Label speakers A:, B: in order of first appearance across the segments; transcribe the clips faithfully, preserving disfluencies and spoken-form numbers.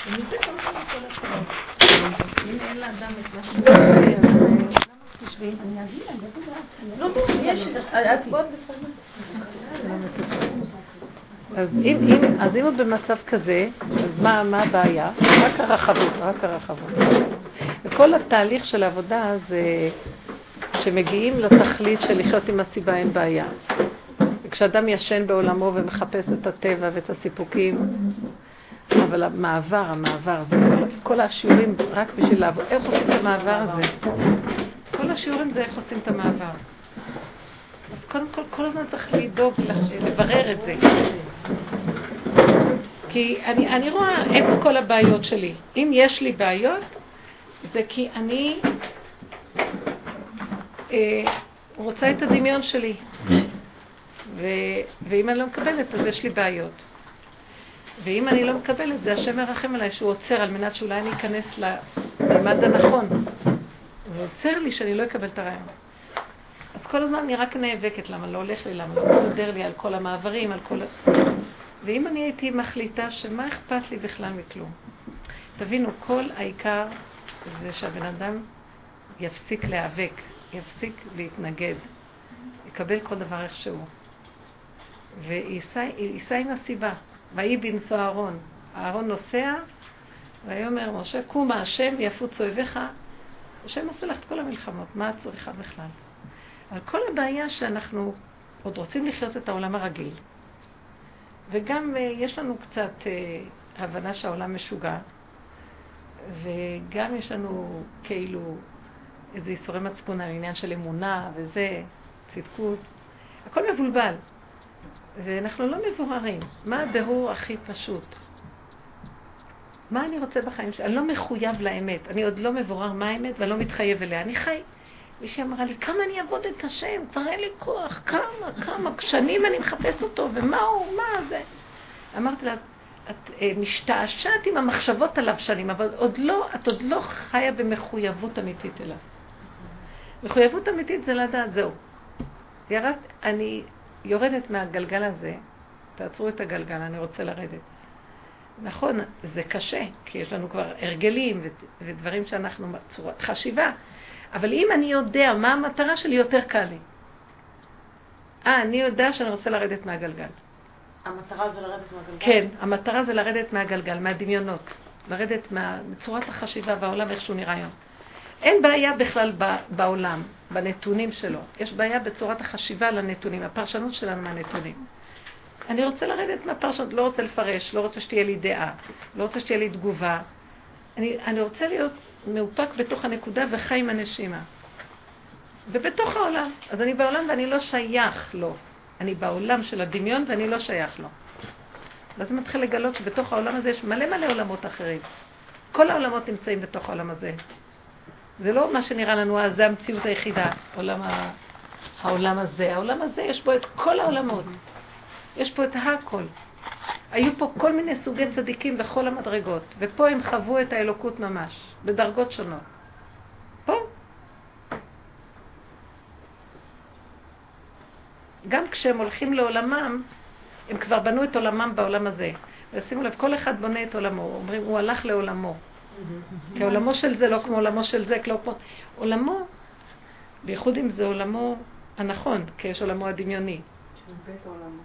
A: ומזה כל כך כל השעות. אם אין לאדם את מה שאתה אומר, למה תשבי? אני אגיד, אני אגיד, לא טוב, יש, את בוא בסדר.
B: אז אם, אם, אז אם הוא במצב כזה, אז מה, מה הבעיה? רק הרחבות, רק הרחבות. וכל התהליך של העבודה זה שמגיעים לתכלית של לחיות עם הסיבה אין בעיה. וכשאדם ישן בעולמו ומחפש את הטבע ואת הסיפוקים, אבל המעבר, המעבר, זה כל, כל השיעורים רק בשביל לעבוד. איך עושים את המעבר הזה? כל השיעורים זה איך עושים את המעבר. אז קודם כל, כל הזמן צריך לדאוג, לברר את זה. כי אני, אני רואה את כל הבעיות שלי. אם יש לי בעיות, זה כי אני אה, רוצה את הדמיון שלי. ו, ואם אני לא מקבלת, אז יש לי בעיות. ואם אני לא מקבלת, זה השם מרחם עליי שהוא עוצר על מנת שאולי אני אכנס לממד הנכון. הוא עוצר לי שאני לא אקבל את הרעיון. אז כל הזמן אני רק נאבקת, למה לא הולך לי, למה לא מסדר לי על כל המעברים, על כל... ואם אני הייתי מחליטה שמה אכפת לי בכלל מכלום. תבינו, כל העיקר זה שהבן אדם יפסיק להיאבק, יפסיק להתנגד, יקבל כל דבר איכשהו. וייסע עם הסיבה. ויהי בנשוא אהרון. אהרון נוסע, ויאמר משה, קומה השם ויפוץ אויביך. השם עושה לך את כל המלחמות, מה את צריכה בכלל? אבל כל הבעיה שאנחנו עוד רוצים לחיות את העולם הרגיל, וגם uh, יש לנו קצת uh, הבנה שהעולם משוגע, וגם יש לנו כאילו איזה ייסורי מצפון על עניין של אמונה וזה, צדקות, הכל מבולבל. ואנחנו לא מבוררים. מה הבירור הכי פשוט? מה אני רוצה בחיים שלי? אני לא מחויב לאמת. אני עוד לא מבורר מה האמת ואני לא מתחייב אליה. אני חי. מישהי אמרה לי, כמה אני אעבוד את השם? כבר אין לי כוח. כמה, כמה. שנים אני מחפש אותו. ומה הוא? מה זה? אמרתי לה, את אה, משתעשעת עם המחשבות עליו שנים, אבל עוד לא, את עוד לא חיה במחויבות אמיתית אליו. מחויבות אמיתית זה לדעת, זהו. ירד, אני יורדת מהגלגל הזה. תעצרו את הגלגל, אני רוצה לרדת. נכון, זה קשה, כי יש לנו כבר הרגלים ודברים שאנחנו צורת חשיבה. אבל אם אני יודע מה המטרה שלי, יותר קל לי. אה, אני יודע שאני רוצה לרדת מהגלגל.
A: המטרה זה לרדת מהגלגל?
B: כן, המטרה זה לרדת מהגלגל, מהדמיונות. לרדת מצורת החשיבה והעולם איך שהוא נראה היום. אין בעיה בכלל בעולם, בנתונים שלו. יש בעיה בצורת החשיבה לנתונים, הפרשנות שלנו מהנתונים. אני רוצה לרדת מהפרשנות, לא רוצה לפרש, לא רוצה שתהיה לי דעה, לא רוצה שתהיה לי תגובה. אני, אני רוצה להיות מאופק בתוך הנקודה וחי עם הנשימה. ובתוך העולם. אז אני בעולם ואני לא שייך לו. אני בעולם של הדמיון ואני לא שייך לו. ואז אני מתחיל לגלות שבתוך העולם הזה יש מלא מלא עולמות אחרים. כל העולמות נמצאים בתוך העולם הזה. זה לא מה שנראה לנו, אז זה המציאות היחידה, עולם ה... העולם הזה. העולם הזה יש בו את כל העולמות. יש פה את הכל. היו פה כל מיני סוגי צדיקים בכל המדרגות, ופה הם חוו את האלוקות ממש, בדרגות שונות. פה. גם כשהם הולכים לעולמם, הם כבר בנו את עולמם בעולם הזה. ושימו לב, כל אחד בונה את עולמו. אומרים, הוא הלך לעולמו. כי עולמו של זה לא כמו עולמו של זה, לא כמו... עולמו, בייחוד אם זה עולמו הנכון, כי יש עולמו הדמיוני.
A: של בית עולמו.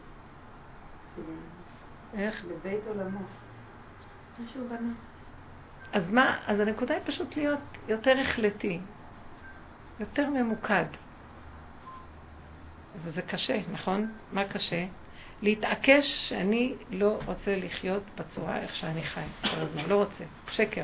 B: איך?
A: בבית עולמו. מה שהוא בנה.
B: אז מה? אז הנקודה היא פשוט להיות יותר החלטי, יותר ממוקד. וזה קשה, נכון? מה קשה? להתעקש שאני לא רוצה לחיות בצורה איך שאני חי. לא רוצה. שקר.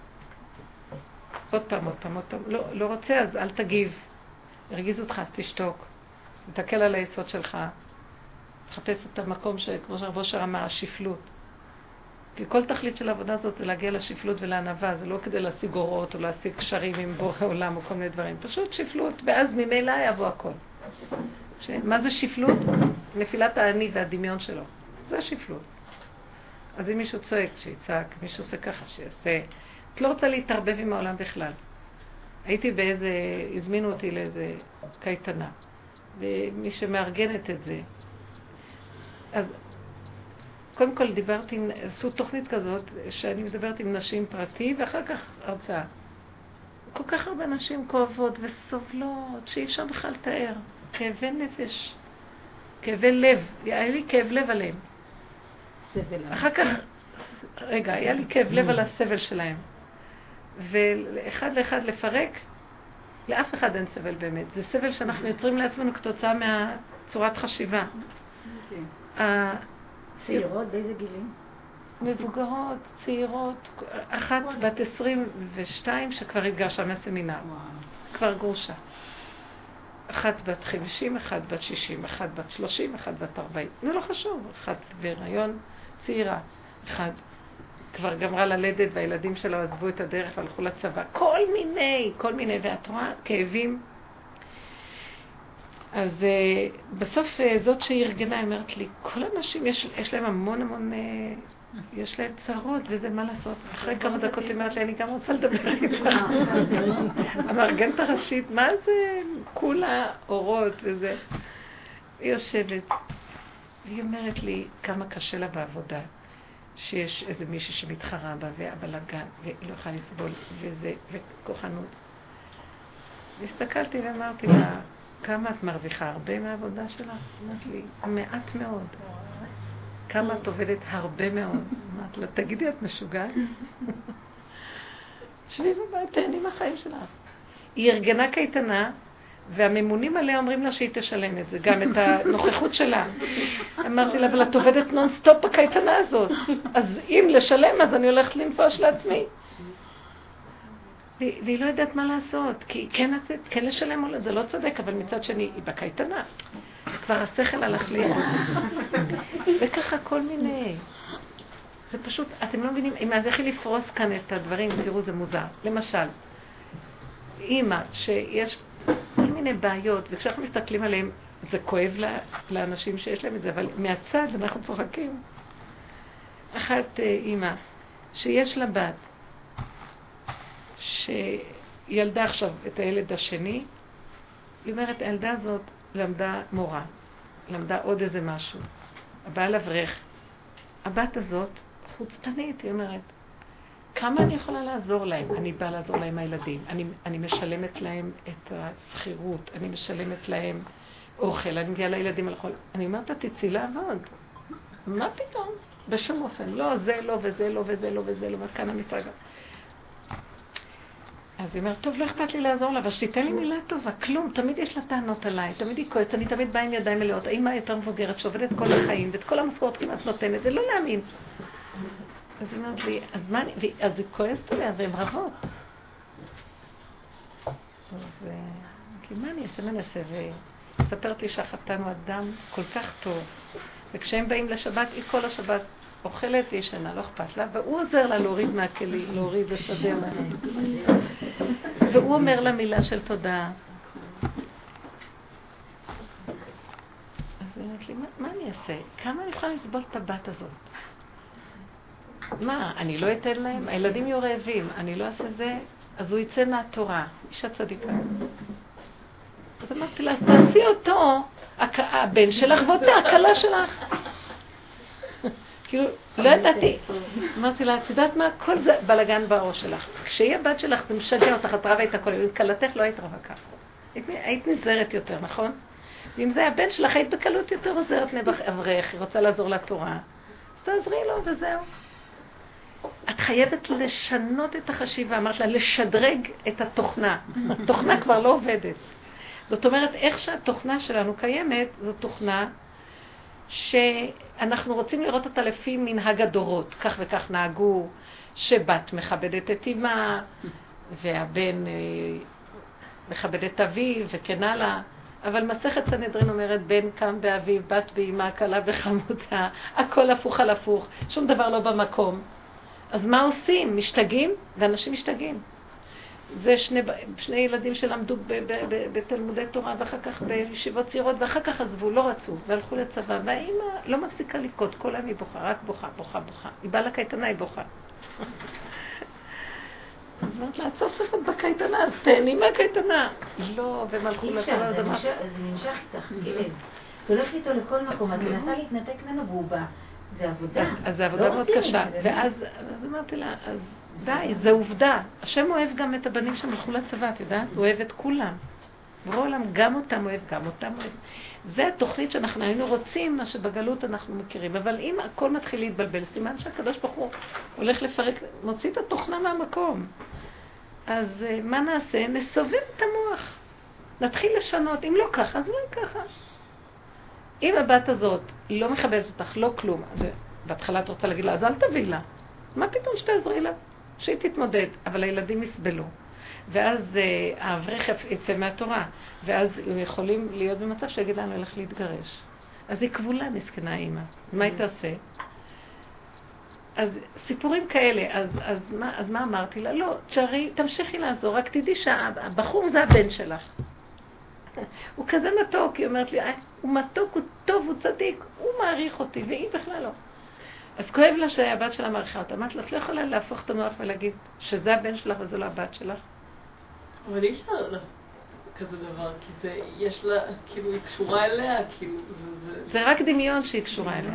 B: עוד פעם, עוד פעם, עוד פעם. לא, לא רוצה, אז אל תגיב. הרגיז אותך, תשתוק. תתקל על היסוד שלך. תחפש את המקום שכמו שהרב אושר אמר, השפלות. כי כל תכלית של העבודה הזאת זה להגיע לשפלות ולענווה. זה לא כדי להשיג אורות או להשיג קשרים עם בורא עולם או כל מיני דברים. פשוט שפלות, ואז ממילא יבוא הכל. ש... מה זה שפלות? נפילת העני והדמיון שלו. זה שפלות. אז אם מישהו צועק, שיצעק, מישהו עושה ככה, שיעשה. את לא רוצה להתערבב עם העולם בכלל. הייתי באיזה, הזמינו אותי לאיזה קייטנה, ומי שמארגנת את זה. אז קודם כל דיברתי, עשו תוכנית כזאת, שאני מדברת עם נשים פרטי, ואחר כך הרצאה. כל כך הרבה נשים כואבות וסובלות, שאי אפשר בכלל לתאר. כאבי נפש, כאבי לב, היה לי כאב לב עליהם. אחר כך, רגע, היה לי כאב לב על הסבל שלהם. ואחד לאחד לפרק, לאף אחד אין סבל באמת. זה סבל שאנחנו יוצרים לעצמנו כתוצאה מהצורת חשיבה.
A: צעירות, באיזה גילים?
B: מבוגרות, צעירות, אחת בת עשרים ושתיים שכבר התגרשה מהסמינר, כבר גרושה. אחת בת חמישים, אחת בת שישים, אחת בת שלושים, אחת בת ארבעים. זה לא חשוב, אחת בהיריון צעירה, אחת כבר גמרה ללדת והילדים שלה עזבו את הדרך והלכו לצבא. כל מיני, כל מיני, ואת רואה כאבים. אז uh, בסוף uh, זאת שארגנה אמרת לי, כל האנשים יש, יש להם המון המון, uh, יש להם צרות וזה מה לעשות. אחרי כמה דקות אמרת לי, אני גם רוצה לדבר איתך. המארגנת הראשית, מה זה? כולה אורות וזה. היא יושבת, והיא אומרת לי כמה קשה לה בעבודה, שיש איזה מישהו שמתחרה בה והבלגן, והיא לא יכולה לסבול וזה, וכוחנות. והסתכלתי ואמרתי לה, כמה את מרוויחה? הרבה מהעבודה שלך? אמרת לי, מעט מאוד. כמה את עובדת? הרבה מאוד. אמרת לה, תגידי, את משוגעת? שבי בבית, תהני מהחיים שלך. היא ארגנה קייטנה, והממונים עליה אומרים לה שהיא תשלם את זה, גם את הנוכחות שלה. אמרתי לה, אבל את עובדת נונסטופ בקייטנה הזאת. אז אם לשלם, אז אני הולכת לנפוש לעצמי. והיא לא יודעת מה לעשות, כי כן, כן לשלם או לא, זה לא צודק, אבל מצד שני, היא בקייטנה. כבר השכל הלך לי. וככה כל מיני. זה פשוט, אתם לא מבינים, אם אז איך היא לפרוס כאן את הדברים, תראו, זה מוזר. למשל, אימא, שיש כל מיני בעיות, וכשאנחנו מסתכלים עליהם, זה כואב לה, לאנשים שיש להם את זה, אבל מהצד אנחנו צוחקים. אחת אימא, שיש לה בת, שילדה עכשיו את הילד השני, היא אומרת, הילדה הזאת למדה מורה, למדה עוד איזה משהו, הבעל אברך. הבת הזאת חוצפנית, היא אומרת, כמה אני יכולה לעזור להם? אני באה לעזור להם הילדים, אני, אני משלמת להם את הסחירות, אני משלמת להם אוכל, אני מגיעה לילדים על החול. אני אומרת, תצאי לעבוד. מה פתאום? בשום אופן. לא, זה לא וזה לא וזה לא וזה לא, וכאן המשרד. אז היא אומרת, טוב, לא אכפת לי לעזור לה, אבל שתיתן לי מילה טובה, כלום, תמיד יש לה טענות עליי, תמיד היא כועסת, אני תמיד באה עם ידיים מלאות, האמא יותר מבוגרת שעובדת כל החיים, ואת כל המשכורת כמעט נותנת, זה לא להאמין. אז היא אומרת לי, אז מה, אז היא כועסת עליה, והן רבות. אז כי מה אני אעשה, מה אני אעשה, וספרת לי שהחתן הוא אדם כל כך טוב, וכשהם באים לשבת, היא כל השבת אוכלת וישנה, לא אכפת לה, והוא עוזר לה להוריד מהכלי, להוריד וסדר לה. והוא אומר לה מילה של תודה. אז היא אומרת לי, מה, מה אני אעשה? כמה אני יכולה לסבול את הבת הזאת? מה, אני לא אתן להם? הילדים יהיו רעבים, אני לא אעשה זה, אז הוא יצא מהתורה, אישה צדיקה. אז אמרתי לה, אז תעשי אותו, הבן שלך ואותה, הקלה שלך. כאילו, לא ידעתי. אמרתי לה, את יודעת מה? כל זה בלגן בראש שלך. כשיהיה בת שלך, זה משגע אותך, את רבה את הכל. אם קלתך לא היית רבה ככה. היית נזרת יותר, נכון? ואם זה הבן שלך, היית בקלות יותר עוזרת נבח אברך, היא רוצה לעזור לתורה. אז תעזרי לו וזהו. את חייבת לשנות את החשיבה. אמרת לה, לשדרג את התוכנה. התוכנה כבר לא עובדת. זאת אומרת, איך שהתוכנה שלנו קיימת, זו תוכנה שאנחנו רוצים לראות אותה לפי מנהג הדורות. כך וכך נהגו, שבת מכבדת את אמא, והבן מכבד את אביו, וכן הלאה. אבל מסכת סנהדרין אומרת, בן קם באביו, בת באמא, כלה בחמותה, הכל הפוך על הפוך, שום דבר לא במקום. אז מה עושים? משתגעים? ואנשים משתגעים. זה שני, שני ילדים שלמדו ב, ב, ב, בתלמודי תורה, ואחר כך בישיבות צעירות, ואחר כך עזבו, לא רצו, והלכו לצבא, והאמא לא מפסיקה לבכות, כל היום היא בוכה, רק בוכה, בוכה, בוכה. היא באה לקייטנה, היא בוכה. אז אמרת לה, את סוף סוף את בקייטנה, אז תהני מהקייטנה. לא, והם הלכו לצבא,
A: זה נמשך איתך, כאב. את הולכת איתו לכל מקום, את מנסה להתנתק ממנו והוא בא.
C: זה עבודה.
B: אז זה עבודה מאוד קשה. ואז אמרתי לה, אז די, זה עובדה. השם אוהב גם את הבנים שמלכו לצבא, את יודעת? הוא אוהב את כולם. ברור עולם, גם אותם אוהב, גם אותם אוהב. זה התוכנית שאנחנו היינו רוצים, מה שבגלות אנחנו מכירים. אבל אם הכל מתחיל להתבלבל, סימן שהקדוש ברוך הוא הולך לפרק, מוציא את התוכנה מהמקום. אז מה נעשה? נסובב את המוח. נתחיל לשנות. אם לא ככה, אז לא ככה. אם הבת הזאת לא מכבדת אותך, לא כלום, אז בהתחלה את רוצה להגיד לה, אז אל תביא לה. מה פתאום שתעזרי לה? שהיא תתמודד, אבל הילדים יסבלו. ואז uh, האברך יצא מהתורה, ואז הם יכולים להיות במצב שיגיד לנו הלך להתגרש. אז היא כבולה, מסכנה האמא. מה היא תעשה? אז סיפורים כאלה, אז, אז, מה, אז מה אמרתי לה? לא, תשארי, תמשיכי לעזור, רק תדעי שהבחור זה הבן שלך. הוא כזה מתוק, היא אומרת לי, הוא מתוק, הוא טוב, הוא צדיק, הוא מעריך אותי, והיא בכלל לא. אז כואב לה שהבת שלה מעריכה אותה. אמרת לה, את לא יכולה להפוך את המוח ולהגיד שזה הבן שלך וזה לא הבת שלך?
D: אבל אי אפשר כזה דבר, כי זה, יש לה, כאילו, היא קשורה אליה, כאילו, זה...
B: זה רק דמיון שהיא קשורה אליה.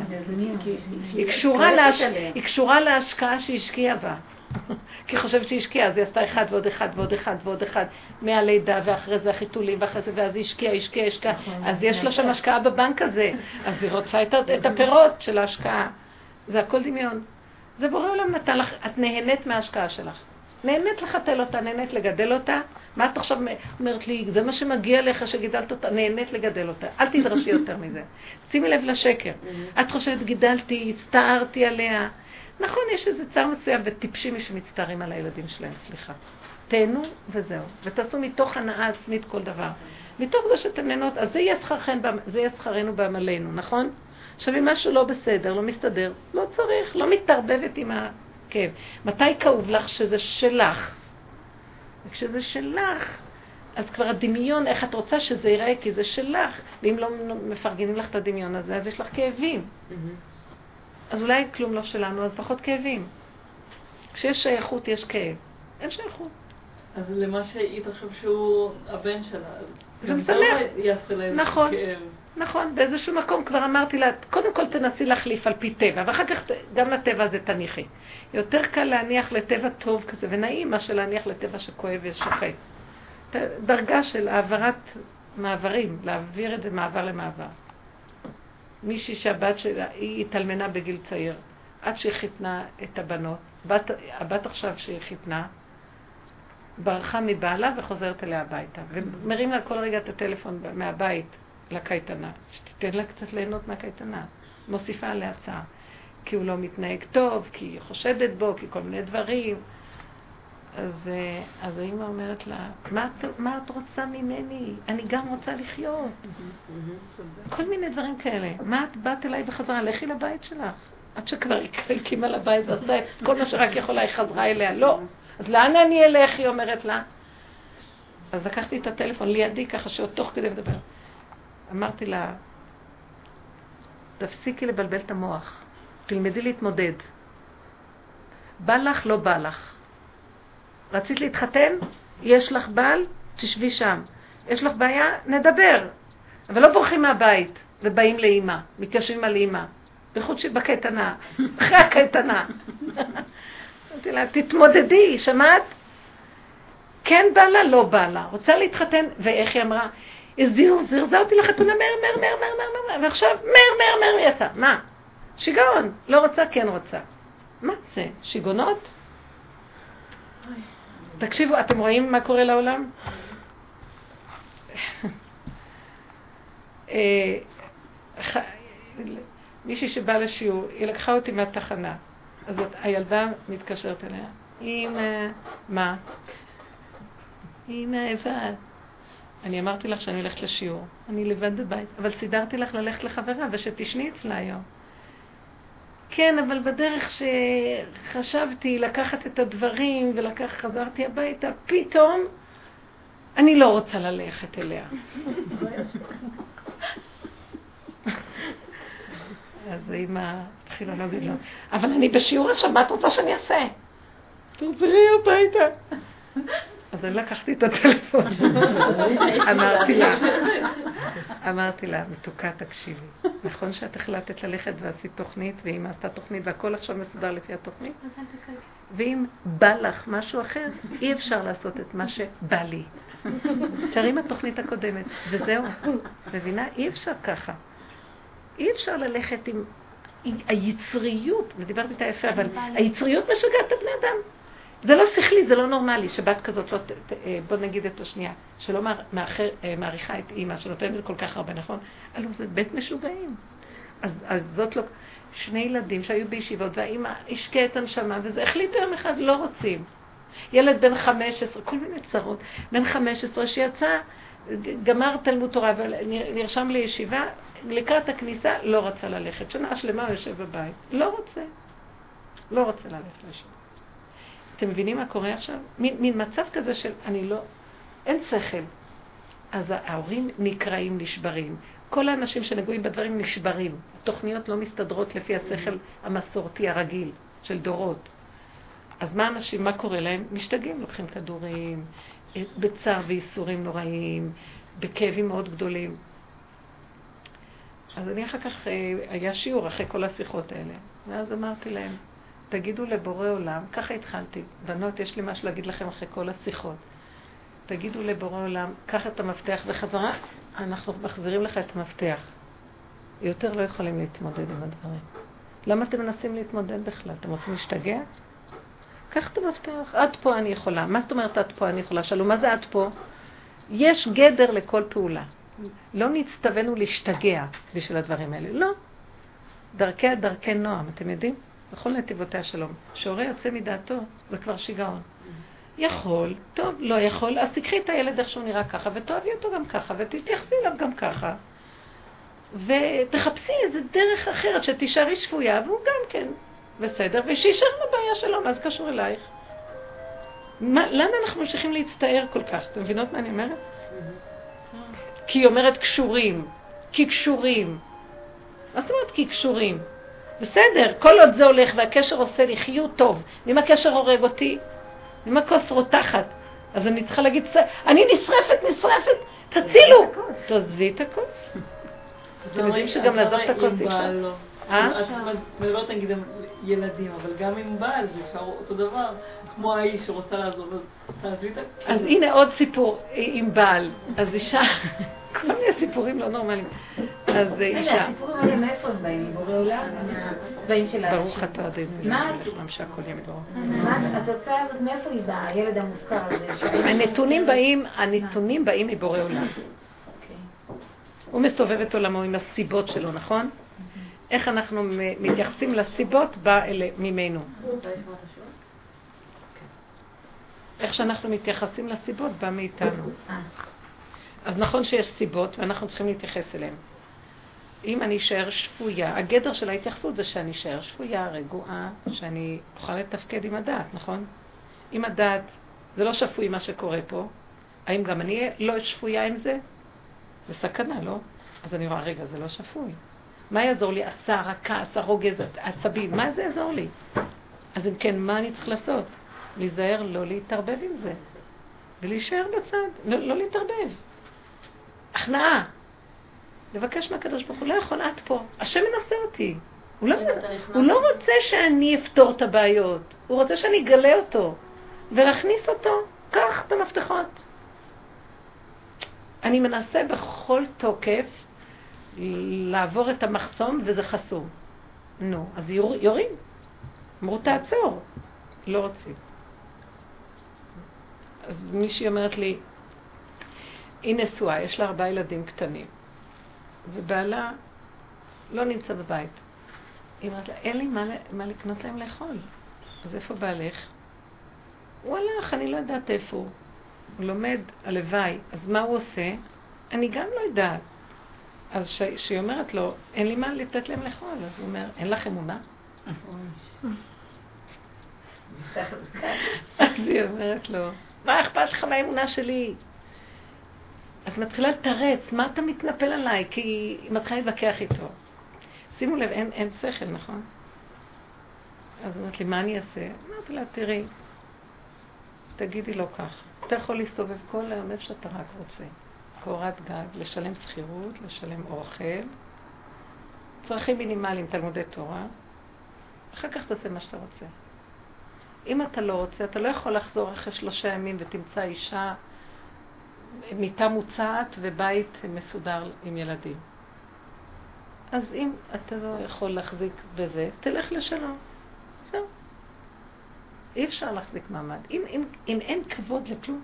B: היא קשורה להשקעה שהיא השקיעה בה. כי היא חושבת שהיא השקיעה, אז היא עשתה אחד ועוד אחד ועוד אחד ועוד אחד, מהלידה ואחרי זה החיתולים ואחרי זה, ואז היא השקיעה, השקיעה, השקיעה. אז יש לה שם השקעה בבנק הזה, אז היא רוצה את הפירות של ההשקעה. זה הכל דמיון. זה בורא עולם נתן לך, את נהנית מההשקעה שלך. נהנית לחתל אותה, נהנית לגדל אותה. מה את עכשיו אומרת לי, זה מה שמגיע לך שגידלת אותה, נהנית לגדל אותה. אל תדרשי יותר מזה. שימי לב לשקר. את חושבת, גידלתי, הצטערתי עליה. נכון, יש איזה צער מצוין וטיפשים שמצטערים על הילדים שלהם, סליחה. תהנו וזהו. ותעשו מתוך הנאה עצמית כל דבר. מתוך זה שאתם נהנות, אז זה יהיה שכרנו, זה יהיה שכרנו בעמלנו, נכון? עכשיו, אם משהו לא בסדר, לא מסתדר, לא צריך, לא מתערבבת עם הכאב. מתי כאוב לך שזה שלך? וכשזה שלך, אז כבר הדמיון, איך את רוצה שזה ייראה, כי זה שלך, ואם לא מפרגנים לך את הדמיון הזה, אז יש לך כאבים. אז אולי כלום לא שלנו, אז פחות כאבים. כשיש שייכות, יש כאב. אין שייכות.
D: אז למה שהיא תחשוב שהוא הבן שלה,
B: זה משמח.
D: יעשה לה
B: נכון,
D: כאב.
B: נכון, באיזשהו מקום כבר אמרתי לה, קודם כל תנסי להחליף על פי טבע, ואחר כך גם לטבע הזה תניחי. יותר קל להניח לטבע טוב כזה, ונעים מה שלהניח לטבע שכואב ושוחק. דרגה של העברת מעברים, להעביר את זה מעבר למעבר. מישהי שהבת שלה, היא התאלמנה בגיל צעיר, עד שהיא חיתנה את הבנות. בת, הבת עכשיו שהיא חיתנה, ברחה מבעלה וחוזרת אליה הביתה. ומרים לה כל רגע את הטלפון מהבית לקייטנה, שתיתן לה קצת ליהנות מהקייטנה. מוסיפה עליה הצעה, כי הוא לא מתנהג טוב, כי היא חושדת בו, כי כל מיני דברים. אז, אז האמא אומרת לה, מה, מה את רוצה ממני? אני גם רוצה לחיות. כל מיני דברים כאלה. מה את באת אליי בחזרה? לכי לבית שלך. עד שכבר היא הקימה לבית, ועשה את כל מה שרק יכולה, היא חזרה אליה. לא. אז לאן אני אלך? היא אומרת לה. אז לקחתי את הטלפון לידי ככה שעוד תוך כדי מדבר. אמרתי לה, תפסיקי לבלבל את המוח. תלמדי להתמודד. בא לך, לא בא לך. רצית להתחתן? יש לך בעל? תשבי שם. יש לך בעיה? נדבר. אבל לא בורחים מהבית ובאים לאמא, מתיישבים על אמא. בייחוד שבקייטנה, אחרי הקייטנה. אמרתי לה, תתמודדי, שמעת? כן בא לה, לא בא לה. רוצה להתחתן, ואיך היא אמרה? הזירו, זרזה אותי לחתונה, מר, מר, מר, מר, מר, מר, ועכשיו מר, מר, מר, יצא. מה? שיגעון. לא רוצה, כן רוצה. מה זה? שיגעונות? תקשיבו, אתם רואים מה קורה לעולם? מישהי שבא לשיעור, היא לקחה אותי מהתחנה. אז הילדה מתקשרת אליה. אמא, מה? אמא, הבאת. אני אמרתי לך שאני הולכת לשיעור. אני לבד בבית. אבל סידרתי לך ללכת לחברה ושתשני אצלה היום. כן, אבל בדרך שחשבתי לקחת את הדברים ולקח, חזרתי הביתה, פתאום אני לא רוצה ללכת אליה. אז אמא התחילה להגיד לו, אבל אני בשיעור עכשיו, מה את רוצה שאני אעשה? תחזרי הביתה. אז אז אני לקחתי את הטלפון. אמרתי לה, אמרתי לה, מתוקה תקשיבי. נכון שאת החלטת ללכת ועשית תוכנית, ואם עשתה תוכנית והכל עכשיו מסודר לפי התוכנית? ואם בא לך משהו אחר, אי אפשר לעשות את מה שבא לי. תראי עם התוכנית הקודמת, וזהו. מבינה? אי אפשר ככה. אי אפשר ללכת עם... היצריות, ודיברתי איתה יפה, אבל היצריות משוגעת את בני אדם. זה לא שכלי, זה לא נורמלי, שבת כזאת, לא, בוא נגיד את השנייה, שלא מאחר, מעריכה את אימא, שנותנת כל כך הרבה, נכון? אלו זה בית משוגעים. אז, אז זאת לא... שני ילדים שהיו בישיבות, והאימא השקעה את הנשמה, וזה החליטו יום אחד, לא רוצים. ילד בן חמש עשרה, כל מיני צרות, בן חמש עשרה שיצא, גמר תלמוד תורה, ונרשם לישיבה, לקראת הכניסה לא רצה ללכת. שנה שלמה הוא יושב בבית. לא רוצה. לא רוצה ללכת לישיבה. אתם מבינים מה קורה עכשיו? מין, מין מצב כזה של אני לא... אין שכל. אז ההורים נקראים נשברים. כל האנשים שנגועים בדברים נשברים. התוכניות לא מסתדרות לפי השכל המסורתי הרגיל של דורות. אז מה אנשים, מה קורה להם? משתגעים, לוקחים כדורים, בצער וייסורים נוראים, בכאבים מאוד גדולים. אז אני אחר כך, היה שיעור אחרי כל השיחות האלה. ואז אמרתי להם, תגידו לבורא עולם, ככה התחלתי. בנות, יש לי משהו להגיד לכם אחרי כל השיחות. תגידו לבורא עולם, קח את המפתח וחזרה, אנחנו מחזירים לך את המפתח. יותר לא יכולים להתמודד עם הדברים. למה אתם מנסים להתמודד בכלל? אתם רוצים להשתגע? קח את המפתח, עד פה אני יכולה. מה זאת אומרת עד פה אני יכולה? שאלו, מה זה עד פה? יש גדר לכל פעולה. לא נצטווינו להשתגע בשביל הדברים האלה. לא. דרכי דרכי נועם, אתם יודעים? בכל נתיבותי השלום. שהורה יוצא מדעתו, זה כבר שיגעון. יכול, טוב, לא יכול, אז תקחי את הילד איך שהוא נראה ככה, ותאהבי אותו גם ככה, ותתייחסי אליו גם ככה. ותחפשי איזה דרך אחרת שתישארי שפויה, והוא גם כן בסדר, ושישאר לבעיה שלו, מה זה קשור אלייך? מה, למה אנחנו ממשיכים להצטער כל כך? אתם מבינות מה אני אומרת? כי היא אומרת קשורים, כי קשורים. מה זאת אומרת כי קשורים? בסדר, כל עוד זה הולך והקשר עושה לי חיות טוב, אם הקשר הורג אותי, אם הכוס רותחת, אז אני צריכה להגיד, אני נשרפת, נשרפת, תצילו. תעזבי את הכוס. אתם יודעים שגם לעזוב את הכוס אפשר?
D: את מדברת נגיד ילדים, אבל גם עם בעל זה אפשר אותו דבר, כמו האיש שרוצה לעזוב, אז תעזבי את הכוס.
B: אז הנה עוד סיפור עם בעל, אז אישה, כל מיני סיפורים לא נורמליים. אז אישה.
C: הסיפורים האלה מאיפה הם באים? בורא עולם? מהצבעים של האנשים.
B: ברוך אתה אדינו.
C: מה?
B: שהכל יהיה מדברוך.
C: התוצאה הזאת מאיפה היא באה? הילד המופקר הזה.
B: הנתונים באים, הנתונים באים מבורא עולם. הוא מסובב את עולמו עם הסיבות שלו, נכון? איך אנחנו מתייחסים לסיבות בא אלה ממנו. איך שאנחנו מתייחסים לסיבות בא מאיתנו. אז נכון שיש סיבות ואנחנו צריכים להתייחס אליהן. אם אני אשאר שפויה, הגדר של ההתייחסות זה שאני אשאר שפויה, רגועה, שאני אוכל לתפקד עם הדעת, נכון? עם הדעת, זה לא שפוי מה שקורה פה. האם גם אני לא שפויה עם זה? זה סכנה, לא? אז אני רואה, רגע, זה לא שפוי. מה יעזור לי? הצער, הכעס, הרוגז, העצבים, מה זה יעזור לי? אז אם כן, מה אני צריך לעשות? להיזהר, לא להתערבב עם זה. ולהישאר בצד, לא, לא להתערבב. הכנעה. לבקש מהקדוש ברוך הוא, לא יכול, את פה. השם מנסה אותי. הוא לא, הוא לא רוצה שאני אפתור את הבעיות. הוא רוצה שאני אגלה אותו. ולהכניס אותו. קח את המפתחות. אני מנסה בכל תוקף לעבור את המחסום וזה חסום. נו, אז יור, יורים. אמרו תעצור. לא רוצים. אז מישהי אומרת לי, היא נשואה, יש לה ארבעה ילדים קטנים. ובעלה לא נמצא בבית. היא אומרת לה, אין לי מה, מה לקנות להם לאכול. אז איפה בעלך? הוא הלך, אני לא יודעת איפה הוא. הוא לומד הלוואי. אז מה הוא עושה? אני גם לא יודעת. אז שהיא אומרת לו, אין לי מה לתת להם לאכול. אז הוא אומר, אין לך אמונה? אז היא אומרת לו, מה אכפת לך מהאמונה שלי? אז מתחילה לתרץ, מה אתה מתנפל עליי? כי היא מתחילה להתווכח איתו. שימו לב, אין, אין שכל, נכון? אז היא אומרת לי, מה אני אעשה? אמרתי לה, תראי, תגידי לו כך. אתה יכול להסתובב כל היום איפה שאתה רק רוצה. קורת גג, לשלם שכירות, לשלם אוכל, צרכים מינימליים, תלמודי תורה, אחר כך תעשה מה שאתה רוצה. אם אתה לא רוצה, אתה לא יכול לחזור אחרי שלושה ימים ותמצא אישה מיטה מוצעת ובית מסודר עם ילדים. אז אם אתה לא יכול להחזיק בזה, תלך לשלום. זהו. אי אפשר להחזיק מעמד. אם, אם, אם אין כבוד לכלום,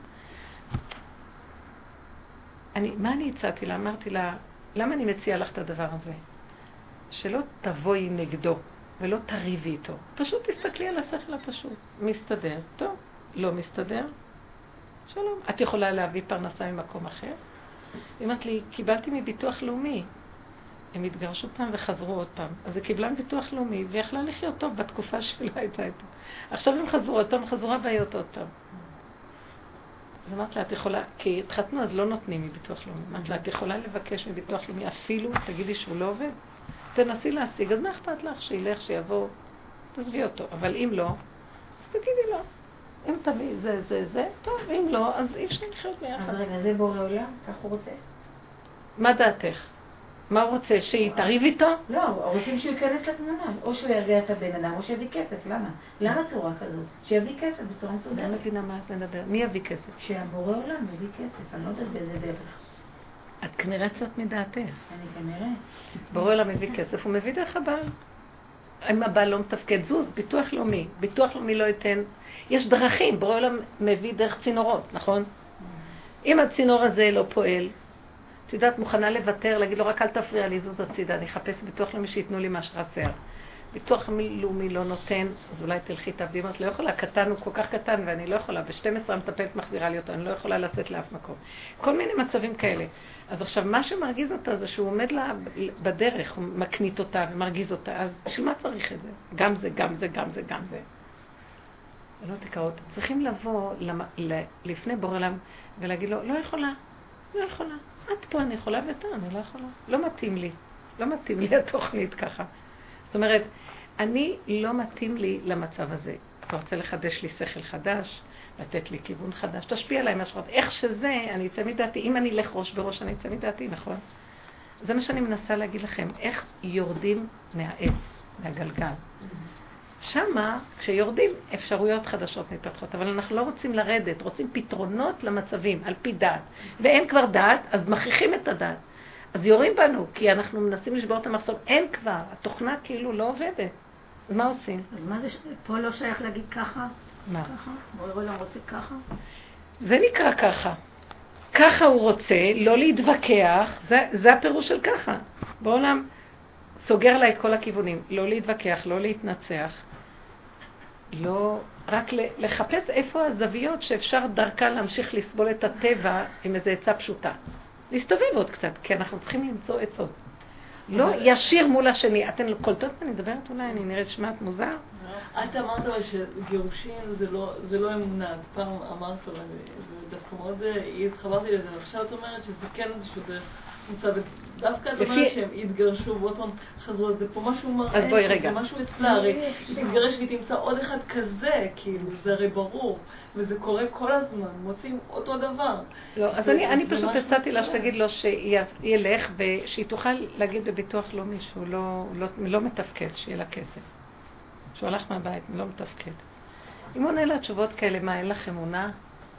B: אני, מה אני הצעתי לה? אמרתי לה, למה אני מציעה לך את הדבר הזה? שלא תבואי נגדו ולא תריבי איתו. פשוט תסתכלי על השכל הפשוט. מסתדר, טוב, לא מסתדר, שלום. את יכולה להביא פרנסה ממקום אחר? אמרת לי, קיבלתי מביטוח לאומי. הם התגרשו פעם וחזרו עוד פעם. אז היא קיבלה מביטוח לאומי ויכלה לחיות טוב בתקופה שלה הייתה איתו. עכשיו הם חזרו עוד פעם, חזרו הבעיות עוד פעם. אז אמרת לה, את יכולה, כי התחתנו אז לא נותנים מביטוח לאומי. אמרת לה, את יכולה לבקש מביטוח לאומי אפילו, תגידי שהוא לא עובד? תנסי להשיג, אז מה אכפת לך? שילך, שיבוא, תזבי אותו. אבל אם לא, אז תגידי לו. אם תביא זה, זה, זה, טוב, אם לא, אז אי אפשר לחיות ביחד.
C: אז רגע, זה בורא עולם? כך הוא רוצה?
B: מה דעתך? מה הוא רוצה? שהיא תריב איתו?
C: לא, רוצים שהוא ייכנס לתמונה. או שהוא ירגיע את הבן אדם, או שיביא כסף. למה? למה צורה כזאת? שיביא כסף בצורה מסודרת.
B: אני לא מבינה מה את מדבר. מי יביא כסף?
C: שהבורא עולם יביא כסף. אני לא יודעת באיזה דרך.
B: את כנראה קצת מדעתך.
C: אני כנראה.
B: בורא עולם מביא כסף, הוא מביא דרך הבעל. אם הבעל לא מתפקד, זוז, ביטוח לאומי. ביטוח לאומי לא ייתן. יש דרכים, בורא עולם מביא דרך צינורות, נכון? אם הצינור הזה לא פועל, את יודעת, מוכנה לוותר, להגיד לו, רק אל תפריע לי, זוז הצידה, אני אחפש ביטוח לאומי שיתנו לי מה שחסר. ביטוח לאומי לא נותן, אז אולי תלכי תעבדי, את לא יכולה, קטן הוא כל כך קטן ואני לא יכולה, ב-שתים עשרה המטפלת מחזירה לי אותו, אני לא יכולה לצאת לאף מקום. כל מיני מצבים כאלה. אז עכשיו, מה שמרגיז אותה זה שהוא עומד לה בדרך, הוא מקנית אותה ומרגיז אותה, אז בשביל מה צריך את זה? גם זה, גם זה, גם זה, גם זה. לא תקרות. צריכים לבוא לפני בורא עולם ולהגיד לו, לא יכולה, לא יכולה. את פה אני יכולה ואתה, אני לא יכולה. לא מתאים לי. לא מתאים לי התוכנית ככה. זאת אומרת, אני לא מתאים לי למצב הזה. אתה רוצה לחדש לי שכל חדש, לתת לי כיוון חדש, תשפיע עליי משהו. איך שזה, אני אצא מדעתי. אם אני אלך ראש בראש, אני אצא מדעתי, נכון? זה מה שאני מנסה להגיד לכם. איך יורדים מהעץ, מהגלגל. שמה, כשיורדים, אפשרויות חדשות מתפתחות, אבל אנחנו לא רוצים לרדת, רוצים פתרונות למצבים, על פי דעת. ואין כבר דעת, אז מכריחים את הדעת. אז יורים בנו, כי אנחנו מנסים לשבור את המחסום. אין כבר, התוכנה כאילו לא עובדת. אז מה עושים?
A: אז מה זה, פה לא שייך להגיד ככה?
B: מה?
A: ככה? בורא עולם רוצה ככה?
B: זה נקרא ככה. ככה הוא רוצה, לא להתווכח, זה, זה הפירוש של ככה. בעולם סוגר לה את כל הכיוונים, לא להתווכח, לא להתנצח. לא, רק לחפש איפה הזוויות שאפשר דרכה להמשיך לסבול את הטבע עם איזו עצה פשוטה. להסתובב עוד קצת, כי אנחנו צריכים למצוא עצות. לא ישיר מול השני. אתן קולטות מה אני מדברת אולי? אני נראית שמעת מוזר?
D: את אמרת אבל שגירושים זה לא אמונה. את פעם אמרת, ודווקא מאוד התחברתי לזה, ועכשיו את אומרת שזה כן איזשהו דרך מוצא, ודווקא את אומרת שהם התגרשו ועוד פעם חזרו, זה פה משהו מראה, זה משהו אצלה, הרי היא תתגרש והיא תמצא עוד אחד כזה, כאילו, זה הרי ברור, וזה קורה כל הזמן, מוצאים אותו דבר.
B: לא, אז אני פשוט הצעתי לה שתגיד לו שילך ושהיא תוכל להגיד בביטוח לאומי שהוא לא מתפקד, שיהיה לה כסף. שהוא הלך מהבית, לא מתפקד. אם עונה לה תשובות כאלה, מה, אין לך אמונה?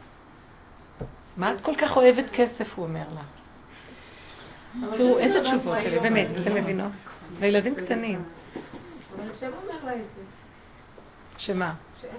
B: מה את כל כך אוהבת כסף, הוא אומר לה. תראו, איזה תשובות האלה, באמת, אתם מבינות? לילדים קטנים.
C: אבל השם אומר לה את זה.
B: שמה?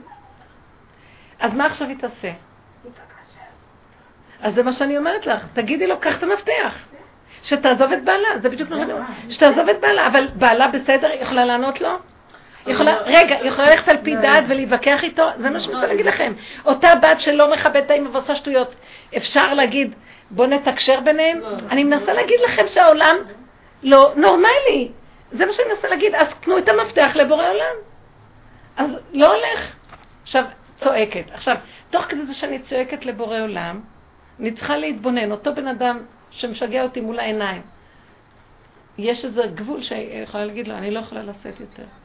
B: אז מה עכשיו היא תעשה?
C: היא תקשר.
B: אז זה מה שאני אומרת לך, תגידי לו, קח את המפתח. שתעזוב את בעלה, זה בדיוק נורא. שתעזוב את בעלה, אבל בעלה בסדר, יכולה לענות לו? יכולה, רגע, יכולה ללכת על פי דעת ולהתווכח איתו? זה מה שאני רוצה להגיד לכם. אותה בת שלא מכבדת האמא ועושה שטויות, אפשר להגיד, בוא נתקשר ביניהם? אני מנסה להגיד לכם שהעולם לא נורמלי. זה מה שאני מנסה להגיד, אז תנו את המפתח לבורא עולם. אז לא הולך. עכשיו, צועקת. עכשיו, תוך כדי זה שאני צועקת לבורא עולם, אני צריכה להתבונן. אותו בן אדם שמשגע אותי מול העיניים. יש איזה גבול שיכולה להגיד לו, אני לא יכולה לשאת יותר.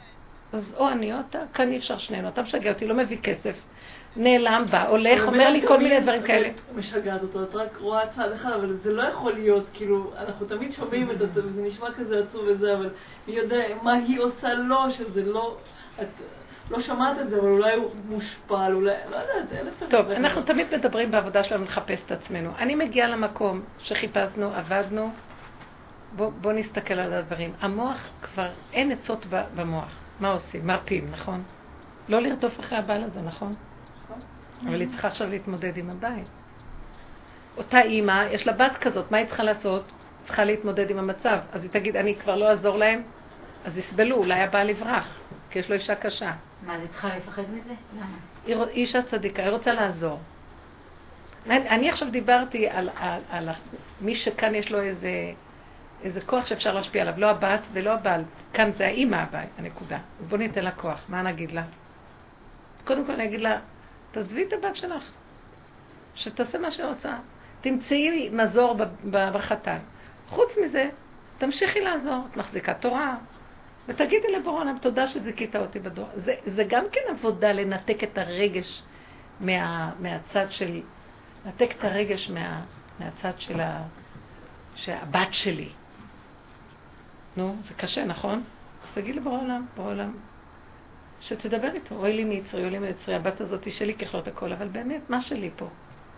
B: אז או אני או אתה, כאן אי אפשר שנינו, אתה משגע אותי, לא מביא כסף. נעלם בה, הולך, אומר לי כל מיני דברים כאלה.
D: משגעת אותו, את רק רואה צד אחד, אבל זה לא יכול להיות, כאילו, אנחנו תמיד שומעים את זה, וזה נשמע כזה עצוב וזה, אבל מי יודע מה היא עושה לו, שזה לא, את לא שמעת את זה, אבל אולי הוא מושפל, אולי, לא יודעת, אלף פעמים.
B: טוב, אנחנו תמיד מדברים בעבודה שלנו לחפש את עצמנו. אני מגיעה למקום שחיפשנו, עבדנו, בוא, בוא נסתכל על הדברים. המוח כבר אין עצות במוח. מה עושים? מרפים, נכון? לא לרדוף אחרי הבעל הזה, נכון? אבל היא צריכה עכשיו להתמודד עם הבית. אותה אימא, יש לה בת כזאת, מה היא צריכה לעשות? צריכה להתמודד עם המצב. אז היא תגיד, אני כבר לא אעזור להם, אז יסבלו, אולי הבעל יברח, כי יש לו אישה קשה.
C: מה, זה צריכה לפחד מזה? למה?
B: היא אישה צדיקה, היא רוצה לעזור. אני, אני עכשיו דיברתי על, על, על מי שכאן יש לו איזה, איזה כוח שאפשר להשפיע עליו, לא הבת ולא הבעל. כאן זה האימא הבית, הנקודה. אז בוא ניתן לה כוח, מה נגיד לה? קודם כל אני אגיד לה, תעזבי את הבת שלך, שתעשה מה שרוצה. תמצאי מזור בחתן. חוץ מזה, תמשיכי לעזור. את מחזיקה תורה, ותגידי לבורא עולם, תודה שזיכית אותי בדור. זה, זה גם כן עבודה לנתק את הרגש מה, מהצד של... נתק את הרגש מה, מהצד של ה, שהבת שלי. נו, זה קשה, נכון? אז תגיד לבורא עולם, בורא עולם. שתדבר איתו, אוי לי מיצרי, אוי לי מיצרי, הבת הזאת היא שלי ככלות הכל, אבל באמת, מה שלי פה?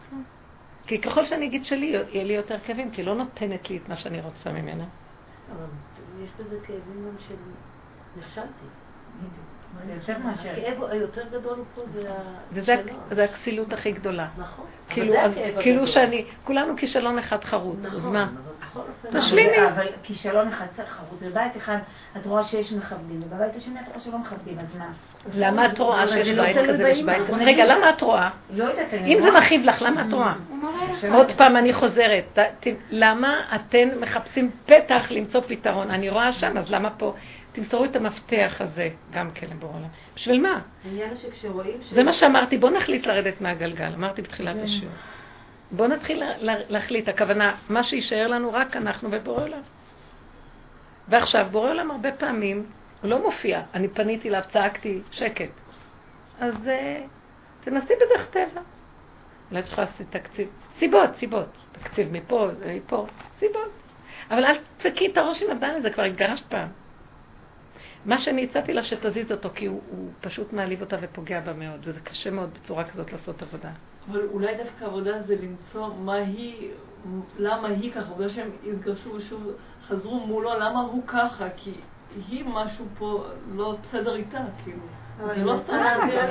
B: כי ככל שאני אגיד שלי, יהיה לי יותר כאבים, כי לא נותנת לי את מה שאני רוצה ממנה.
A: אבל יש בזה כאבים גם של נכשלתי.
C: זה יותר מאשר.
A: הכאב היותר גדול פה זה
B: השלום. זה הכסילות הכי גדולה.
A: נכון.
B: כאילו שאני, כולנו כישלון אחד חרוט, אז מה?
C: תשלימי. אבל כישלון אחד חרוט, בבית אחד את רואה שיש מכבדים, ובבית השני את רואה שלא מכבדים, אז מה?
B: למה את רואה שיש בית כזה ויש בית כזה? רגע, למה את רואה?
C: לא יודעת.
B: אם זה מכאיב לך, למה את רואה? עוד פעם אני חוזרת. למה אתן מחפשים פתח למצוא פתרון? אני רואה שם, אז למה פה? תמסרו את המפתח הזה, גם כן לבורא עולם. בשביל מה?
A: העניין שכשרואים ש...
B: זה מה שאמרתי, בוא נחליט לרדת מהגלגל. אמרתי בתחילת השיעור. בוא נתחיל להחליט. הכוונה, מה שישאר לנו רק אנחנו ובורא עולם. ועכשיו, בורא עולם הרבה פעמים, הוא לא מופיע. אני פניתי לה, צעקתי, שקט. אז תנסי בדרך טבע. אולי צריכה לעשות תקציב. סיבות, סיבות. תקציב מפה, מפה, סיבות. אבל אל תפקי את הראש עם הבן הזה, כבר התגרשת פעם. מה שאני הצעתי לה שתזיז אותו, כי הוא, הוא פשוט מעליב אותה ופוגע בה מאוד, וזה קשה מאוד בצורה כזאת לעשות עבודה.
D: אבל אולי דווקא עבודה זה למצוא מה היא, למה היא ככה, עובדה שהם התגרשו ושוב חזרו מולו, למה הוא ככה, כי היא משהו פה לא בסדר איתה, כאילו. זה לא סתם,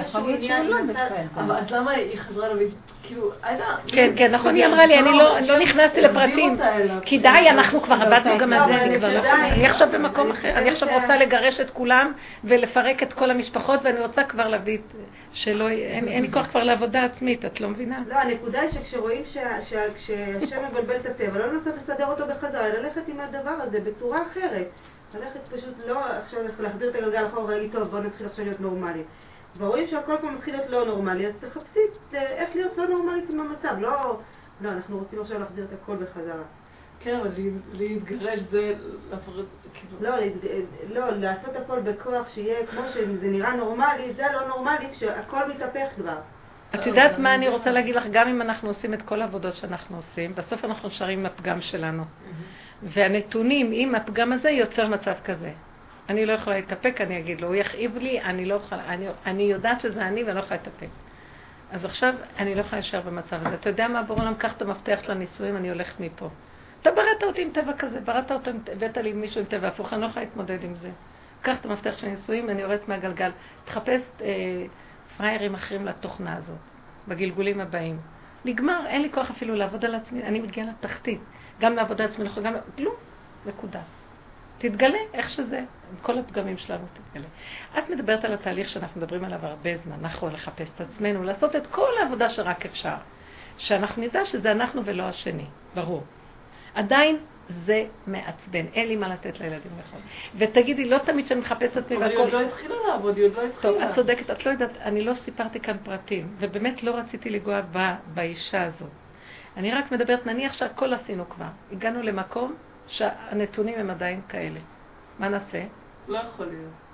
D: אבל אז למה היא חזרה לבי, כאילו, הייתה...
B: כן, כן, נכון, היא אמרה לי, אני לא נכנסתי לפרטים, כי די, אנחנו כבר עבדנו גם על זה, אני כבר לא יכולה, אני עכשיו במקום אחר, אני עכשיו רוצה לגרש את כולם ולפרק את כל המשפחות, ואני רוצה כבר להביא, שלא, אין לי כוח כבר לעבודה עצמית, את לא מבינה?
A: לא, הנקודה היא שכשרואים שהשם מבלבל את הטבע, לא ננסה לסדר אותו בחזרה, ללכת עם הדבר הזה בצורה אחרת. ללכת פשוט לא עכשיו להחזיר את הגלגל אחורה ולהגיד טוב בוא נתחיל עכשיו להיות נורמלית. ורואים שהכל פעם מתחיל להיות לא נורמלי, אז תחפשי איך להיות לא נורמלית עם המצב, לא, לא, אנחנו רוצים עכשיו להחזיר את הכל בחזרה.
D: כן, אבל להתגרש זה לפרד,
A: כאילו... לא, לא, לעשות הכל בכוח שיהיה כמו שזה נראה נורמלי, זה לא נורמלי כשהכל מתהפך כבר.
B: את יודעת מה אני רוצה להגיד לך, גם אם אנחנו עושים את כל העבודות שאנחנו עושים, בסוף אנחנו נשארים עם הפגם שלנו. והנתונים עם הפגם הזה יוצר מצב כזה. אני לא יכולה להתאפק, אני אגיד לו, הוא יכאיב לי, אני לא יכולה, אני, אני יודעת שזה אני ואני לא יכולה להתאפק. אז עכשיו אני לא יכולה להישאר במצב הזה. אתה יודע מה, בורא עולם, קח את המפתח של הנישואים, אני הולכת מפה. אתה בראת אותי עם טבע כזה, בראת אותי, הבאת לי מישהו עם טבע הפוך, אני לא יכולה להתמודד עם זה. קח את המפתח של הנישואים, אני יורדת מהגלגל. תחפש אה, פריירים אחרים לתוכנה הזאת, בגלגולים הבאים. נגמר, אין לי כוח אפילו לעבוד על עצמי, אני מגיעה לתחתית. גם לעבודה עצמי, גם לא, נקודה. תתגלה איך שזה, עם כל הפגמים שלנו תתגלה. את מדברת על התהליך שאנחנו מדברים עליו הרבה זמן, אנחנו לחפש את עצמנו, לעשות את כל העבודה שרק אפשר. שאנחנו נדע שזה אנחנו ולא השני, ברור. עדיין זה מעצבן, אין לי מה לתת לילדים לאכול. ותגידי, לא תמיד שאני מחפשת עצמי והכל...
D: אבל היא עוד לא התחילה לעבוד, היא עוד לא התחילה.
B: טוב, את צודקת, את לא יודעת, אני לא סיפרתי כאן פרטים, ובאמת לא רציתי לגוע בה, באישה הזאת. אני רק מדברת, נניח שהכל עשינו כבר. הגענו למקום שהנתונים הם עדיין כאלה. מה נעשה?
D: לא יכול להיות.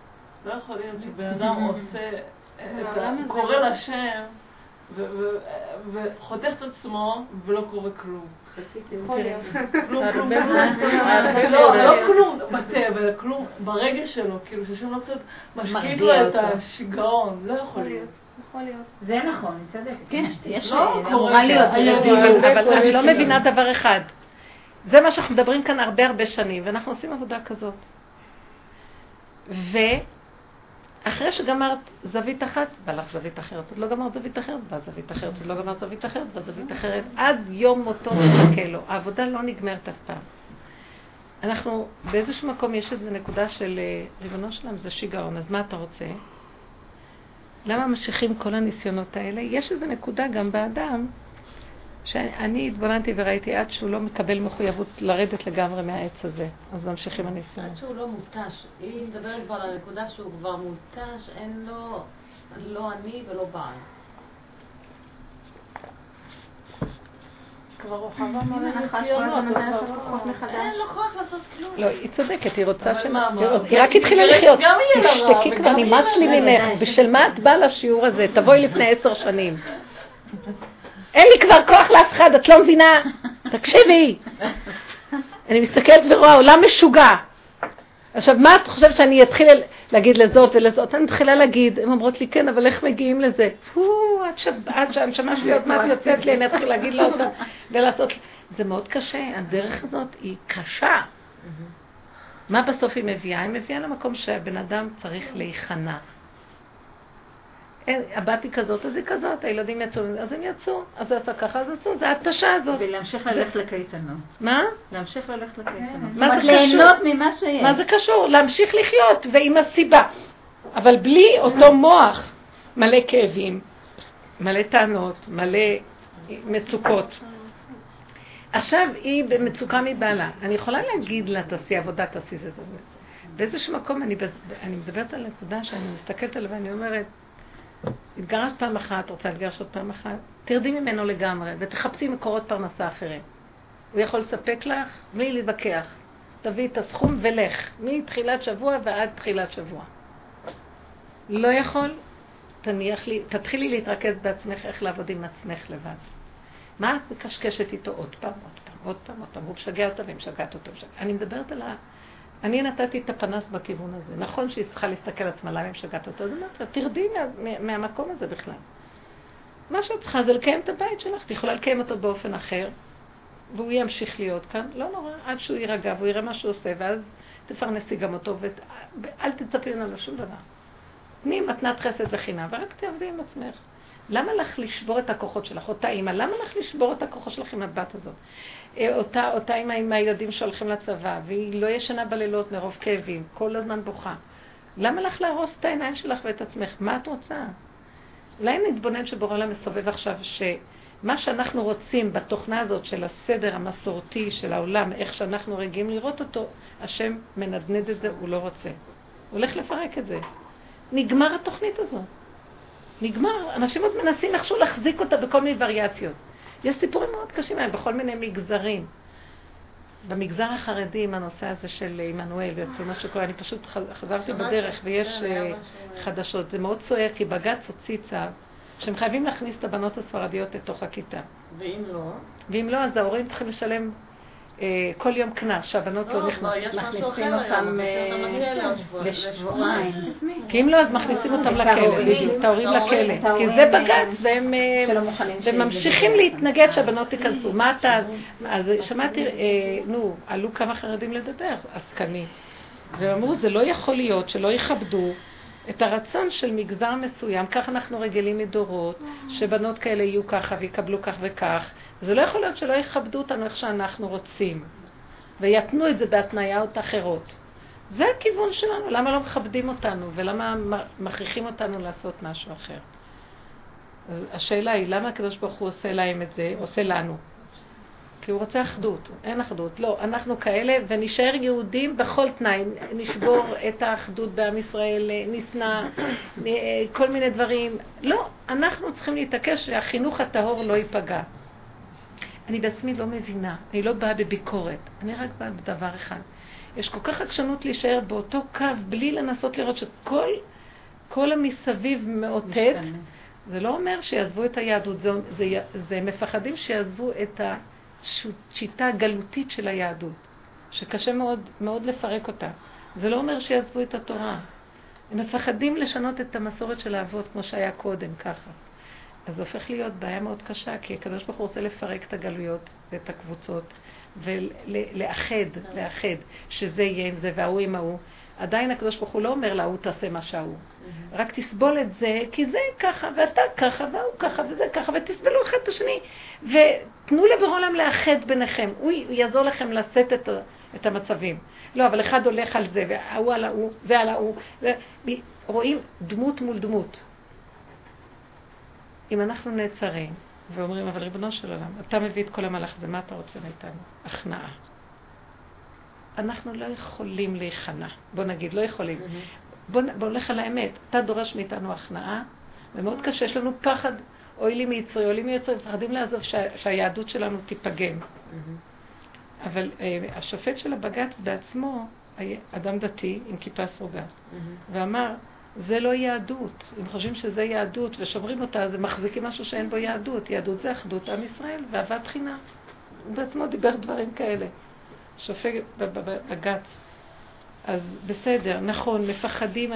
D: לא יכול להיות שבן אדם עושה, קורא לשם, וחותך את עצמו ולא קורה כלום.
A: יכול להיות.
D: כלום, כלום, לא כלום בטבע, כלום ברגש שלו, כאילו ששם לא קצת משקיט לו את השיגעון, לא יכול להיות.
A: יכול להיות.
C: זה נכון, אני צודקת.
B: כן,
C: יש
D: אמורה להיות.
B: אבל אני לא מבינה דבר אחד. זה מה שאנחנו מדברים כאן הרבה הרבה שנים, ואנחנו עושים עבודה כזאת. ואחרי שגמרת זווית אחת, והלך זווית אחרת, עוד לא גמרת זווית אחרת, והזווית אחרת, עוד לא גמרת זווית אחרת, והזווית אחרת, עד יום מותו מחכה לו. העבודה לא נגמרת אף פעם. אנחנו, באיזשהו מקום יש איזו נקודה של ריבונו שלם, זה שיגעון, אז מה אתה רוצה? למה ממשיכים כל הניסיונות האלה? יש איזו נקודה גם באדם, שאני התבוננתי וראיתי עד שהוא לא מקבל מחויבות לרדת לגמרי מהעץ הזה. אז ממשיכים הניסיונות.
E: עד שהוא לא מותש. היא מדברת כבר על הנקודה שהוא כבר מותש, אין לו, לא אני ולא בעל.
A: כבר רוחבה מלא ניסיונות,
E: אין לו כוח לעשות כלום.
B: לא, היא צודקת, היא רוצה ש... היא רק התחילה לחיות. תשתקי כבר, נמאס לי ממך. בשביל מה את באה לשיעור הזה? תבואי לפני עשר שנים. אין לי כבר כוח לאף אחד, את לא מבינה? תקשיבי. אני מסתכלת ורואה, עולם משוגע. עכשיו, מה את חושבת שאני אתחיל להגיד לזאת ולזאת? אני מתחילה להגיד, הן אומרות לי, כן, אבל איך מגיעים לזה? פו, עד שהנשמה שלי עוד מעט יוצאת לי, אני אתחיל להגיד לה אותה ולעשות. זה מאוד קשה, הדרך הזאת היא קשה. מה בסוף היא מביאה? היא מביאה למקום שהבן אדם צריך להיכנע. הבת היא כזאת, אז היא כזאת, הילדים יצאו, אז הם יצאו, אז זה עשה ככה, אז יצאו, זה התשה הזאת.
C: ולהמשיך ללכת לקייטנות.
B: מה?
C: להמשיך ללכת לקייטנות.
B: מה זה קשור?
C: ליהנות ממה שיש.
B: מה זה קשור? להמשיך לחיות, ועם הסיבה. אבל בלי אותו מוח, מלא כאבים, מלא טענות, מלא מצוקות. עכשיו היא במצוקה מבעלה. אני יכולה להגיד לה, תעשי עבודה, תעשי זה, זה, זה. באיזשהו מקום אני, אני מדברת על נקודה שאני מסתכלת עליה ואני אומרת, התגרשת פעם אחת, רוצה להתגרש עוד פעם אחת, תרדי ממנו לגמרי ותחפשי מקורות פרנסה אחרים. הוא יכול לספק לך, מי להתווכח. תביא את הסכום ולך, מתחילת שבוע ועד תחילת שבוע. לא יכול, תניח לי, תתחילי להתרכז בעצמך איך לעבוד עם עצמך לבד. מה את מקשקשת איתו עוד פעם, עוד פעם, עוד פעם, עוד פעם, הוא משגע אותה ומשגעת אותו. אני מדברת על ה... אני נתתי את הפנס בכיוון הזה. נכון שהיא צריכה להסתכל עצמה, למה היא משגעת אותו? אז אמרת, תרדי מה, מהמקום הזה בכלל. מה שאת צריכה זה לקיים את הבית שלך. את יכולה לקיים אותו באופן אחר, והוא ימשיך להיות כאן. לא נורא, עד שהוא יירגע והוא יראה מה שהוא עושה, ואז תפרנסי גם אותו, ואל תצפי לנו שום דבר. תני מתנת חסד וחינם, ורק תעבדי עם עצמך. למה לך לשבור את הכוחות שלך? אותה אימא, למה לך לשבור את הכוחות שלך עם הבת הזאת? אותה, אותה אימא עם הילדים שהולכים לצבא, והיא לא ישנה בלילות מרוב כאבים, כל הזמן בוכה. למה לך להרוס את העיניים שלך ואת עצמך? מה את רוצה? אולי נתבונן שבורא לה מסובב עכשיו, שמה שאנחנו רוצים בתוכנה הזאת של הסדר המסורתי של העולם, איך שאנחנו רגילים לראות אותו, השם מנדנד את זה, הוא לא רוצה. הוא הולך לפרק את זה. נגמר התוכנית הזאת. נגמר. אנשים עוד מנסים איכשהו להחזיק אותה בכל מיני וריאציות. יש סיפורים מאוד קשים מהם, בכל מיני מגזרים. במגזר החרדי, עם הנושא הזה של עמנואל וכל מה שקורה, אני פשוט חזרתי בדרך ויש חדשות. זה מאוד סוער, כי בג"ץ הוציא צו שהם חייבים להכניס את הבנות הספרדיות לתוך הכיתה.
E: ואם לא?
B: ואם לא, אז ההורים צריכים לשלם כל יום קנס, שהבנות לא נכנסות.
C: מכניסים אותם לשבועיים.
B: כי אם לא, אז מכניסים אותם לכלא, את ההורים לכלא. כי זה בג"ץ, והם ממשיכים להתנגד שהבנות ייכנסו. מה אתה? אז שמעתי, נו, עלו כמה חרדים לדבר, עסקנים. והם אמרו, זה לא יכול להיות שלא יכבדו את הרצון של מגזר מסוים. כך אנחנו רגילים מדורות, שבנות כאלה יהיו ככה ויקבלו כך וכך. זה לא יכול להיות שלא יכבדו אותנו איך שאנחנו רוצים, ויתנו את זה בהתניות אחרות. זה הכיוון שלנו. למה לא מכבדים אותנו, ולמה מכריחים אותנו לעשות משהו אחר? השאלה היא, למה הקדוש ברוך הוא עושה להם את זה, עושה לנו? כי הוא רוצה אחדות. אין אחדות. לא, אנחנו כאלה, ונשאר יהודים בכל תנאי. נשבור את האחדות בעם ישראל, נשנא, כל מיני דברים. לא, אנחנו צריכים להתעקש שהחינוך הטהור לא ייפגע. אני בעצמי לא מבינה, אני לא באה בביקורת, אני רק באה בדבר אחד. יש כל כך עקשנות להישאר באותו קו, בלי לנסות לראות שכל כל המסביב מאותת. זה לא אומר שיעזבו את היהדות, זה, זה, זה מפחדים שיעזבו את השיטה הגלותית של היהדות, שקשה מאוד, מאוד לפרק אותה. זה לא אומר שיעזבו את התורה. הם מפחדים לשנות את המסורת של האבות כמו שהיה קודם, ככה. אז זה הופך להיות בעיה מאוד קשה, כי הקדוש ברוך הוא רוצה לפרק את הגלויות ואת הקבוצות, ולאחד, לאחד, שזה יהיה עם זה והוא עם ההוא. עדיין הקדוש ברוך הוא לא אומר לה, הוא תעשה מה שההוא. רק תסבול את זה, כי זה ככה, ואתה ככה, והוא ככה, וזה ככה, ותסבלו אחד את השני. ותנו לבורא עולם לאחד ביניכם. הוא יעזור לכם לשאת את, את המצבים. לא, אבל אחד הולך על זה, והוא על ההוא, זה על ההוא. רואים דמות מול דמות. אם אנחנו נעצרים ואומרים, אבל ריבונו של עולם, אתה מביא את כל המלאך, זה מה אתה רוצה מאיתנו? הכנעה. אנחנו לא יכולים להיכנע. בוא נגיד, לא יכולים. בוא, בוא נלך על האמת. אתה דורש מאיתנו הכנעה, ומאוד קשה, יש לנו פחד, אוי לי מיצרי, אוי לי מיצרי, פחדים לעזוב שה, שהיהדות שלנו תיפגם. אבל אה, השופט של הבג"ץ בעצמו, אדם דתי עם כיפה סרוגה, ואמר, זה לא יהדות. אם חושבים שזה יהדות ושומרים אותה, אז הם מחזיקים משהו שאין בו יהדות. יהדות זה אחדות עם ישראל ואהבת חינם. הוא בעצמו דיבר דברים כאלה. שופט בבג"ץ. אז בסדר, נכון, מפחדים.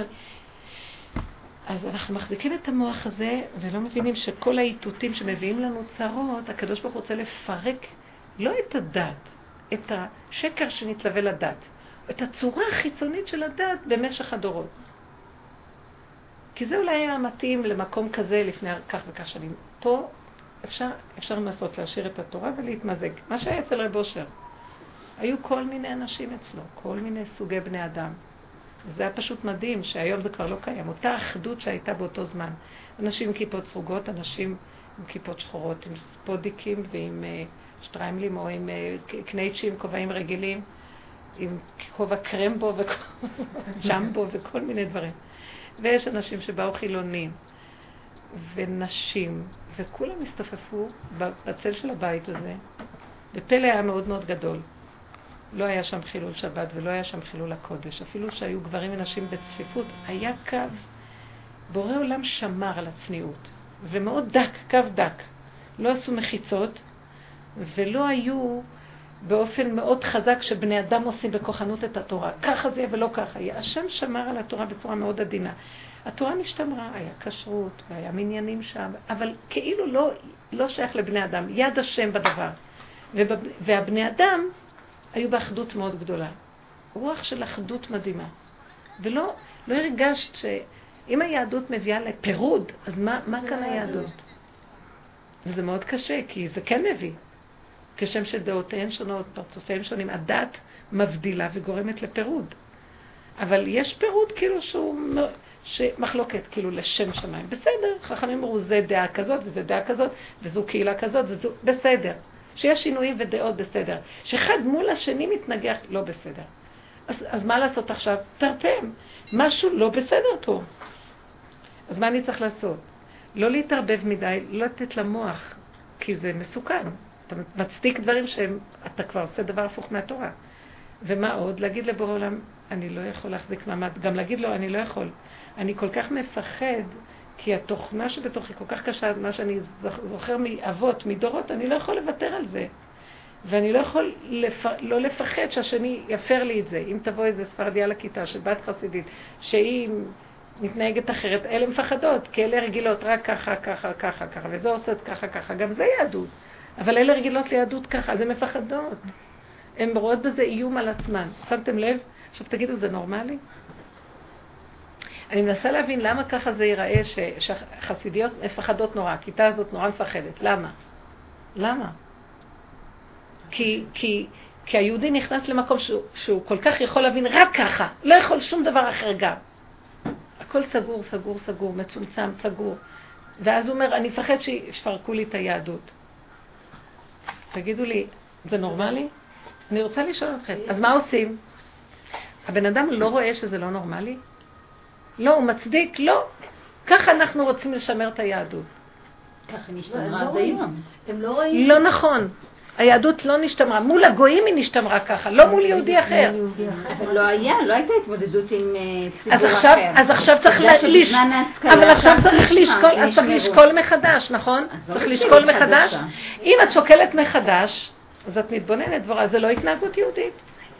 B: אז אנחנו מחזיקים את המוח הזה ולא מבינים שכל האיתותים שמביאים לנו צרות, הקדוש ברוך הוא רוצה לפרק לא את הדת, את השקר שנתלווה לדת, את הצורה החיצונית של הדת במשך הדורות. כי זה אולי היה מתאים למקום כזה לפני כך וכך שנים. פה אפשר, אפשר לנסות להשאיר את התורה ולהתמזג. מה שהיה אצל רב אושר. היו כל מיני אנשים אצלו, כל מיני סוגי בני אדם. זה היה פשוט מדהים שהיום זה כבר לא קיים. אותה אחדות שהייתה באותו זמן. אנשים עם כיפות סרוגות, אנשים עם כיפות שחורות, עם ספודיקים ועם uh, שטריימלים או עם uh, קנייצ'ים, כובעים רגילים, עם כובע קרמבו וג'מבו וכל מיני דברים. ויש אנשים שבאו חילונים ונשים, וכולם הסתופפו בצל של הבית הזה. בפלא היה מאוד מאוד גדול. לא היה שם חילול שבת ולא היה שם חילול הקודש. אפילו שהיו גברים ונשים בצפיפות, היה קו. בורא עולם שמר על הצניעות. ומאוד דק, קו דק. לא עשו מחיצות, ולא היו באופן מאוד חזק שבני אדם עושים בכוחנות את התורה. ככה זה ולא ככה. השם שמר על התורה בצורה מאוד עדינה. התורה נשתמרה, היה כשרות והיה מניינים שם, אבל כאילו לא, לא שייך לבני אדם. יד השם בדבר. והבני אדם היו באחדות מאוד גדולה. רוח של אחדות מדהימה. ולא לא הרגשת שאם היהדות מביאה לפירוד, אז מה, מה כאן היהדות? וזה מאוד קשה, כי זה כן מביא. כשם שדעותיהן שונות, פרצופיהן שונים, הדת מבדילה וגורמת לפירוד. אבל יש פירוד כאילו שהוא מחלוקת כאילו לשם שמיים. בסדר, חכמים אמרו, זה דעה כזאת וזה דעה כזאת, וזו קהילה כזאת וזו, בסדר. שיש שינויים ודעות בסדר. שאחד מול השני מתנגח, לא בסדר. אז, אז מה לעשות עכשיו? תרפם. משהו לא בסדר פה. אז מה אני צריך לעשות? לא להתערבב מדי, לא לתת למוח, כי זה מסוכן. אתה מצדיק דברים שאתה כבר עושה דבר הפוך מהתורה. ומה עוד? להגיד לבורא עולם, אני לא יכול להחזיק מעמד. גם להגיד לו, אני לא יכול. אני כל כך מפחד, כי התוכנה שבתוכי כל כך קשה, מה שאני זוכר מאבות, מדורות, אני לא יכול לוותר על זה. ואני לא יכול לפ... לא לפחד שהשני יפר לי את זה. אם תבוא איזה ספרדיה לכיתה של בת חסידית, שהיא מתנהגת אחרת, אלה מפחדות, כי אלה רגילות רק ככה, ככה, ככה, ככה, וזה עושה ככה, ככה. גם זה יהדות. אבל אלה רגילות ליהדות ככה, אז הן מפחדות. הן רואות בזה איום על עצמן. שמתם לב? עכשיו תגידו, זה נורמלי? אני מנסה להבין למה ככה זה ייראה ש... שחסידיות מפחדות נורא, הכיתה הזאת נורא מפחדת. למה? למה? כי, כי, כי היהודי נכנס למקום שהוא, שהוא כל כך יכול להבין רק ככה, לא יכול שום דבר אחר גם. הכל סגור, סגור, סגור, מצומצם, סגור. ואז הוא אומר, אני מפחד שיפרקו לי את היהדות. תגידו לי, זה נורמלי? אני רוצה לשאול אתכם. אז מה עושים? הבן אדם לא רואה שזה לא נורמלי? לא, הוא מצדיק, לא. ככה אנחנו רוצים לשמר את היהדות.
C: ככה נשתמרה עד היום.
A: הם לא רואים.
B: לא נכון. היהדות לא נשתמרה, מול הגויים היא נשתמרה ככה, לא מול יהודי אחר.
C: אבל לא היה, לא הייתה התמודדות עם
B: אז
C: ציבור
B: עכשיו,
C: אחר.
B: אז עכשיו צריך לשקול, אבל עכשיו צריך לשקול, אז צריך לשקול מחדש, נכון? צריך לשקול מחדש. אם את שוקלת מחדש, אז את מתבוננת דבורה, זה לא התנהגות יהודית.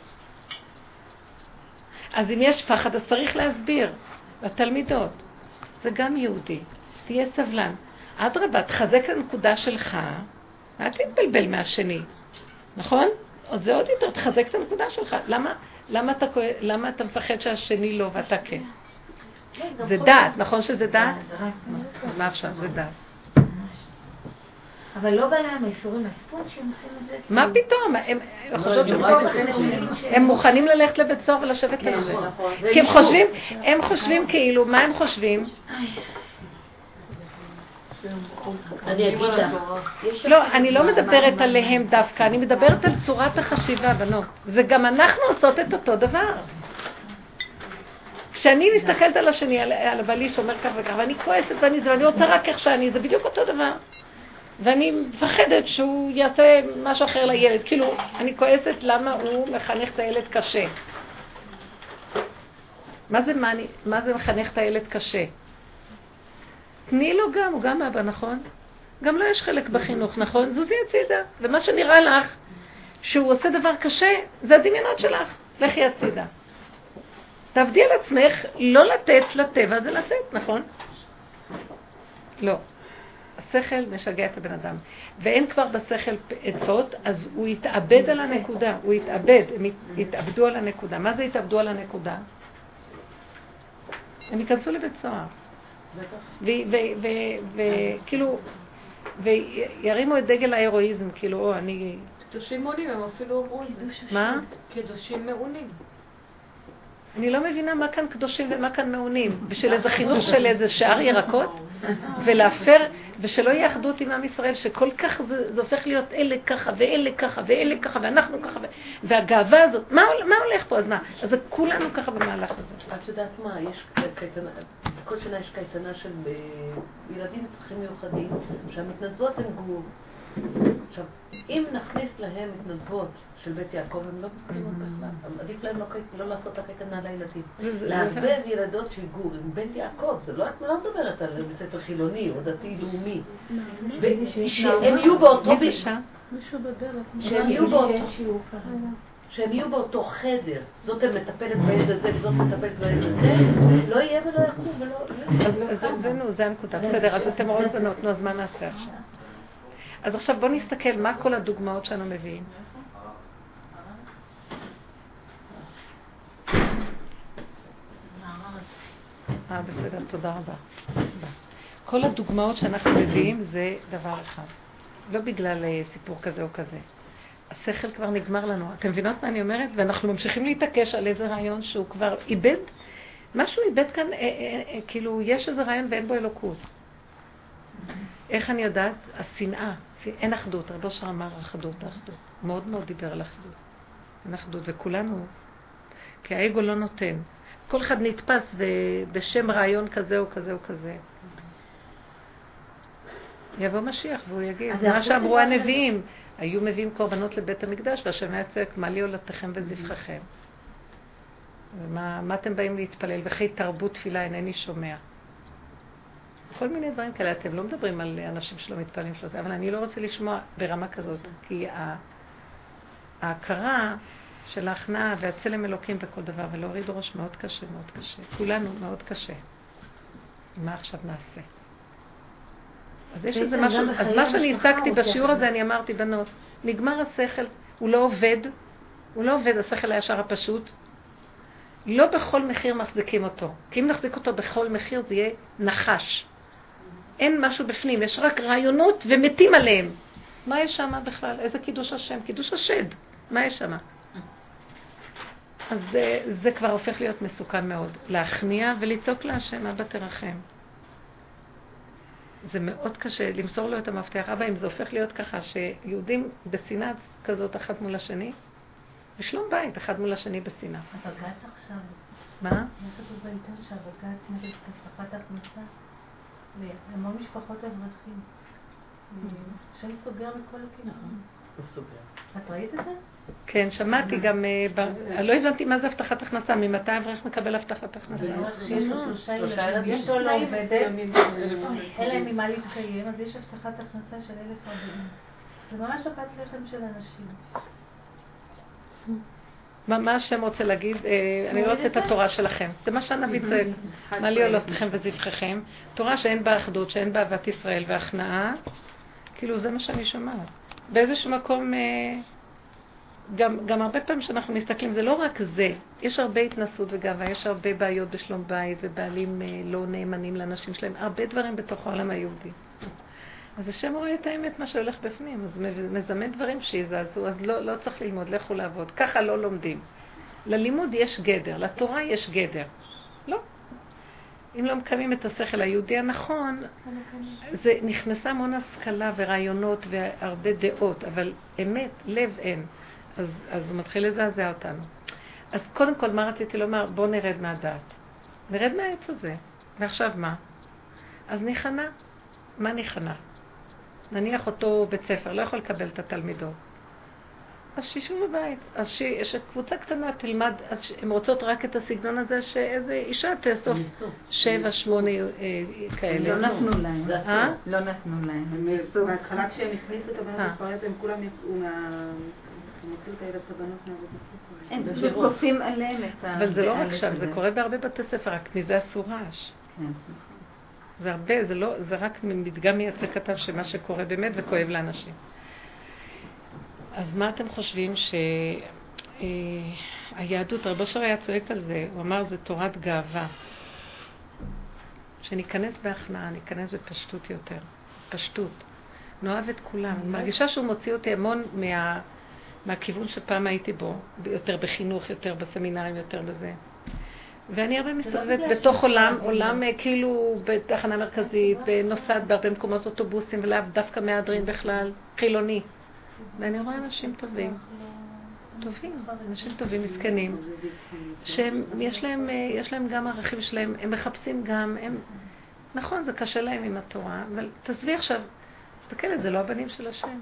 B: אז אם יש פחד, אז צריך להסביר לתלמידות. זה גם יהודי, תהיה סבלן. אדרבה, תחזק את הנקודה שלך, אל תתבלבל מהשני, נכון? אז זה עוד יותר, תחזק את הנקודה שלך. למה, למה, אתה, למה אתה מפחד שהשני לא ואתה כן? זה דעת, נכון שזה דעת? אז מה עכשיו? זה דעת.
C: אבל לא בא להם איסורים מספון שהם עושים את זה?
B: מה פתאום? הם מוכנים ללכת לבית סוהר ולשבת על זה. כי הם חושבים, הם חושבים כאילו, מה הם חושבים?
E: אני אגיד לך.
B: לא, אני לא מדברת עליהם דווקא, אני מדברת על צורת החשיבה, בנות. וגם אנחנו עושות את אותו דבר. כשאני מסתכלת על השני, על הבעלי שאומר כך וכך, ואני כועסת ואני זה, ואני רוצה רק איך שאני, זה בדיוק אותו דבר. ואני מפחדת שהוא יעשה משהו אחר לילד. כאילו, אני כועסת למה הוא מחנך את הילד קשה. מה זה, מה, מה זה מחנך את הילד קשה? תני לו גם, הוא גם אבא, נכון? גם לא יש חלק בחינוך, נכון? זוזי הצידה. ומה שנראה לך שהוא עושה דבר קשה, זה הדמיונות שלך. לכי הצידה. תעבדי על עצמך, לא לתת לטבע, זה לתת, נכון? לא. השכל משגע את הבן אדם. ואין כבר בשכל עצות, אז הוא יתאבד על הנקודה. הוא יתאבד, הם יתאבדו על הנקודה. מה זה יתאבדו על הנקודה? הם ייכנסו לבית סוהר. וכאילו, וירימו את דגל ההירואיזם, כאילו, או, אני...
D: קדושים מעונים, הם אפילו אמרו את זה.
B: מה?
D: קדושים מעונים.
B: אני לא מבינה מה כאן קדושים ומה כאן מעונים. בשביל איזה חינוך של איזה שער ירקות, ולאפר, ושלא יהיה אחדות עם עם ישראל, שכל כך זה, זה הופך להיות אלה ככה, ואלה ככה, ואלה ככה, ואנחנו ככה, והגאווה הזאת, מה, מה הולך פה? אז מה? אז כולנו ככה במהלך הזה.
E: את יודעת מה, יש קייטנה, כל שנה יש קייטנה של ילדים צרכים מיוחדים, שהמתנדבות הן גור. עכשיו, אם נכניס להם מתנדבות של בית יעקב, הם לא מסכימות בכלל. עדיף להם לא לעשות את הקייטנה לילדים. לערבב ילדות של גור עם בית יעקב, זה לא, את לא מדברת על בית ספר חילוני או דתי לאומי. שהם יהיו באותו בשעה. שהם יהיו באותו שהם יהיו באותו חדר. זאת מטפלת בילד הזה וזאת מטפלת בילד הזה. לא יהיה ולא יקום ולא...
B: זה נו, זה הנקודה. בסדר, אז אתם רואות בנות, נו, אז מה נעשה עכשיו? אז עכשיו בוא נסתכל מה כל הדוגמאות שאנו מביאים. אה, בסדר, תודה רבה. כל הדוגמאות שאנחנו מביאים זה דבר אחד. לא בגלל סיפור כזה או כזה. השכל כבר נגמר לנו. אתם מבינות מה אני אומרת? ואנחנו ממשיכים להתעקש על איזה רעיון שהוא כבר איבד. משהו איבד כאן, אה, אה, אה, כאילו יש איזה רעיון ואין בו אלוקות. איך אני יודעת? השנאה. אין אחדות. רבו שר אמר אחדות, אחדות. מאוד מאוד דיבר על אחדות. אין אחדות. וכולנו, כי האגו לא נותן. כל אחד נתפס בשם רעיון כזה או כזה או כזה. יבוא משיח והוא יגיד, מה שאמרו הנביאים, היו מביאים קורבנות לבית המקדש, והשם היה צועק, מה לי עולתכם וזבחיכם? ומה, מה אתם באים להתפלל? וכי תרבות תפילה אינני שומע. כל מיני דברים כאלה, אתם לא מדברים על אנשים שלא מתפללים שלו, אבל אני לא רוצה לשמוע ברמה כזאת, כי ההכרה של ההכנעה והצלם אלוקים וכל דבר, ולהוריד ראש מאוד קשה, מאוד קשה. כולנו מאוד קשה. מה עכשיו נעשה? אז יש איזה משהו, אז מה שאני השגתי בשיעור הזה, אני אמרתי, בנות, נגמר השכל, הוא לא עובד, הוא לא עובד, השכל הישר הפשוט, לא בכל מחיר מחזיקים אותו, כי אם נחזיק אותו בכל מחיר זה יהיה נחש. אין משהו בפנים, יש רק רעיונות ומתים עליהם. מה יש שם בכלל? איזה קידוש השם? קידוש השד. מה יש שם? אז זה, זה כבר הופך להיות מסוכן מאוד. להכניע ולצעוק להשם, אבא תרחם. זה מאוד קשה למסור לו את המפתח. אבא, אם זה הופך להיות ככה, שיהודים בשנאה כזאת אחת מול השני, בשלום בית, אחד מול השני בשנאה.
F: הבג"ץ עכשיו.
B: מה?
F: מה כתוב בעיתון שהבג"ץ נגד הבטחת הכנסה להמון משפחות אברכים. שם סוגר מכל הכיוונים. את ראית את זה?
B: כן, שמעתי גם, לא הבנתי מה זה הבטחת הכנסה, ממתי אברך מקבל הבטחת הכנסה.
F: יש לו שלושה ילדים, יש לו לא עובדת, אין להם ממה להתקיים, אז יש הבטחת הכנסה של אלף ארבעים. זה ממש הפת לחם של אנשים.
B: מה השם רוצה להגיד? אני לא רוצה את התורה שלכם. זה מה שהנביא צועק. מה לי עולותיכם וזבחיכם? תורה שאין בה אחדות, שאין בה אהבת ישראל והכנעה. כאילו זה מה שאני שומעת. באיזשהו מקום, גם, גם הרבה פעמים שאנחנו מסתכלים, זה לא רק זה. יש הרבה התנסות וגאווה, יש הרבה בעיות בשלום בית ובעלים לא נאמנים לאנשים שלהם. הרבה דברים בתוך העולם היהודי. אז השם רואה את האמת, מה שהולך בפנים, אז מזמן דברים שיזעזו, אז לא, לא צריך ללמוד, לכו לעבוד. ככה לא לומדים. ללימוד יש גדר, לתורה יש גדר. לא. אם לא מקיימים את השכל היהודי הנכון, זה נכנסה המון השכלה ורעיונות והרבה דעות, אבל אמת, לב אין. אז, אז הוא מתחיל לזעזע אותנו. אז קודם כל, מה רציתי לומר? בוא נרד מהדעת. נרד מהעץ הזה. ועכשיו מה? אז ניחנה. מה ניחנה? נניח אותו בית ספר, לא יכול לקבל את התלמידות. אז שישו בבית. אז שקבוצה קטנה תלמד, אז הן רוצות רק את הסגנון הזה, שאיזה אישה תאסוף שבע, שמונה כאלה.
C: לא נתנו להם.
B: אה?
C: לא נתנו להם.
A: בהתחלה כשהם הכניסו את הבנות לפרט, הם כולם יצאו מה... הם הוציאו את הילד הבנות מהבית הספר.
C: הם פשוט כופים עליהם את ה...
B: אבל זה לא רק שם, זה קורה בהרבה בתי ספר, רק מזה עשו רעש.
C: כן.
B: זה הרבה, זה לא, זה רק מדגם מייצא קטן שמה שקורה באמת וכואב לאנשים. אז מה אתם חושבים שהיהדות, רבו שר היה צועק על זה, הוא אמר זה תורת גאווה. שניכנס בהכנעה, ניכנס בפשטות יותר. פשטות. נאהב את כולם. אני מרגישה שהוא מוציא אותי המון מה, מהכיוון שפעם הייתי בו, יותר בחינוך, יותר בסמינרים, יותר בזה. ואני הרבה מסתובבת בתוך עולם, עולם כאילו בתחנה מרכזית, בנוסעת בהרבה מקומות אוטובוסים, ולאו דווקא מהדרין בכלל, חילוני. ואני רואה אנשים טובים, טובים, אנשים טובים, מסכנים, שיש להם, יש להם גם ערכים שלהם, הם מחפשים גם, הם, נכון, זה קשה להם עם התורה, אבל תעזבי עכשיו, תסתכלת, זה לא הבנים של השם.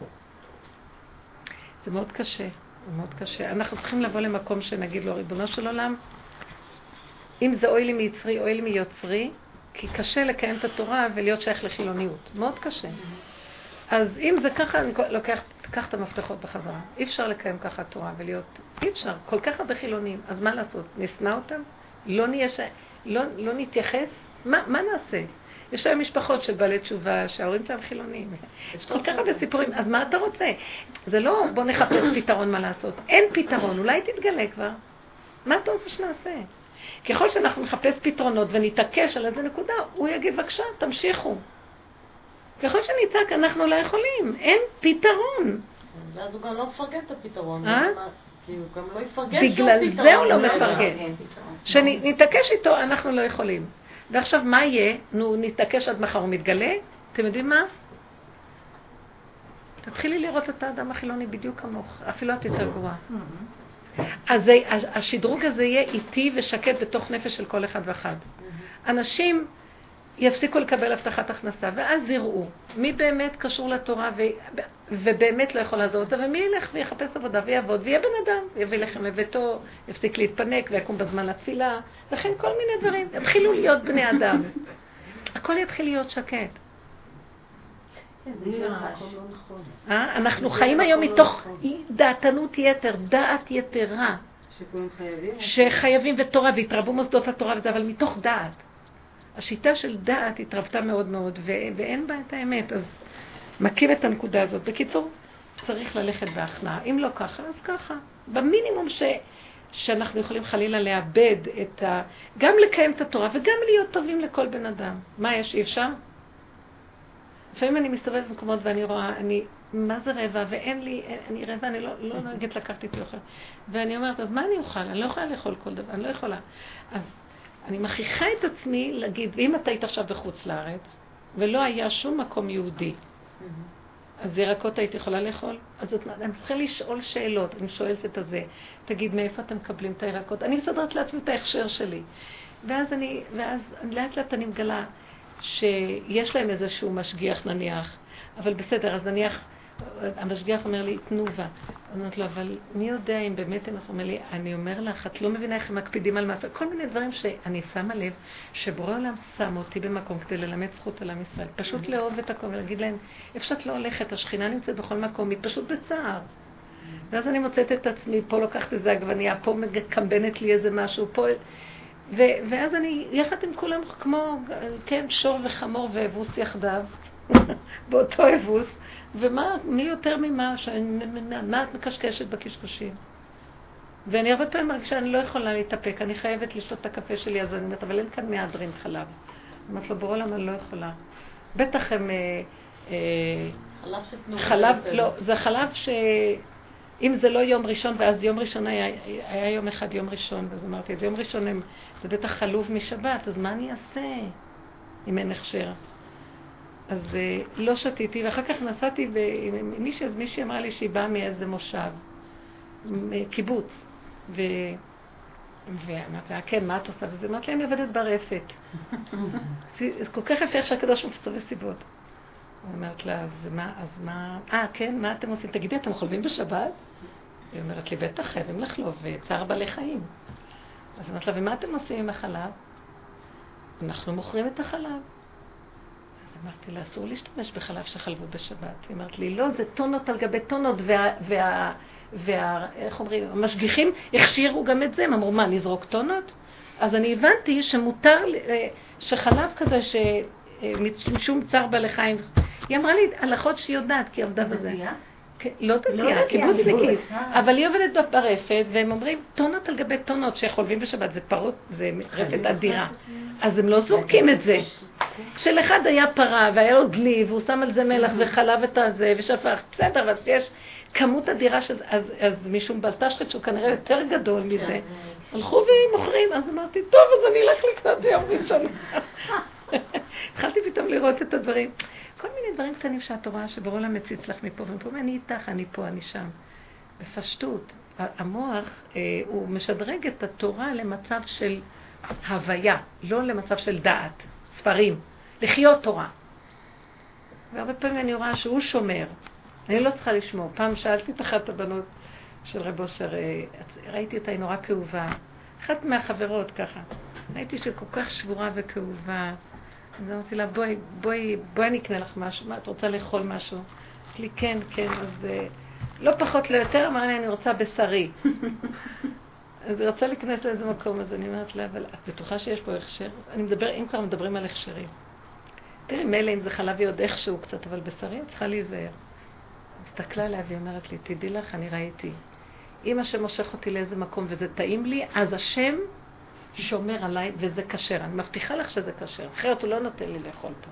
B: זה מאוד קשה, זה מאוד קשה. אנחנו צריכים לבוא למקום שנגיד לו, ריבונו של עולם, אם זה אוי לי מיצרי, אוי לי מיוצרי, כי קשה לקיים את התורה ולהיות שייך לחילוניות. מאוד קשה. אז אם זה ככה, אני לוקח, תקח את המפתחות בחזרה. אי אפשר לקיים ככה תורה ולהיות, אי אפשר. כל כך הרבה חילונים. אז מה לעשות? נשנא אותם? לא נהיה ש... לא, לא נתייחס? מה, מה נעשה? יש היום משפחות של בעלי תשובה, שההורים שלהם חילונים. יש כל כך הרבה סיפורים. אז מה אתה רוצה? זה לא, בוא נחפש פתרון מה לעשות. אין פתרון. אולי תתגלה כבר. מה אתה רוצה שנעשה? ככל שאנחנו נחפש פתרונות ונתעקש על איזה נקודה, הוא יגיד, בבקשה, תמשיכו. ככל שנצעק, אנחנו לא יכולים. אין פתרון.
E: אז הוא גם לא מפרגן את הפתרון.
B: אה?
E: כי הוא גם לא יפרגן
B: בגלל זה הוא לא מפרגן. שנתעקש איתו, אנחנו לא יכולים. ועכשיו, מה יהיה? נו, נתעקש עד מחר הוא מתגלה. אתם יודעים מה? תתחילי לראות את האדם החילוני בדיוק כמוך. אפילו את יותר גרועה. אז השדרוג הזה יהיה איטי ושקט בתוך נפש של כל אחד ואחד. אנשים יפסיקו לקבל הבטחת הכנסה, ואז יראו מי באמת קשור לתורה ו... ובאמת לא יכול לעזור אותה, ומי ילך ויחפש עבודה ויעבוד, ויהיה בן אדם, יביא לכם לביתו, יפסיק להתפנק ויקום בזמן לתפילה, לכן כל מיני דברים, יתחילו להיות בני אדם. הכל יתחיל להיות שקט. אנחנו חיים היום מתוך דעתנות יתר, דעת יתרה, שחייבים ותורה, והתרבו מוסדות התורה וזה, אבל מתוך דעת. השיטה של דעת התרבתה מאוד מאוד, ואין בה את האמת, אז מקים את הנקודה הזאת. בקיצור, צריך ללכת בהכנעה. אם לא ככה, אז ככה. במינימום ש... שאנחנו יכולים חלילה לאבד את ה... גם לקיים את התורה וגם להיות טובים לכל בן אדם. מה יש? אי אפשר? לפעמים אני מסתובבת במקומות ואני רואה, אני, מה זה רבע? ואין לי, אני רבע, אני לא, לא נגיד לקחת איתי אוכל. ואני אומרת, אז מה אני אוכל? אני לא יכולה לאכול כל דבר, אני לא יכולה. אז אני מכריחה את עצמי להגיד, ואם אתה היית עכשיו בחוץ לארץ, ולא היה שום מקום יהודי, אז ירקות היית יכולה לאכול? אז אני צריכה לשאול שאלות, אני שואלת את הזה, תגיד, מאיפה אתם מקבלים את הירקות? אני מסדרת לעצמי את ההכשר שלי. ואז אני, ואז לאט לאט אני מגלה שיש להם איזשהו משגיח נניח, אבל בסדר, אז נניח, המשגיח אומר לי, תנובה. אני אומרת לו, אבל מי יודע אם באמת אנחנו אומר לי, אני אומר לך, את לא מבינה איך הם מקפידים על מעשה. כל מיני דברים שאני שמה לב, שבורא עולם שם אותי במקום כדי ללמד זכות על עם ישראל. פשוט לאהוב את הכל ולהגיד להם, איפה שאת לא הולכת, השכינה נמצאת בכל מקום, היא פשוט בצער. ואז אני מוצאת את עצמי, פה לוקחת איזה עגבניה, פה מקמבנת לי איזה משהו, פה... ו- ואז אני, יחד עם כולם, כמו, כן, שור וחמור ואבוס יחדיו, באותו אבוס, ומה, מי יותר ממה, מה את מקשקשת בקשקשים? ואני הרבה פעמים מרגישה, אני לא יכולה להתאפק, אני חייבת לשתות את הקפה שלי, אז אני אומרת, אבל אין כאן מהדרין חלב. אמרת לו, ברור למה אני לא יכולה. בטח הם...
E: חלב שתנובה.
B: חלב, לא, זה חלב ש... אם זה לא יום ראשון, ואז יום ראשון היה, היה יום אחד יום ראשון, אז אמרתי, אז יום ראשון הם, זה בטח חלוב משבת, אז מה אני אעשה אם אין הכשר? אז לא שתיתי, ואחר כך נסעתי, ומישהי, אז מישהי אמרה לי שהיא באה מאיזה מושב, קיבוץ, ו... ואמרתי לה, כן, מה את עושה? וזה אמרתי לה, אני עובדת ברפת. זה כל כך יפה איך שהקדוש מפצה בסיבות. אומרת לה, אז מה, אז מה, אה, כן, מה אתם עושים? תגידי, אתם חולבים בשבת? היא אומרת לי, בטח, חייבים לחלוב, צער בעלי חיים. אז אמרת לה, ומה אתם עושים עם החלב? אנחנו מוכרים את החלב. אז אמרתי לה, אסור להשתמש בחלב שחלבו בשבת. היא אמרת לי, לא, זה טונות על גבי טונות, וה, וה, וה, איך אומרים, המשגיחים הכשירו גם את זה, הם אמרו, מה, נזרוק טונות? אז אני הבנתי שמותר, שחלב כזה, ש... משום צער בעלי חיים. היא אמרה לי הלכות שהיא יודעת, כי היא עבדה בזה. לא דתייה, קיבוצניקית. אבל היא עובדת ברפת, והם אומרים, טונות על גבי טונות שחולבים בשבת, זה פרות, זה רפת אדירה. אז הם לא זורקים את זה. כשלאחד היה פרה, והיה לו דלי, והוא שם על זה מלח וחלב את הזה, ושפך, בסדר, אבל יש כמות אדירה, אז משום בלטשחת שהוא כנראה יותר גדול מזה, הלכו ומוכרים, אז אמרתי, טוב, אז אני אלך לקנות יום ראשון. התחלתי פתאום לראות את הדברים. כל מיני דברים קטנים שאת רואה שבורא עולם מציץ לך מפה ומפה, אני איתך, אני פה, אני שם. בפשטות. המוח אה, הוא משדרג את התורה למצב של הוויה, לא למצב של דעת, ספרים, לחיות תורה. והרבה פעמים אני רואה שהוא שומר. אני לא צריכה לשמור. פעם שאלתי את אחת הבנות של רב אושר, ראיתי אותה, היא נורא כאובה. אחת מהחברות ככה. ראיתי שהיא כל כך שבורה וכאובה. אז אמרתי לה, בואי, בואי, בואי אני אקנה לך משהו. מה, את רוצה לאכול משהו? אמרתי לי, כן, כן. אז לא פחות, לא יותר, אמרה לי, אני רוצה בשרי. אז היא רוצה להיכנס לאיזה מקום, אז אני אומרת לה, אבל את בטוחה שיש פה הכשר? אני מדבר, אם כבר מדברים על הכשרים. תראי, מילא אם זה חלבי עוד איכשהו קצת, אבל בשרי צריכה להיזהר. הסתכלה עליה והיא אומרת לי, תדעי לך, אני ראיתי. אם השם מושך אותי לאיזה מקום וזה טעים לי, אז השם שומר עליי וזה כשר. אני מבטיחה לך שזה כשר. אחרת הוא לא נותן לי לאכול פה.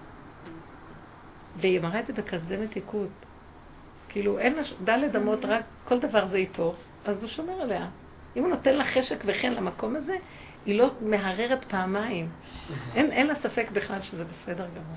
B: והיא אמרה את זה בכזה מתיקות. כאילו, אין דלת אמות, רק כל דבר זה איתו, אז הוא שומר עליה. אם הוא נותן לה חשק וכן למקום הזה, היא לא מהררת פעמיים. אין, אין לה ספק בכלל שזה בסדר גמור.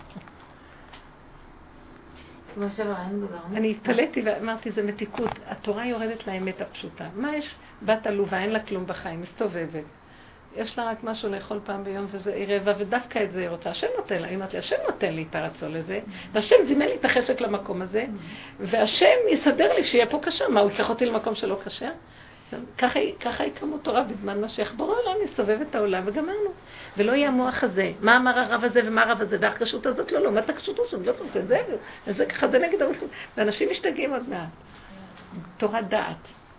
B: אני התפלאתי ואמרתי, זה מתיקות. התורה יורדת לאמת הפשוטה. מה יש? בת עלובה, אין לה כלום בחיים, מסתובבת. יש לה רק משהו לאכול פעם ביום וזה היא רבע, ודווקא את זה היא רוצה. השם נותן לה, היא אמרת לי, השם נותן לי את הרצון לזה, והשם זימן לי את החשק למקום הזה, והשם יסדר לי שיהיה פה קשר. מה, הוא ייקח אותי למקום שלא קשר? ככה, ככה היא כמו תורה בזמן משיח. ברור העולם יסובב את העולם וגמרנו. ולא יהיה המוח הזה. מה אמר הרב הזה ומה הרב הזה, והרכשות הזאת לא, לא, מה את הקשות הזאת? לא תעשה את זה, וזה ככה, זה נגד הרב. ואנשים משתגעים עוד מעט. תורת דעת.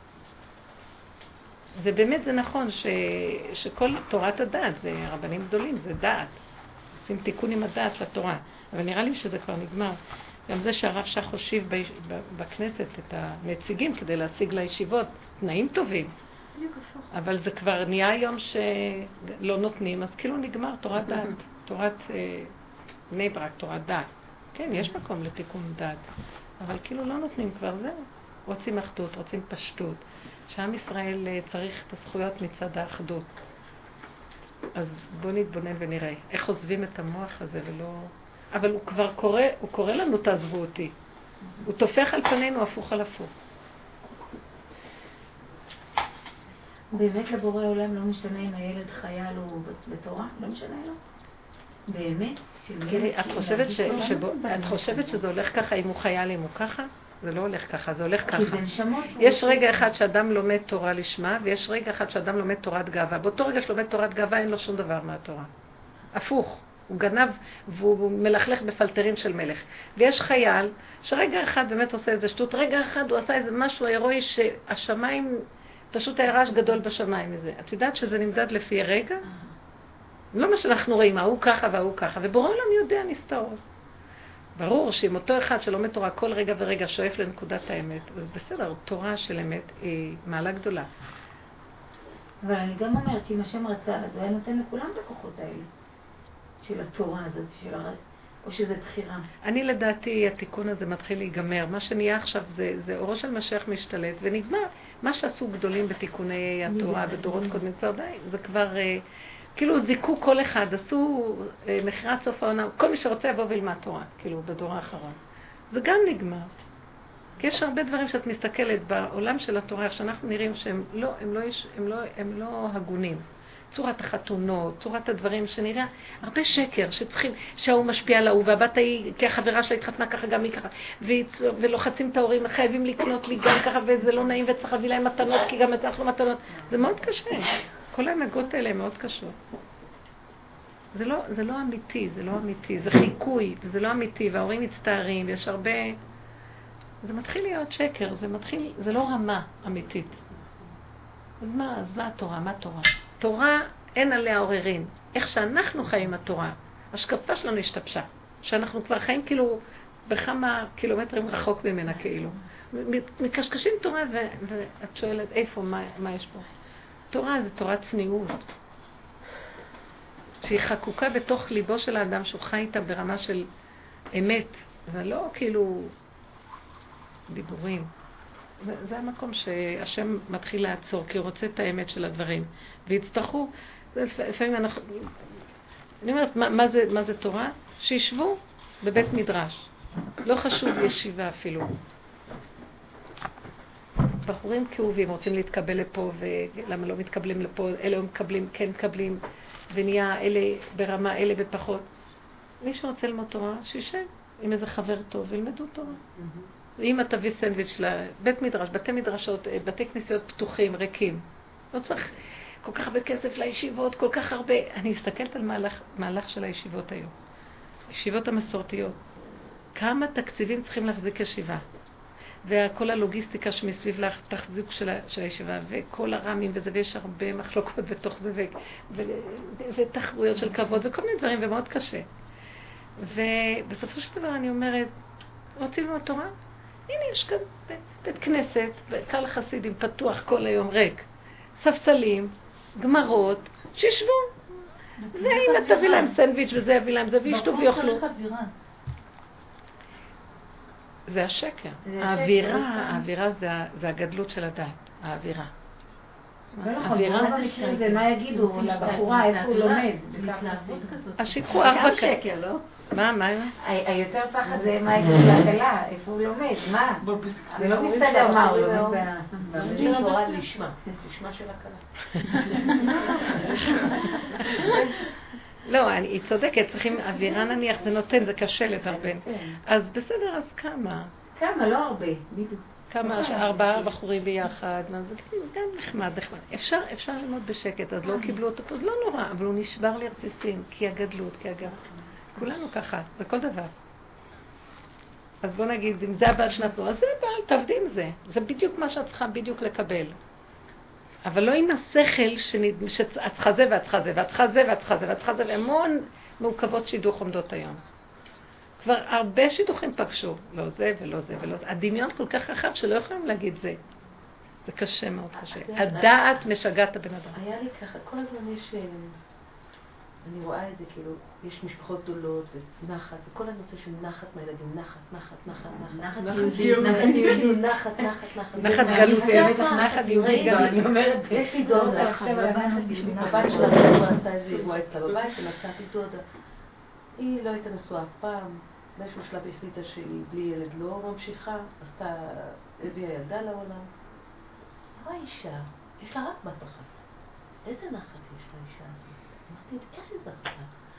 B: ובאמת זה נכון ש, שכל תורת הדעת, זה רבנים גדולים, זה דעת. עושים תיקון עם הדעת לתורה. אבל נראה לי שזה כבר נגמר. גם זה שהרב שח הושיב בכנסת את הנציגים כדי להשיג לישיבות תנאים טובים. אבל זה כבר נהיה היום שלא נותנים, אז כאילו נגמר תורת דעת, תורת בני ברק, תורת דעת. כן, יש מקום לתיקון דעת, אבל כאילו לא נותנים כבר, זהו. רוצים אחדות, רוצים פשטות. שעם ישראל צריך את הזכויות מצד האחדות. אז בואו נתבונן ונראה איך עוזבים את המוח הזה ולא... אבל הוא כבר קורא, הוא קורא לנו תעזבו אותי. הוא תופך על פנינו הפוך על הפוך.
C: באמת לבורא העולם לא משנה אם הילד חייל הוא בתורה? לא משנה לו? באמת?
B: תראי, את חושבת ש- שבו- את חושבת שזה הולך ככה אם הוא חייל, אם הוא ככה? זה לא הולך ככה, זה הולך ככה. יש רגע אחד שאדם לומד תורה לשמה, ויש רגע אחד שאדם לומד תורת גאווה. באותו רגע שלומד תורת גאווה אין לו שום דבר מהתורה. הפוך, הוא גנב והוא מלכלך בפלטרים של מלך. ויש חייל שרגע אחד באמת עושה איזה שטות, רגע אחד הוא עשה איזה משהו הירואי שהשמיים, פשוט היה רעש גדול בשמיים מזה. את יודעת שזה נמדד לפי רגע? לא מה שאנחנו רואים, ההוא ככה וההוא ככה, ובורא עולם יודע נסתרות. ברור שאם אותו אחד שלומד תורה כל רגע ורגע שואף לנקודת האמת, אז בסדר, תורה של אמת היא מעלה גדולה.
C: אבל אני גם אומרת שאם השם רצה, אז הוא היה נותן לכולם את הכוחות האלה, של התורה הזאת, של הר... או שזה בחירה.
B: אני לדעתי, התיקון הזה מתחיל להיגמר. מה שנהיה עכשיו זה, זה אורו של משיח משתלט, ונגמר. מה שעשו גדולים בתיקוני התורה בדורות קודמים, כבר די, זה כבר... כאילו זיקו כל אחד, עשו אה, מחירת סוף העונה, כל מי שרוצה יבוא וילמד תורה, כאילו בדור האחרון. זה גם נגמר. כי יש הרבה דברים שאת מסתכלת בעולם של התורה, איך שאנחנו נראים שהם לא, הם לא, הם לא, הם לא הגונים. צורת החתונות, צורת הדברים שנראה, הרבה שקר שצריכים, שההוא משפיע על ההוא, והבת ההיא, כי החברה שלה התחתנה ככה, גם היא ככה, ולוחצים את ההורים, חייבים לקנות לי גם ככה, וזה לא נעים וצריך להביא להם מתנות, כי גם צריך לו מתנות. זה מאוד קשה. כל ההנהגות האלה מאוד קשות. זה לא, זה לא אמיתי, זה לא אמיתי, זה חיקוי, זה לא אמיתי, וההורים מצטערים, ויש הרבה... זה מתחיל להיות שקר, זה מתחיל, זה לא רמה אמיתית. אז מה, אז מה התורה? מה תורה? תורה אין עליה עוררין. איך שאנחנו חיים התורה, השקפה שלנו השתבשה. שאנחנו כבר חיים כאילו בכמה קילומטרים רחוק ממנה כאילו. מקשקשים תורה ו- ואת שואלת איפה, מה, מה יש פה? תורה זה תורת צניעות. שהיא חקוקה בתוך ליבו של האדם שהוא חי איתה ברמה של אמת. ולא כאילו דיבורים. זה, זה המקום שהשם מתחיל לעצור, כי הוא רוצה את האמת של הדברים. והצטרכו, לפעמים אנחנו... אני אומרת, מה, מה, זה, מה זה תורה? שישבו בבית מדרש. לא חשוב ישיבה אפילו. בחורים כאובים רוצים להתקבל לפה, ולמה לא מתקבלים לפה, אלה לא מקבלים, כן מקבלים, ונהיה אלה ברמה, אלה בפחות. מי שרוצה ללמוד תורה, שישב עם איזה חבר טוב, וילמדו תורה. אם אתה תביא סנדוויץ' לבית מדרש, בתי מדרשות, בתי כנסיות פתוחים, ריקים. לא צריך כל כך הרבה כסף לישיבות, כל כך הרבה. אני מסתכלת על מהלך, מהלך של הישיבות היום. ישיבות המסורתיות. כמה תקציבים צריכים להחזיק ישיבה? וכל הלוגיסטיקה שמסביב לך, תחזיק של, של הישיבה, וכל הרמים וזה, ויש הרבה מחלוקות בתוך זה, ו, ו, ותחרויות של כבוד, וכל מיני דברים, ומאוד קשה. ובסופו של דבר אני אומרת, רוצים ללמוד תורה? הנה יש כאן בית, בית כנסת, קהל חסידים פתוח כל היום ריק, ספסלים, גמרות, שישבו. והנה תביא להם סנדוויץ' וזה יביא להם זה, וישתו ויאכלו. זה השקר. האווירה, האווירה זה הגדלות של הדת, האווירה.
C: האווירה במקרה זה מה יגידו לבחורה, איפה הוא לומד.
B: אז שיקחו ארבע
C: שקר, לא?
B: מה, מה?
C: היותר פחד זה מה יגידו לכלה, איפה הוא לומד, מה? זה לא מסתדר מה הוא לומד.
E: זה תורה לשמה, לשמה של הכלה.
B: לא, היא צודקת, צריכים אווירה נניח, זה נותן, זה קשה לדרבן. אז בסדר, אז כמה?
C: כמה, לא הרבה, בדיוק.
B: כמה, ארבעה בחורים ביחד, זה גם נחמד, נחמד. אפשר, אפשר ללמוד בשקט, אז לא קיבלו אותו פה, זה לא נורא, אבל הוא נשבר לרסיסים, כי הגדלות, כי הגב. כולנו ככה, זה כל דבר. אז בוא נגיד, אם זה הבעל שנתנו, אז זה הבעל, תעבדי עם זה. זה בדיוק מה שאת צריכה בדיוק לקבל. אבל לא עם השכל שאת צריכה זה ואת צריכה זה, ואת צריכה זה ואת צריכה זה, ואת צריכה זה, והמון מעוכבות שידוך עומדות היום. כבר הרבה שידוכים פגשו, לא זה ולא זה ולא זה. הדמיון כל כך רחב שלא יכולים להגיד זה. זה קשה מאוד קשה. הדעת משגעת הבן אדם.
E: היה לי ככה, כל הזמן יש, אני רואה את זה כאילו, יש משפחות גדולות ונחת, וכל הנושא של נחת מהילדים, נחת, נחת, נחת, נחת, נחת יהודי, נחת, נחת, נחת.
B: נחת גלותי, נחת יהודי גלותי.
E: אני אומרת, יש לי דודה, עכשיו הבת שלה הוא עשתה איזה אירוע אצלה בבית, ומצאתי דודה. היא לא הייתה נשואה אף פעם, באיזשהו שלב החליטה שהיא בלי ילד לא ממשיכה, עשתה, הביאה ילדה לעולם. אבל האישה, יש לה רק בת אחת. איזה נחת יש לאישה הזאת? אמרתי, איך היא זכתה?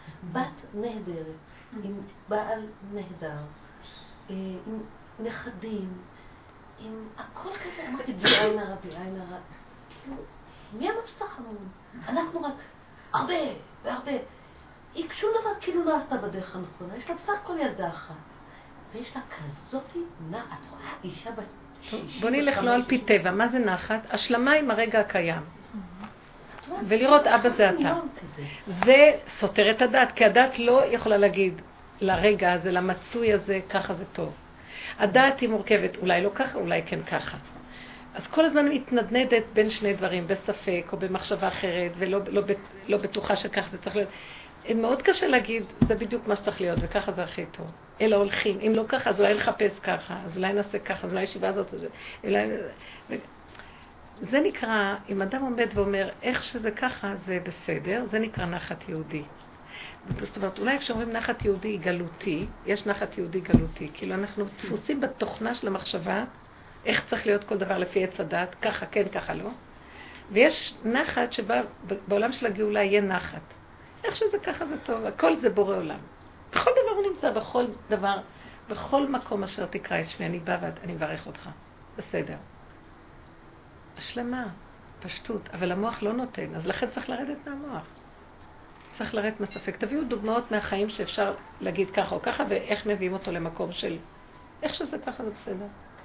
E: בת נהדרת, עם בעל נהדר, עם נכדים, עם הכל כזה, אמרתי, בלי עין הרע, בלי עין הרע. מי המפצח המון? אנחנו רק הרבה והרבה. היא שום דבר כאילו לא עשתה בדרך הנכונה, יש לה בסך הכל ילדה אחת. ויש לה כזאת נעת, אישה בת שישים.
B: בוא נלך לא על פי טבע, מה זה נחת? השלמה עם הרגע הקיים. ולראות אבא זה אתה. זה סותר את הדת, כי הדת לא יכולה להגיד לרגע הזה, למצוי הזה, ככה זה טוב. הדת היא מורכבת, אולי לא ככה, אולי כן ככה. אז כל הזמן מתנדנדת בין שני דברים, בספק או במחשבה אחרת, ולא לא, לא בטוחה שכך זה צריך להיות. מאוד קשה להגיד, זה בדיוק מה שצריך להיות, וככה זה הכי טוב. אלא הולכים, אם לא ככה, אז אולי לחפש ככה, אז אולי נעשה ככה, אז אולי ישיבה הזאת, אולי... זה נקרא, אם אדם עומד ואומר, איך שזה ככה, זה בסדר, זה נקרא נחת יהודי. זאת אומרת, אולי כשאומרים נחת יהודי גלותי, יש נחת יהודי גלותי, כאילו אנחנו תפוסים בתוכנה של המחשבה, איך צריך להיות כל דבר לפי עץ הדת, ככה כן, ככה לא. ויש נחת שבה בעולם של הגאולה יהיה נחת. איך שזה ככה זה טוב, הכל זה בורא עולם. בכל דבר הוא נמצא, בכל דבר, בכל מקום אשר תקרא את שמי, אני בא ואני מברך אותך. בסדר. השלמה, פשטות, אבל המוח לא נותן, אז לכן צריך לרדת מהמוח. צריך לרדת מהספק. תביאו דוגמאות מהחיים שאפשר להגיד ככה או ככה, ואיך מביאים אותו למקום של... איך שזה ככה זה בסדר.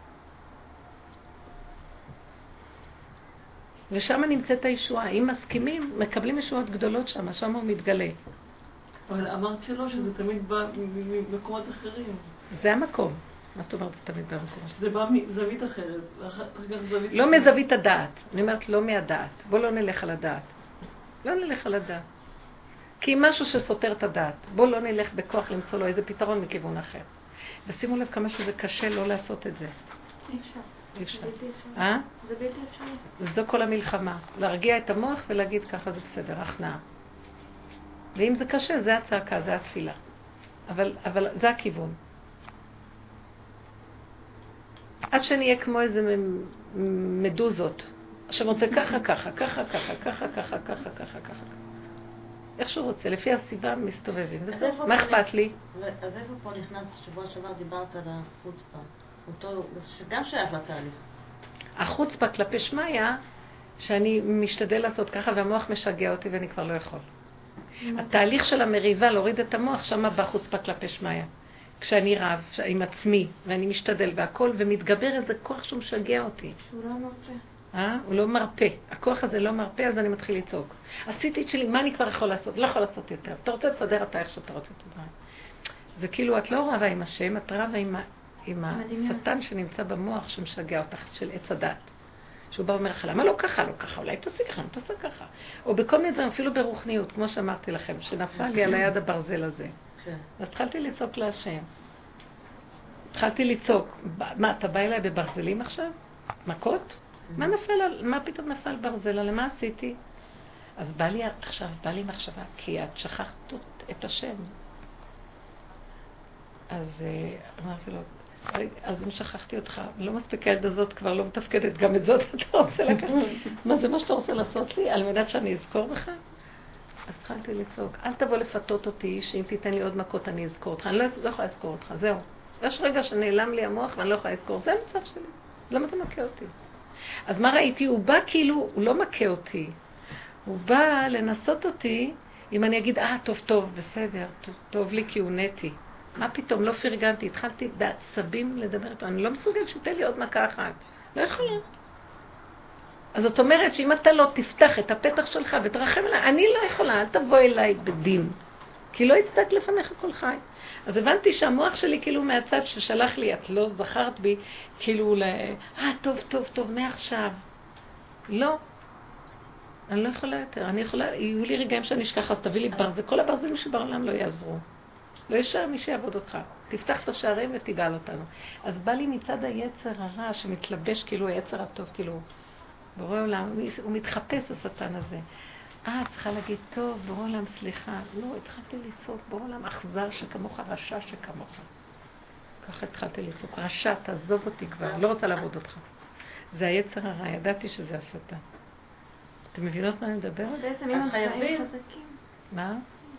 B: ושם נמצאת הישועה. אם מסכימים, מקבלים ישועות גדולות שם, שם הוא מתגלה.
D: אבל אמרת שלא, שזה תמיד בא ממקומות אחרים.
B: זה המקום. מה זאת אומרת, זה תמיד בא במקום?
D: זה בא מזווית אחרת.
B: לא מזווית הדעת. אני אומרת, לא מהדעת. בוא לא נלך על הדעת. לא נלך על הדעת. כי משהו שסותר את הדעת. בוא לא נלך בכוח למצוא לו איזה פתרון מכיוון אחר. ושימו לב כמה שזה קשה לא לעשות את זה.
F: אי אפשר.
B: אי אפשר.
F: זה בלתי אפשרי.
B: אה?
F: זה בלתי אפשרי.
B: זו כל המלחמה. להרגיע את המוח ולהגיד ככה זה בסדר, הכנעה. ואם זה קשה, זה הצעקה, זה התפילה. אבל, אבל זה הכיוון. עד שנהיה כמו איזה מדוזות. עכשיו רוצה ככה, ככה, ככה, ככה, ככה, ככה, ככה, ככה, ככה. איך שהוא רוצה, לפי הסיבה מסתובבים. מה אכפת לי?
E: אז איפה פה נכנס, שבוע שעבר דיברת על החוצפה. אותו, שגם שייך לתהליך.
B: החוצפה כלפי שמיה, שאני משתדל לעשות ככה, והמוח משגע אותי ואני כבר לא יכול. התהליך של המריבה, להוריד את המוח, שמה בחוצפה כלפי שמיה. כשאני רב, עם עצמי, ואני משתדל והכל, ומתגבר איזה כוח שהוא משגע אותי.
F: הוא לא מרפא.
B: אה? הוא לא מרפא. הכוח הזה לא מרפא, אז אני מתחיל לצעוק. עשיתי את שלי, מה אני כבר יכול לעשות? לא יכול לעשות יותר. אתה רוצה לסדר אתה איך שאתה רוצה את הדברים. זה כאילו, את לא רבה עם השם, את רבה עם, עם השטן שנמצא במוח שמשגע אותך, של עץ הדת. שהוא בא ואומר לך, למה לא ככה, לא ככה, אולי תעשי ככה, תעשי ככה. או בכל מיני דברים, אפילו ברוחניות, כמו שאמרתי לכם, שנפל לי על היד הברזל הזה. אז התחלתי לצעוק להשם. התחלתי לצעוק, מה, אתה בא אליי בברזלים עכשיו? מכות? מה נפל, מה פתאום נפל ברזלה? למה עשיתי? אז בא לי עכשיו, בא לי מחשבה, כי את שכחת את השם. אז אמרתי לו, אז אם שכחתי אותך, לא מספיק הילד הזאת, כבר לא מתפקדת, גם את זאת אתה רוצה לקחת. מה זה מה שאתה רוצה לעשות לי? על מנת שאני אזכור בך? אז התחלתי לצעוק, אל תבוא לפתות אותי, שאם תיתן לי עוד מכות אני אזכור אותך. אני לא, לא יכולה לזכור אותך, זהו. יש רגע שנעלם לי המוח ואני לא יכולה לזכור, זה המצב שלי. למה אתה מכה אותי? אז מה ראיתי? הוא בא כאילו, הוא לא מכה אותי. הוא בא לנסות אותי, אם אני אגיד, אה, טוב, טוב, בסדר, טוב, טוב לי כי הוא נטי. מה פתאום? לא פרגנתי, התחלתי בעצבים לדבר איתו, אני לא מסוגל שתן לי עוד מכה אחת. לא יכולה. אז זאת אומרת שאם אתה לא תפתח את הפתח שלך ותרחם אליי, אני לא יכולה, אל תבוא אליי בדין. כי לא יצדק לפניך כל חי. אז הבנתי שהמוח שלי כאילו מהצד ששלח לי, את לא זכרת בי, כאילו, אה, טוב, טוב, טוב, מעכשיו. לא. אני לא יכולה יותר. אני יכולה, יהיו לי רגעים שאני אשכח, אז תביא לי ברזל. כל הברזלים שבעולם לא יעזרו. לא ישר מי שיעבוד אותך. תפתח את השערים ותגאל אותנו. אז בא לי מצד היצר הרע שמתלבש כאילו היצר הטוב, כאילו, בורא עולם, הוא מתחפש השטן הזה. אה, צריכה להגיד, טוב, בורא עולם, סליחה. לא, התחלתי לצעוק, בורא עולם, אכזר שכמוך, רשע שכמוך. ככה התחלתי לצעוק, רשע, תעזוב אותי כבר, לא רוצה לעבוד אותך. זה היצר הרע, ידעתי שזה השטן. אתם מבינות מה אני מדברת?
F: בעצם אם החיים חזקים.
B: מה?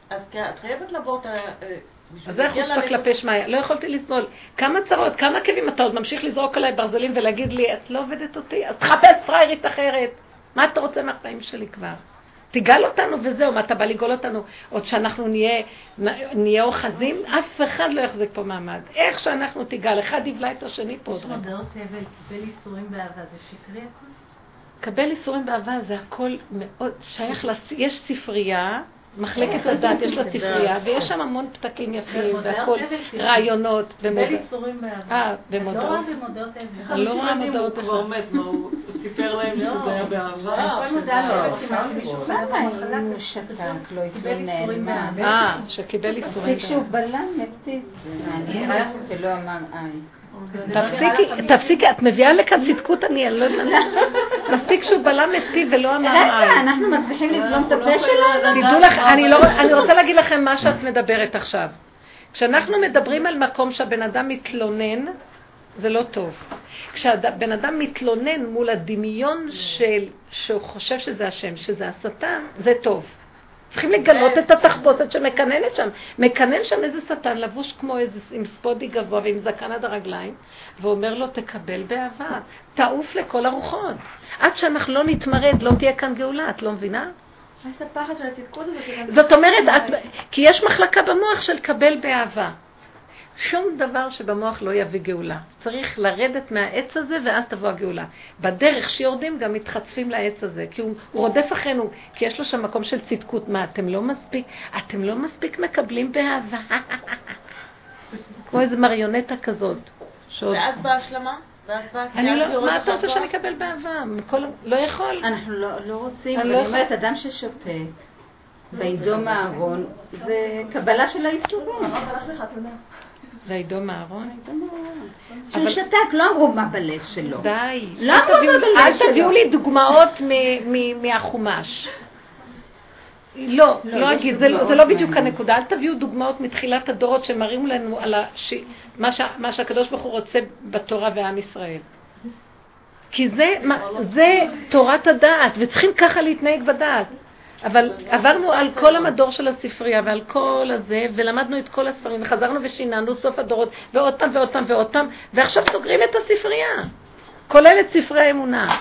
E: אז את חייבת לבוא...
B: אז זה חוצפה כלפי שמיה, לא יכולתי לסבול. כמה צרות, כמה כאבים אתה עוד ממשיך לזרוק עליי ברזלים ולהגיד לי, את לא עובדת אותי, אז תחפש פריירית אחרת. מה אתה רוצה מהחיים שלי כבר? תיגל אותנו וזהו, מה אתה בא לגול אותנו? עוד שאנחנו נהיה, נהיה אוחזים, אף אחד לא יחזיק פה מעמד. איך שאנחנו תיגל, אחד יבלה את השני פה.
F: יש מודעות אבל, קבל איסורים באהבה, זה שקרי הכל?
B: קבל איסורים באהבה זה הכל מאוד שייך, יש ספרייה, מחלקת הדת, יש לה ספרייה, ויש שם המון פתקים יפים, והכל רעיונות ומודעות.
F: קבל איסורים באהבה.
B: אה, במודעות.
F: לא רואה במודעות אבל.
B: אני לא רואה מודעות
D: הוא כבר מת, מה הוא סיפר להם שזה היה באהבה.
F: כל מודעה לא אוהבת שמישהו
C: למה אם הוא שתק, לא התלונן, מה?
B: אה, שקיבל איסורים
C: מספיק שהוא בלם, יפציץ. מעניין, ולא אמר איי.
B: תפסיקי, תפסיקי, את מביאה לכאן צדקות, אני לא יודעת. מספיק שהוא בלם אותי ולא אמר
C: רגע,
B: איי.
C: אנחנו מצליחים לבלום את הפה שלנו?
B: תדעו לך, אני רוצה להגיד לכם מה שאת מדברת עכשיו. כשאנחנו מדברים על מקום שהבן אדם מתלונן, זה לא טוב. כשהבן אדם מתלונן מול הדמיון של, שהוא חושב שזה השם, שזה השטן, זה טוב. צריכים לגלות את התחפושת שמקננת שם. מקנן שם איזה שטן לבוש כמו איזה עם ספודי גבוה ועם זקן עד הרגליים, ואומר לו תקבל באהבה, תעוף לכל הרוחות. עד שאנחנו לא נתמרד, לא תהיה כאן גאולה, את לא מבינה?
F: יש את הפחד של התפקוד הזה.
B: זאת אומרת, את, כי יש מחלקה במוח של קבל באהבה. שום דבר שבמוח לא יביא גאולה. צריך לרדת מהעץ הזה ואז תבוא הגאולה. בדרך שיורדים גם מתחצפים לעץ הזה, כי הוא, הוא רודף אחרינו, כי יש לו שם מקום של צדקות. מה, אתם לא מספיק, אתם לא מספיק מקבלים באהבה. כמו איזו מריונטה כזאת.
E: ואז בהשלמה?
B: אני לא, מה אתה רוצה שאני אקבל באהבה? לא יכול.
C: אנחנו לא רוצים, אני אומרת, אדם ששותה בידום הארון, זה קבלה של האיסורים.
B: וידום הארון?
C: שהוא שתק, לא אמרו מה בלב שלו.
B: די.
C: לא אמרו מה בלב שלו.
B: אל תביאו לי דוגמאות מהחומש. לא, לא אגיד, זה לא בדיוק הנקודה. אל תביאו דוגמאות מתחילת הדורות שמראים לנו על מה שהקדוש ברוך הוא רוצה בתורה ועם ישראל. כי זה תורת הדעת, וצריכים ככה להתנהג בדעת. אבל עברנו על כל המדור של הספרייה ועל כל הזה, ולמדנו את כל הספרים, וחזרנו ושיננו סוף הדורות, ועוד פעם ועוד פעם ועוד פעם, ועכשיו סוגרים את הספרייה, כולל את ספרי האמונה.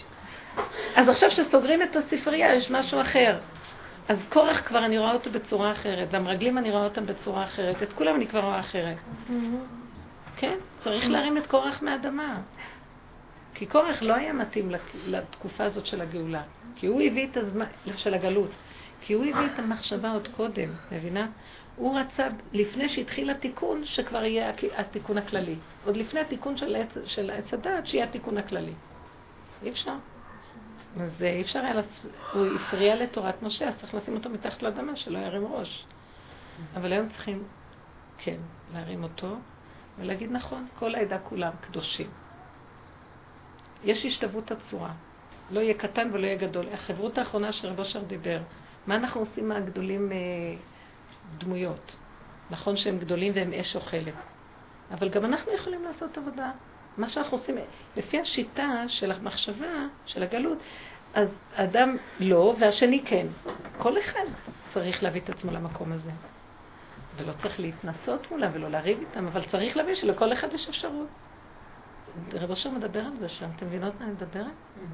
B: אז עכשיו שסוגרים את הספרייה יש משהו אחר. אז קורח כבר אני רואה אותו בצורה אחרת, והמרגלים אני רואה אותם בצורה אחרת, את כולם אני כבר רואה אחרת. כן, צריך להרים את קורח מהאדמה. כי קורח לא היה מתאים לתקופה הזאת של הגאולה. כי הוא הביא את הזמן של הגלות. כי הוא הביא את המחשבה עוד קודם, מבינה? הוא רצה, לפני שהתחיל התיקון, שכבר יהיה התיקון הכללי. עוד לפני התיקון של, של עץ הדעת, שיהיה התיקון הכללי. אי אפשר. אז אי אפשר היה, הוא הפריע לתורת משה, אז צריך לשים אותו מתחת לאדמה, שלא ירים ראש. אבל היום צריכים, כן, להרים אותו, ולהגיד נכון, כל העדה כולם קדושים. יש השתוות הצורה. לא יהיה קטן ולא יהיה גדול. החברות האחרונה שרב אושר דיבר, מה אנחנו עושים מהגדולים אה, דמויות? נכון שהם גדולים והם אש אוכלת. אבל גם אנחנו יכולים לעשות עבודה. מה שאנחנו עושים, לפי השיטה של המחשבה, של הגלות, אז אדם לא והשני כן. כל אחד צריך להביא את עצמו למקום הזה. ולא צריך להתנסות מולה ולא להריב איתם, אבל צריך להביא שלכל אחד יש אפשרות. רב אושר מדבר על זה שם, אתם מבינות מה אני מדברת?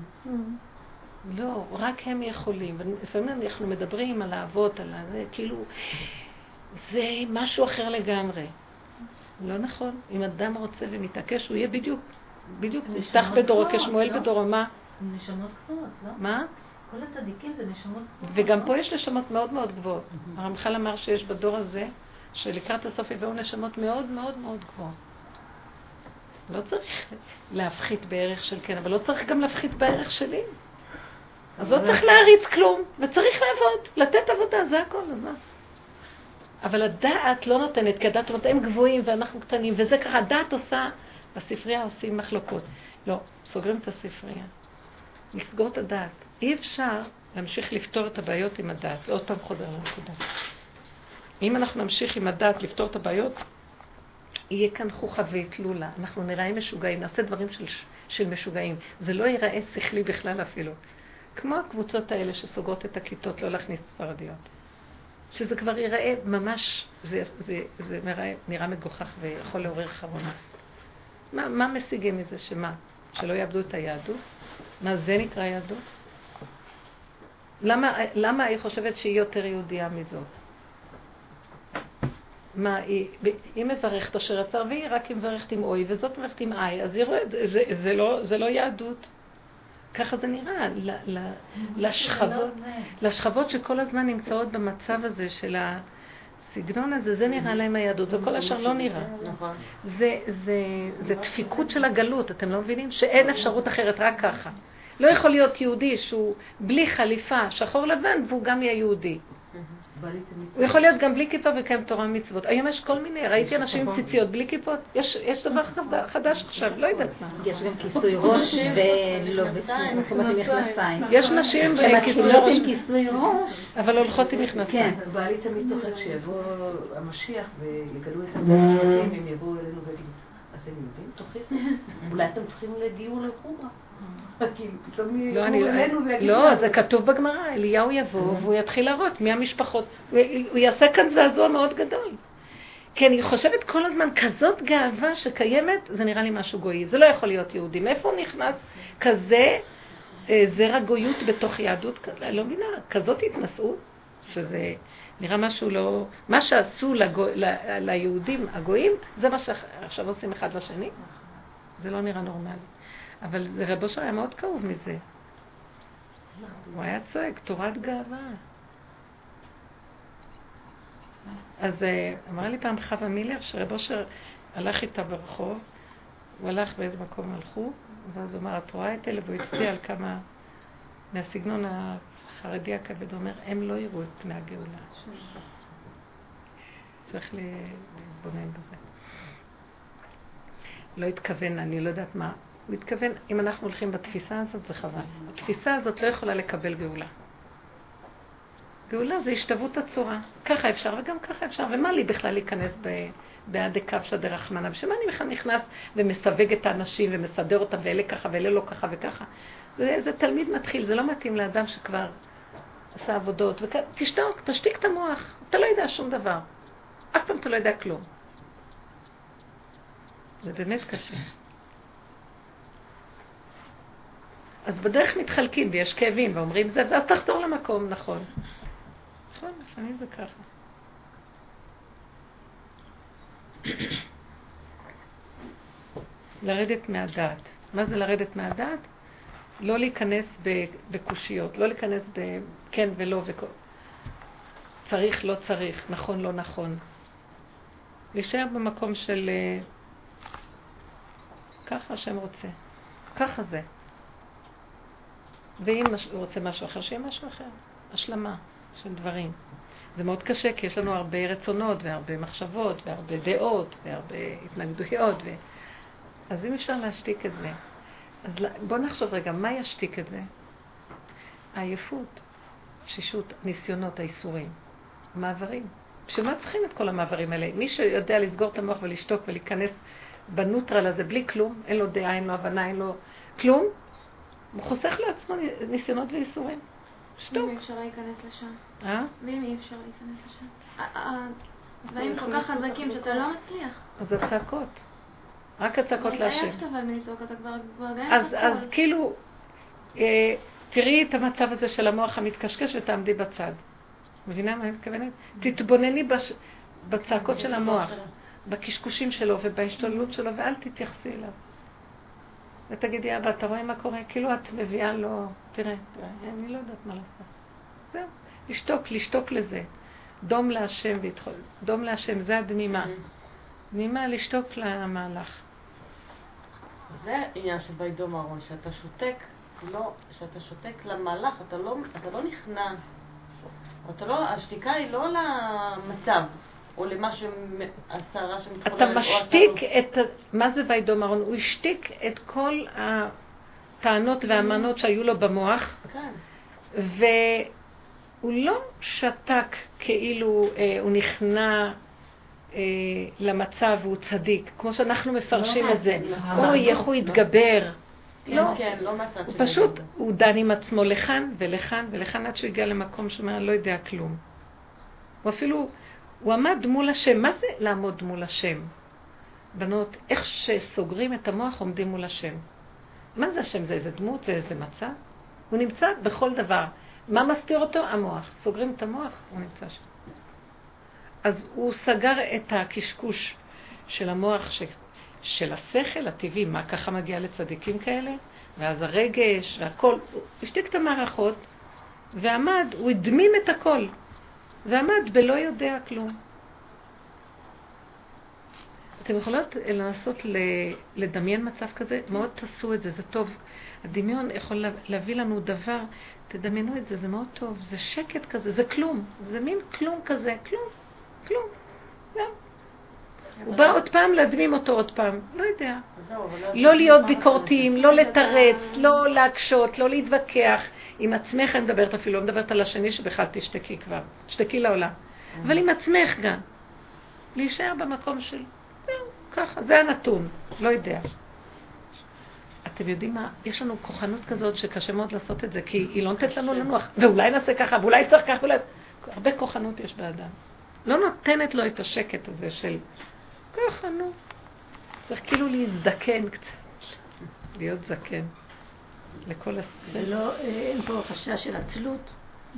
B: לא, רק הם יכולים. ולפעמים אנחנו מדברים על האבות, על זה, כאילו, זה משהו אחר לגמרי. לא נכון. אם אדם רוצה ומתעקש, הוא יהיה בדיוק, בדיוק, נפתח בדורו כשמואל בדורו, מה?
F: נשמות גבוהות, לא?
B: מה?
F: כל הצדיקים זה נשמות גבוהות.
B: וגם פה יש נשמות מאוד מאוד גבוהות. הרמח"ל אמר שיש בדור הזה, שלקראת הסוף יבואו נשמות מאוד מאוד מאוד גבוהות. לא צריך להפחית בערך של כן, אבל לא צריך גם להפחית בערך שלי. אז לא צריך להריץ כלום, וצריך לעבוד, לתת עבודה, זה הכל, אז מה? אבל הדעת לא נותנת, כי הדעת אומרת, הם גבוהים ואנחנו קטנים, וזה ככה, הדעת עושה, בספרייה עושים מחלוקות. לא, סוגרים את הספרייה. לסגור את הדעת. אי אפשר להמשיך לפתור את הבעיות עם הדעת. זה עוד פעם חוזר לנקודה. אם אנחנו נמשיך עם הדעת לפתור את הבעיות, יהיה כאן חוכה והתלולה. אנחנו נראה משוגעים, נעשה דברים של, של משוגעים. זה לא ייראה שכלי בכלל אפילו. כמו הקבוצות האלה שסוגרות את הכיתות, לא להכניס ספרדיות. שזה כבר ייראה ממש, זה, זה, זה נראה, נראה מגוחך ויכול לעורר חרונה. מה, מה משיגים מזה? שמה? שלא יאבדו את היהדות? מה זה נקרא יהדות? למה, למה היא חושבת שהיא יותר יהודייה מזאת? מה, היא, היא מברכת אשר יצר והיא רק היא מברכת עם אוי וזאת מברכת עם איי, אז היא רואה, זה, זה, לא, זה לא יהדות. ככה זה נראה, ל, ל, לשכבות, לשכבות שכל הזמן נמצאות במצב הזה של הסגנון הזה, זה נראה להם היהדות, וכל השאר לא נראה. זה, זה, זה דפיקות של הגלות, אתם לא מבינים? שאין אפשרות אחרת, רק ככה. לא יכול להיות יהודי שהוא בלי חליפה, שחור לבן, והוא גם יהיה יהודי. הוא יכול להיות גם בלי כיפה וקיים תורה ומצוות. היום יש כל מיני, ראיתי אנשים עם ציציות בלי כיפות. יש, יש דבר חדש עכשיו, לא יודעת מה.
C: יש גם כיסוי ראש ולא מקומות עם מכנסיים.
B: יש נשים בכיסוי ראש.
C: כיסוי ראש.
B: אבל הולכות עם מכנסיים.
E: כן, בעלי תמיד צוחק שיבוא המשיח ויגלו את המשיחים, הם יבואו אלינו ויגידו, אתם יודעים, תוכיחו, אולי אתם צריכים לגיור לחומרה.
B: לא, אני לא, זה כתוב בגמרא, אליהו יבוא והוא יתחיל להראות מי המשפחות, הוא יעשה כאן זעזוע מאוד גדול. כי אני חושבת כל הזמן, כזאת גאווה שקיימת, זה נראה לי משהו גוי, זה לא יכול להיות יהודי. מאיפה הוא נכנס כזה זרע גויות בתוך יהדות? אני לא מבינה, כזאת התנסות, שזה נראה משהו לא, מה שעשו ליהודים הגויים, זה מה שעכשיו עושים אחד לשני, זה לא נראה נורמלי. אבל רב אושר היה מאוד כאוב מזה. הוא היה צועק, תורת גאווה. אז אמרה לי פעם חווה מילר, שרב אושר הלך איתה ברחוב, הוא הלך באיזה מקום הלכו, ואז הוא אמר, את רואה את אלה, והוא הצביע על כמה מהסגנון החרדי הכבד, הוא אומר, הם לא יראו את פני הגאולה. צריך להתבונן בזה. לא התכוון, אני לא יודעת מה. הוא התכוון, אם אנחנו הולכים בתפיסה הזאת, זה חבל. התפיסה הזאת לא יכולה לקבל גאולה. גאולה זה השתוות הצורה. ככה אפשר וגם ככה אפשר. ומה לי בכלל להיכנס בעד הקו של דרחמנה? ושמה אני בכלל נכנס ומסווג את האנשים ומסדר אותם, ואלה ככה ואלה לא ככה וככה. זה, זה תלמיד מתחיל, זה לא מתאים לאדם שכבר עשה עבודות. וכ... תשתוק, תשתיק את המוח. אתה לא יודע שום דבר. אף פעם אתה לא יודע כלום. זה באמת קשה. אז בדרך מתחלקים ויש כאבים ואומרים זה, ואז תחזור למקום, נכון. נכון, לפעמים זה ככה. לרדת מהדעת. מה זה לרדת מהדעת? לא להיכנס בקושיות, לא להיכנס בכן ולא וכל. צריך, לא צריך, נכון, לא נכון. להישאר במקום של ככה השם רוצה. ככה זה. ואם הוא רוצה משהו אחר, שיהיה משהו אחר. השלמה של דברים. זה מאוד קשה, כי יש לנו הרבה רצונות, והרבה מחשבות, והרבה דעות, והרבה התנגדויות. ו... אז אם אפשר להשתיק את זה. אז בוא נחשוב רגע, מה ישתיק את זה? העייפות, שישות, ניסיונות, האיסורים, מעברים. בשביל מה צריכים את כל המעברים האלה? מי שיודע לסגור את המוח ולשתוק ולהיכנס בנוטרל הזה בלי כלום, אין לו דעה, אין לו הבנה, אין לו כלום, הוא חוסך לעצמו ניסיונות ואיסורים. שתוק.
G: ואם אי אפשר להיכנס לשם?
B: אה?
G: ואם אי אפשר להיכנס לשם? והאם כל כך חזקים שאתה לא מצליח?
B: אז הצעקות. רק הצעקות להשם.
G: אני עייפת אבל מלצעוק, אתה כבר גאין
B: אז אז כאילו, תראי את המצב הזה של המוח המתקשקש ותעמדי בצד. מבינה מה אני מתכוונת? תתבונני בצעקות של המוח, בקשקושים שלו ובהשתוללות שלו, ואל תתייחסי אליו. ותגידי, אבא, אתה רואה מה קורה? כאילו את מביאה לו, תראה, תראה, אני לא יודעת מה לעשות. זהו, לשתוק, לשתוק לזה. דום להשם והתחול. דום להשם, זה הדמימה. דמימה, לשתוק למהלך.
E: זה עניין של וידום אהרון, שאתה שותק, לא, שאתה שותק למהלך, אתה לא, אתה לא נכנע. אתה לא, השתיקה היא לא למצב. או למה שהשערה שמתחוללת.
B: אתה משתיק את, מה זה וידום אהרון? הוא השתיק את כל הטענות והאמנות שהיו לו במוח, והוא לא שתק כאילו אה, הוא נכנע אה, למצב והוא צדיק, כמו שאנחנו מפרשים את זה. אוי, איך הוא יתגבר. לא, הוא פשוט, הוא דן עם עצמו לכאן ולכאן ולכאן עד שהוא הגיע למקום שאומר, לא יודע כלום. הוא אפילו, הוא עמד מול השם. מה זה לעמוד מול השם? בנות, איך שסוגרים את המוח עומדים מול השם. מה זה השם? זה איזה דמות, זה איזה מצב? הוא נמצא בכל דבר. מה מסתיר אותו? המוח. סוגרים את המוח, הוא נמצא שם. אז הוא סגר את הקשקוש של המוח, ש... של השכל הטבעי, מה ככה מגיע לצדיקים כאלה, ואז הרגש והכל. הוא השתיק את המערכות, ועמד, הוא הדמים את הכל, ועמד בלא יודע כלום. אתם יכולות לנסות לדמיין מצב כזה? מאוד תעשו את זה, זה טוב. הדמיון יכול להביא לנו דבר, תדמיינו את זה, זה מאוד טוב. זה שקט כזה, זה כלום. זה מין כלום כזה, כלום, כלום. זהו. הוא בא עוד פעם להדמים אותו עוד פעם, לא יודע. לא להיות ביקורתיים, לא לתרץ, לא להקשות, לא להתווכח. עם עצמך אני מדברת אפילו, לא מדברת על השני שבכלל תשתקי כבר. תשתקי לעולם. אבל עם עצמך גם. להישאר במקום של... ככה, זה הנתון, לא יודע. אתם יודעים מה? יש לנו כוחנות כזאת שקשה מאוד לעשות את זה, כי היא לא נותנת לנו לנוח. ואולי נעשה ככה, ואולי צריך ככה, ואולי... הרבה כוחנות יש באדם. לא נותנת לו את השקט הזה של... ככה, נו. צריך כאילו להזדקן קצת. להיות זקן. לכל הספר.
C: ולא, אין פה חשש של עצלות.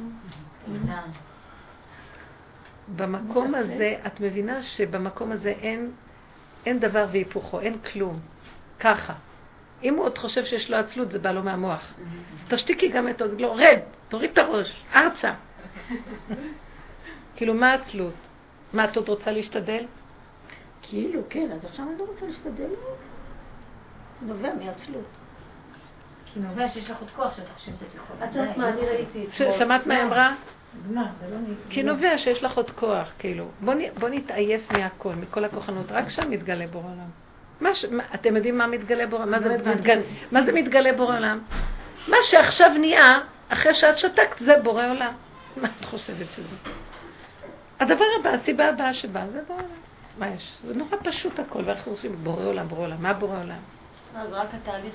B: במקום הזה, את מבינה שבמקום הזה אין... אין דבר והיפוכו, אין כלום. ככה. אם הוא עוד חושב שיש לו עצלות, זה בא לו מהמוח. תשתיקי גם את עוד, לא, רד, תוריד את הראש, ארצה. כאילו, מה עצלות? מה, את עוד רוצה להשתדל?
C: כאילו, כן, אז עכשיו אני לא רוצה להשתדל. זה נובע מעצלות. כי נובע שיש לך עוד כוח שאתה חושב שזה יכול.
E: את יודעת מה, אני ראיתי...
B: שמעת מה אמרה?
C: מה, זה לא נביא.
B: כי נובע שיש לך עוד כוח, כאילו. בוא נתעייף מהכל, מכל הכוחנות, רק שם מתגלה בורא עולם. מה ש... אתם יודעים מה מתגלה בורא עולם? מה זה מתגלה, מה זה מתגלה בורא עולם? מה שעכשיו נהיה, אחרי שאת שתקת, זה בורא עולם. מה את חושבת שזה? הדבר הבא, הסיבה הבאה שבא, זה בורא עולם. מה יש? זה נורא פשוט הכל, ואנחנו עושים בורא עולם, בורא עולם. מה בורא עולם?
E: אז רק התהליך...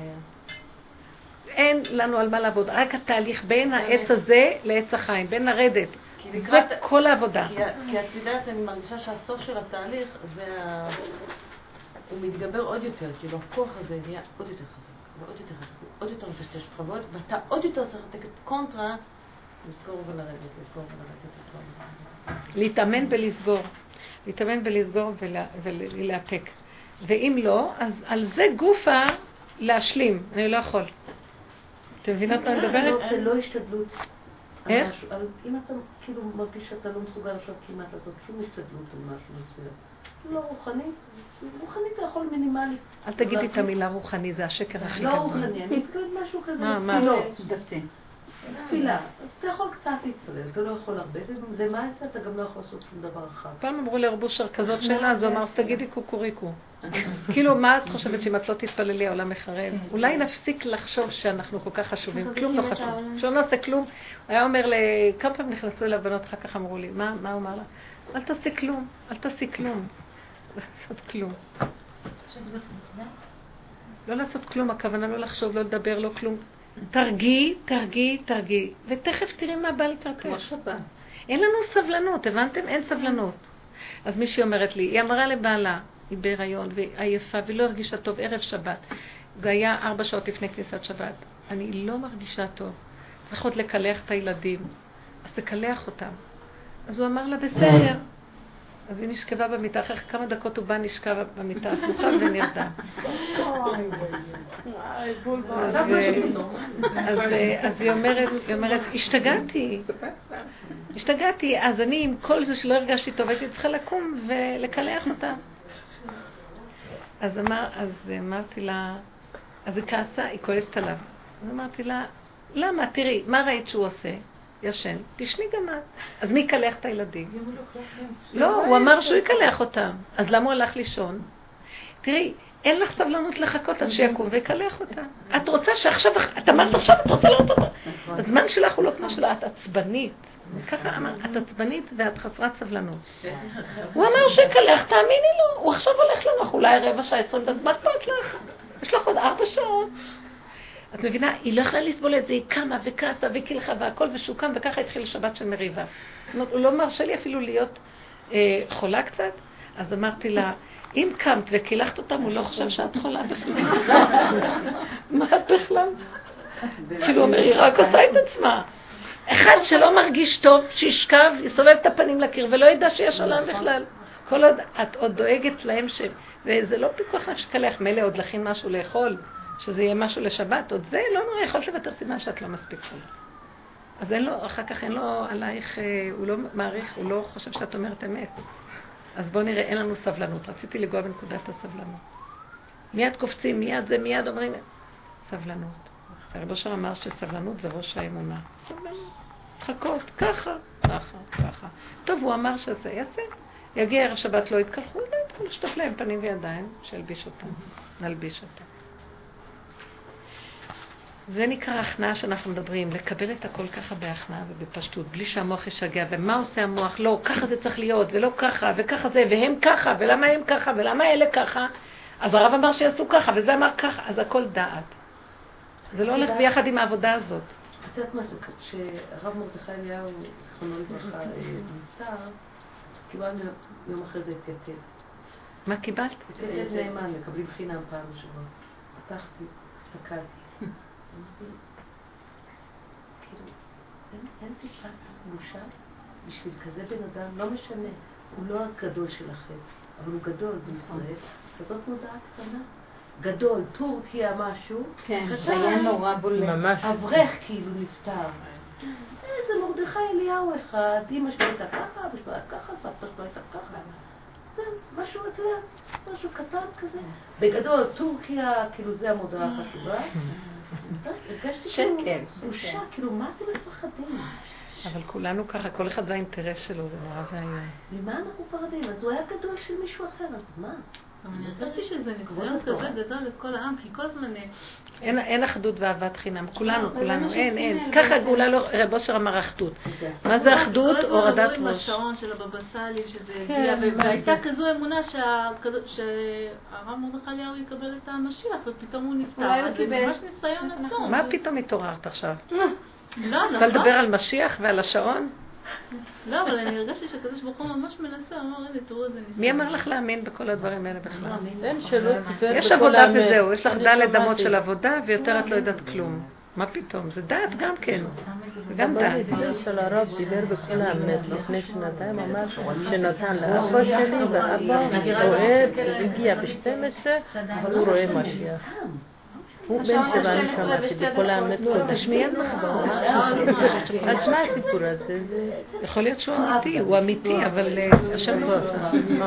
B: אין לנו על מה לעבוד, רק התהליך בין העץ הזה לעץ החיים, בין לרדת. זה כל העבודה.
E: כי את יודעת, אני מרגישה שהסוף של התהליך זה... הוא מתגבר עוד יותר, כאילו הכוח הזה נהיה עוד יותר חזק, ועוד יותר חזק, עוד יותר מפשטש בחוות, ואתה עוד יותר צריך לתקת קונטרה, לסגור ולרדת, לסגור ולרדת.
B: להתאמן ולסגור. להתאמן ולסגור ולהפק. ואם לא, אז על זה גופה להשלים. אני לא יכול. אתם מבינות מה אני מדברת?
E: זה לא השתדלות.
B: איך?
E: אם אתה כאילו מרגיש שאתה לא מסוגל עכשיו כמעט לעשות שום השתדלות על משהו מסוים. לא רוחנית, רוחנית זה יכול מינימלי.
B: אל תגידי את המילה רוחני, זה השקר הכי גדול.
E: לא רוחני, אני מתכוונת משהו כזה.
B: מה, מה?
E: דתי. תפילה. אז אתה יכול קצת להתפלל, אתה לא יכול הרבה, זה מה יצא, אתה גם לא יכול לעשות שום דבר אחד.
B: פעם אמרו לרב אושר כזאת שאלה, אז הוא אמר, תגידי קוקוריקו. כאילו, מה את חושבת שאם את לא תתפללי, העולם מחרב? אולי נפסיק לחשוב שאנחנו כל כך חשובים, כלום לא חשוב. שלא נעשה כלום. היה אומר, כמה פעמים נכנסו אליו בנות, אחר כך אמרו לי, מה הוא אמר לה? אל תעשי כלום, אל תעשי כלום. לעשות כלום. לא לעשות כלום, הכוונה לא לחשוב, לא לדבר, לא כלום. תרגי, תרגי, תרגי, ותכף תראי מה בא לקרטש. אין לנו סבלנות, הבנתם? אין סבלנות. אז מישהי אומרת לי, היא אמרה לבעלה, היא בהיריון ועייפה ולא הרגישה טוב, ערב שבת. זה היה ארבע שעות לפני כניסת שבת. אני לא מרגישה טוב. צריך עוד לקלח את הילדים. אז תקלח אותם. אז הוא אמר לה, בסדר. אז היא נשכבה במיטה, אחרי כמה דקות הוא בא נשכב במיטה, סוכה ונרדם. אז היא אומרת, השתגעתי, השתגעתי, אז אני עם כל זה שלא הרגשתי טוב, הייתי צריכה לקום ולקלח אותה. אז אמרתי לה, אז היא כעסה, היא כועסת עליו. אז אמרתי לה, למה? תראי, מה ראית שהוא עושה? ישן, תשני גם את. אז מי יקלח את הילדים? לא, הוא אמר שהוא יקלח אותם. אז למה הוא הלך לישון? תראי, אין לך סבלנות לחכות עד שיקום ויקלח אותה. את רוצה שעכשיו, את אמרת עכשיו, את רוצה לראות אותה. הזמן שלך הוא לא כמו שלה, את עצבנית. ככה אמר, את עצבנית ואת חסרת סבלנות. הוא אמר שהוא יקלח, תאמיני לו. הוא עכשיו הולך לנוח, אולי רבע שעה, עשרים דקות, מה אכפת לך? יש לך עוד ארבע שעות. את מבינה, היא לא יכולה לסבול את זה, היא קמה וכעסה וכילחה והכל, ושהוא קם, וככה התחיל שבת של מריבה. זאת אומרת, הוא לא מרשה לי אפילו להיות אה, חולה קצת, אז אמרתי לה, אם קמת וקילחת אותם, הוא לא חושב שאת חולה בכלל. מה את בכלל? כאילו אומר, היא רק עושה את עצמה. אחד שלא מרגיש טוב, שישכב, יסובב את הפנים לקיר, ולא ידע שיש עולם בכלל. כל עוד את עוד דואגת להם ש... וזה לא פיקוח נפש קלח, מלא עוד להכין משהו לאכול, שזה יהיה משהו לשבת, עוד זה לא נורא, יכולת לוותר סימן שאת לא מספיק חולה. אז אין לו, אחר כך אין לו עלייך, הוא לא מעריך, הוא לא חושב שאת אומרת אמת. אז בואו נראה, אין לנו סבלנות. רציתי לגוע בנקודת הסבלנות. מיד קופצים, מיד זה, מיד אומרים, סבלנות. הרב אושר אמר שסבלנות זה ראש האמונה. סבלנות. חכות, ככה, ככה, ככה. טוב, הוא אמר שזה יעשה. יגיע ערב שבת, לא יתקלחו, לא יתקלחו, לשטוף להם פנים וידיים, שילביש אותם, נלביש אותם. זה נקרא הכנעה שאנחנו מדברים, לקבל את הכל ככה בהכנעה ובפשטות, בלי שהמוח ישגע. ומה עושה המוח? לא, ככה זה צריך להיות, ולא ככה, וככה זה, והם ככה, ולמה הם ככה, ולמה אלה ככה. אז הרב אמר שיעשו ככה, וזה אמר ככה, אז הכל דעת. זה לא הולך ביחד עם העבודה הזאת.
E: את יודעת מה, כשהרב מרדכי אליהו, זכרונו לברכה, נפטר, קיבלנו יום אחרי זה התייתד.
B: מה קיבלת?
E: התייתד נאמן, מקבלים חינם פעם בשבוע. פתחתי, הסתכלתי. אמרתי, כאילו, אין טיפת בושה בשביל כזה בן אדם, לא משנה, הוא לא הגדול שלכם, אבל הוא גדול בישראל, כזאת מודעה קטנה. גדול, טורקיה משהו,
C: כן, זה היה נורא בולט.
E: אברך כאילו נפטר. איזה מרדכי אליהו אחד, אמא שלו הייתה ככה, אבא שלו הייתה ככה, סבתא שלו הייתה ככה. זה משהו, אתה יודע, משהו קטן כזה. בגדול, טורקיה, כאילו זה המודעה החשובה. הרגשתי כאילו בושה, כאילו מה אתם מפחדים?
B: אבל כולנו ככה, כל אחד והאינטרס שלו, זה נורא והיום.
E: ממה אנחנו פחדים? אז הוא היה גדול של מישהו אחר, אז מה?
F: אבל אני הרגשתי שזה ניסיון כזה גדול לכל העם, כי כל הזמן...
B: אין אחדות ואהבת חינם, כולנו, כולנו, אין, אין. ככה גאולה לא, רב אושר אמר אחדות. מה זה אחדות? הורדת ראש.
F: כל הזמן עם השעון של הבבא סאלי, שזה הגיע, והייתה כזו אמונה שהרב מרדכי אליהו יקבל את המשיח, ופתאום הוא נפטר. אז זה ממש ניסיון עצום.
B: מה פתאום התעוררת עכשיו?
F: לא,
B: רוצה לדבר על משיח ועל השעון?
F: לא, אבל אני הרגשתי שקדוש ברוך הוא ממש מנסה, הוא אמר, הנה, תראו איזה ניסיון.
B: מי אמר לך להאמין בכל הדברים האלה בכלל?
D: אין שלא טיפל
B: יש עבודה וזהו, יש לך דלת אמות של עבודה, ויותר את לא יודעת כלום. מה פתאום? זה דעת גם כן. זה גם דעת.
D: של הרב דיבר בכל האמת, לפני שנתיים אמר שנתן לאבא שלי, ואבא רואה, הגיע ב-שתים עשרה, הוא רואה משיח. הוא בן שבע אני שמעתי בכל האמת קודם.
B: תשמעי אז מחבור.
D: אז מה הסיפור הזה?
B: יכול להיות שהוא אמיתי, הוא אמיתי, אבל השם לא רוצה.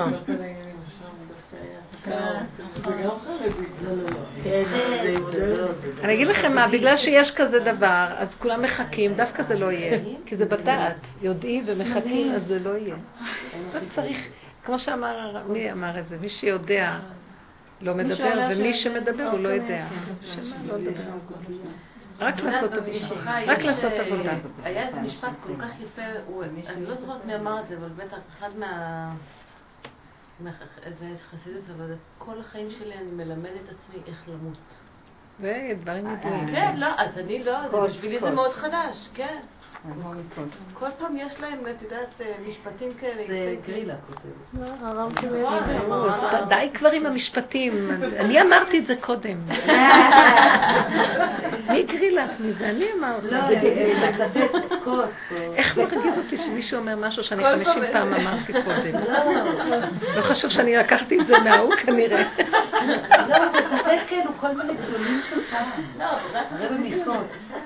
B: אני אגיד לכם מה, בגלל שיש כזה דבר, אז כולם מחכים, דווקא זה לא יהיה. כי זה בדעת, יודעים ומחכים, אז זה לא יהיה. זה צריך, כמו שאמר, מי אמר את זה? מי שיודע. לא מדבר, ומי שמדבר הוא לא יודע. לא לדבר. רק לעשות עבודה. רק לעשות עבודה.
E: היה איזה משפט כל כך יפה, אני לא זוכרת מי אמר את זה, אבל בטח אחד מה... זה חסידות, אבל כל החיים שלי אני מלמד את עצמי איך למות.
B: זה דברים ידועים.
E: כן, לא, אז אני לא, בשבילי זה מאוד חדש, כן. כל פעם יש להם, את יודעת, משפטים כאלה. זה גרילה כותבת.
B: די כבר עם המשפטים. אני אמרתי את זה קודם. מי גרילה? מזה אני אמרתי. איך מרגיז אותי שמישהו אומר משהו שאני חמישים פעם אמרתי קודם? לא חשוב שאני לקחתי את זה מההוא כנראה.
E: לא, זה כאילו כל מיני גדולים שלך. לא, זה במכות.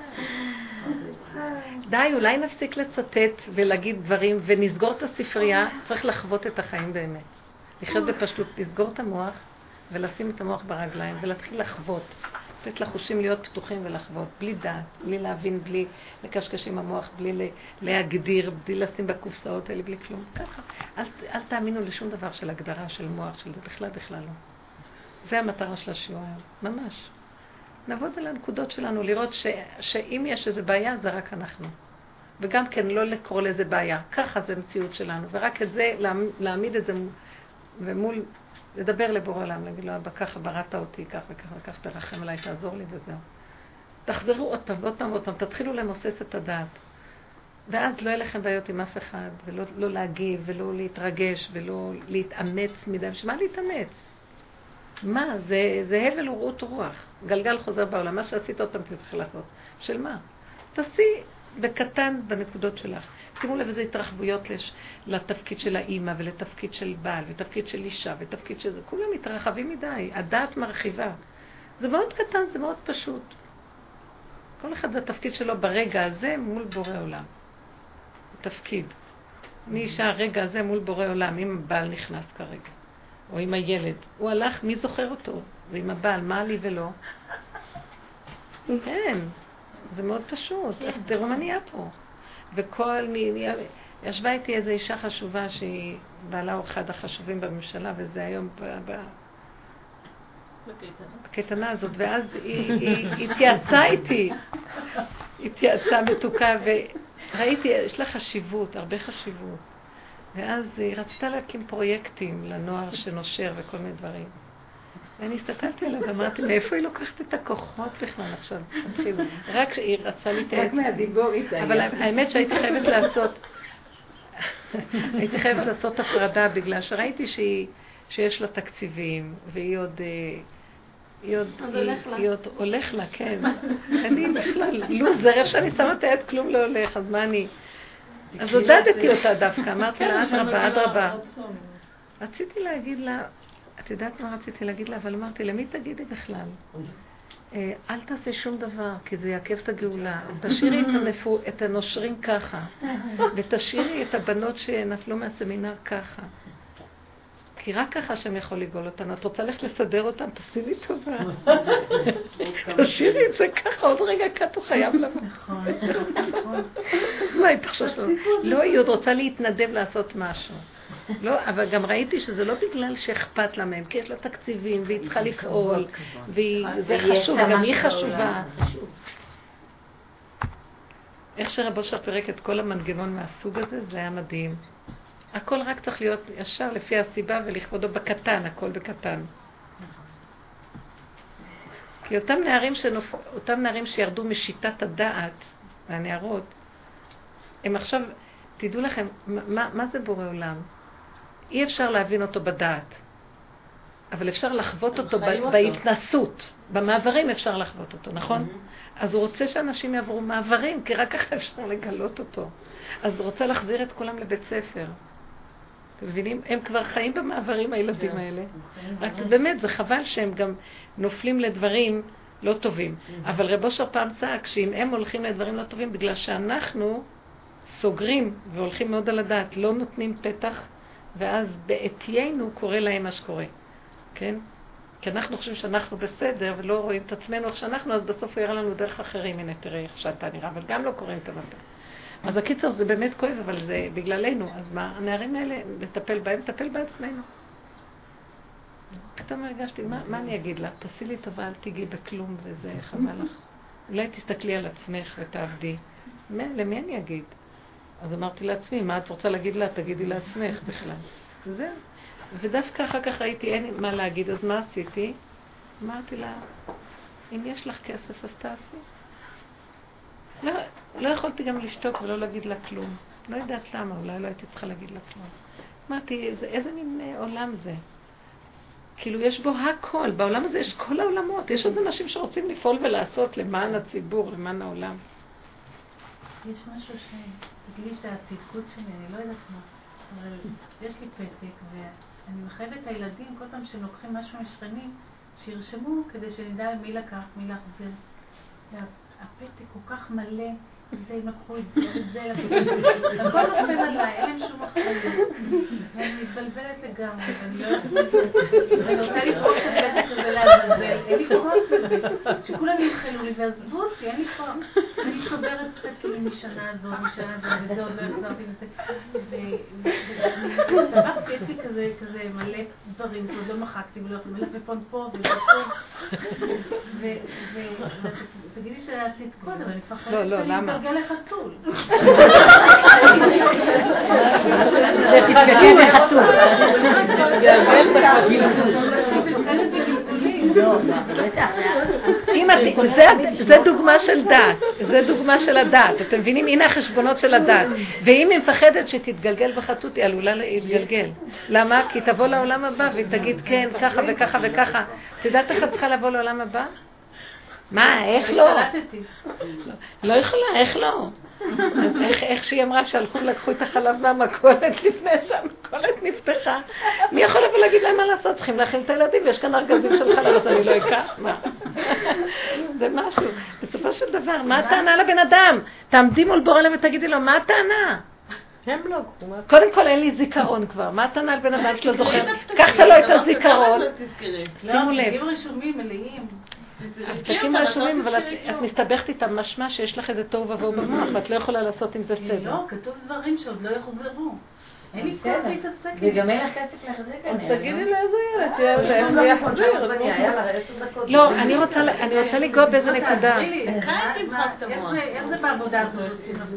B: די, אולי נפסיק לצטט ולהגיד דברים ונסגור את הספרייה. צריך לחוות את החיים באמת. לחיות בפשטות, לסגור את המוח ולשים את המוח ברגליים ולהתחיל לחוות. לתת לחושים להיות פתוחים ולחוות, בלי דעת, בלי להבין, בלי לקשקש עם המוח, בלי להגדיר, בלי לשים בקופסאות האלה, בלי כלום. ככה. אל, אל תאמינו לשום דבר של הגדרה, של מוח, של זה בכלל, בכלל לא. זה המטרה של השיעור היום, ממש. נעבוד על הנקודות שלנו, לראות ש, שאם יש איזו בעיה, זה רק אנחנו. וגם כן לא לקרוא לזה בעיה. ככה זה מציאות שלנו. ורק את זה, להעמיד את זה ומול, לדבר לבורא עולם, להגיד לו, אבא, ככה בראת אותי, כך וכך וכך, תרחם עליי, תעזור לי וזהו. תחזרו עוד פעם ועוד פעם ועוד פעם, תתחילו למוסס את הדעת. ואז לא יהיה לכם בעיות עם אף אחד, ולא לא להגיב, ולא להתרגש, ולא להתאמץ מדי. שמה להתאמץ? מה? זה, זה הבל ורעות רוח. גלגל חוזר בעולם. מה שעשית אותם תצטרך לעשות. של מה? תעשי בקטן בנקודות שלך. שימו לב איזה התרחבויות לש, לתפקיד של האימא, ולתפקיד של בעל, ותפקיד של אישה, ותפקיד של זה. כולם מתרחבים מדי. הדעת מרחיבה. זה מאוד קטן, זה מאוד פשוט. כל אחד זה התפקיד שלו ברגע הזה מול בורא עולם. תפקיד. אני אישה הרגע הזה מול בורא עולם, אם הבעל נכנס כרגע, או עם הילד. הוא הלך, מי זוכר אותו? ועם הבעל, מה לי ולא? כן, זה מאוד פשוט. אז תראו מה נהיה פה. וכל מי... ישבה איתי איזו אישה חשובה שהיא בעלה הוא אחד החשובים בממשלה, וזה היום ב... בקטנה הזאת, ואז היא התייעצה איתי, התייעצה מתוקה, וראיתי, יש לה חשיבות, הרבה חשיבות. ואז היא רצתה להקים פרויקטים לנוער שנושר וכל מיני דברים. ואני הסתכלתי עליה ואמרתי, מאיפה היא לוקחת את הכוחות בכלל עכשיו? רק שהיא רצה להתייעץ.
C: רק מהדיבור איתה.
B: אבל האמת שהייתי חייבת לעשות, הייתי חייבת לעשות הפרדה, בגלל שראיתי שהיא, שיש לה תקציבים, והיא עוד... היא עוד, היא עוד הולך לה, כן. אני בכלל, לוזר, איך שאני שמה את היד, כלום לא הולך, אז מה אני? אז הודדתי אותה דווקא, אמרתי לה, אדרבה, אדרבה. רציתי להגיד לה, את יודעת מה רציתי להגיד לה, אבל אמרתי, למי תגידי בכלל? אל תעשה שום דבר, כי זה יעכב את הגאולה. תשאירי את הנושרים ככה, ותשאירי את הבנות שנפלו מהסמינר ככה. כי רק ככה שהם יכול לגאול אותנו. את רוצה ללכת לסדר אותם? תעשי לי טובה. תשאירי את זה ככה, עוד רגע כתו חייב לבוא.
C: נכון, נכון.
B: מה היא תחשוב שלנו? לא, היא עוד רוצה להתנדב לעשות משהו. לא, אבל גם ראיתי שזה לא בגלל שאכפת לה מהם, כי יש לה תקציבים, והיא צריכה לפעול, וזה חשוב, גם היא חשובה. איך שרבו שר פירק את כל המנגנון מהסוג הזה, זה היה מדהים. הכל רק צריך להיות ישר לפי הסיבה ולכבודו בקטן, הכל בקטן. כי אותם נערים, שנופ... אותם נערים שירדו משיטת הדעת, והנערות, הם עכשיו, תדעו לכם, מה, מה זה בורא עולם? אי אפשר להבין אותו בדעת, אבל אפשר לחוות אותו ב... בהתנסות. במעברים אפשר לחוות אותו, נכון? Mm-hmm. אז הוא רוצה שאנשים יעברו מעברים, כי רק ככה אפשר לגלות אותו. אז הוא רוצה להחזיר את כולם לבית ספר. אתם מבינים? הם כבר חיים במעברים, הילדים האלה. רק באמת, זה חבל שהם גם נופלים לדברים לא טובים. אבל רב אושר פעם צעק שאם הם הולכים לדברים לא טובים, בגלל שאנחנו סוגרים והולכים מאוד על הדעת, לא נותנים פתח, ואז בעתיינו קורה להם מה שקורה. כן? כי אנחנו חושבים שאנחנו בסדר ולא רואים את עצמנו איך שאנחנו, אז בסוף הוא יראה לנו דרך אחרים, הנה תראה איך שאתה נראה, אבל גם לא קוראים את המטה. אז הקיצור זה באמת כואב, אבל זה בגללנו. אז מה, הנערים האלה, לטפל בהם, לטפל בעצמנו. פתאום הרגשתי, מה, מה אני אגיד לה? תעשי לי טובה, אל תיגעי בכלום, וזה חבל לך. אולי תסתכלי על עצמך ותעבדי. מה, למי אני אגיד? אז אמרתי לעצמי, מה את רוצה להגיד לה? תגידי לעצמך בכלל. זהו. ודווקא אחר כך ראיתי, אין מה להגיד, אז מה עשיתי? אמרתי לה, אם יש לך כסף, אז תעשי. לא, לא יכולתי גם לשתוק ולא להגיד לה כלום. לא יודעת למה, אולי לא הייתי צריכה להגיד לה כלום. אמרתי, איזה, איזה מין עולם זה? כאילו יש בו הכל, בעולם הזה יש כל העולמות. יש עוד אנשים שרוצים לפעול ולעשות למען הציבור, למען העולם.
F: יש משהו ש... תגידי שהצדקות שלי, אני לא יודעת מה, אבל יש לי פתק ואני מחייבת את הילדים כל פעם שלוקחים משהו משכני, שירשמו כדי שנדע מי לקח, מי להחזיר. הפתק כל כך מלא, זה הם לקחו את זה, את זה, הכל נופל עליי, אין להם שום אחריות. ואני מתבלבלת לגמרי, ואני לא יודעת, ואני רוצה לפרוץ את הפתק הזה לעזאזל, אין לי כוח לזה, שכולם ימחלו לי ועזבו אותי, אין לי כוח. אני מתחברת קצת כאילו משנה הזו, משנה הזו, וזה עוד לא החזרתי לזה. וסבבתי, יש לי כזה, כזה מלא דברים, שעוד לא מחקתי ולא יכולים, מלפפון פה ולפפון. ותגידי שעשית קודם, אני פחדת שאני מתגלגל לחתול.
C: זה תתגלגל לחתול.
F: זה תתגלגל לחתול. לא, בטח.
B: אם את, זה, זה דוגמה של דת, זה דוגמה של הדת, אתם מבינים? הנה החשבונות של הדת. ואם היא מפחדת שתתגלגל בחטות, היא עלולה להתגלגל. למה? כי תבוא לעולם הבא ותגיד כן, ככה וככה וככה. את יודעת איך את צריכה לבוא לעולם הבא? מה, איך לא? לא יכולה, איך לא? איך, איך שהיא אמרה שהלכו לקחו את החלב מהמכולת לפני שהמכולת נפתחה. מי יכול לבוא להגיד להם מה לעשות? צריכים להכין את הילדים ויש כאן ארגזים של חלב, אז אני לא אקח? מה? זה משהו. בסופו של דבר, מה הטענה לבן אדם? תעמדי מול בורא עליהם ותגידי לו, מה הטענה? קודם כל אין לי זיכרון כבר. מה הטענה על בן אדם שלא זוכר? קחת לו את הזיכרון.
F: שימו לב. פתקים רשומים, מלאים.
B: פתקים רשומים, אבל את מסתבכת איתם משמע שיש לך איזה תוהו ובוהו במוח, ואת לא יכולה לעשות עם זה סדר.
F: לא, כתוב דברים שעוד לא יחזרו. אין לי כוח להתעסק.
C: וגם אין לך כסף להחזיק עליהם.
D: אז תגידי לאיזה ילד שיהיה ויחזיר.
B: לא, אני רוצה לגוע באיזה נקודה.
F: איך זה בעבודה הזאת?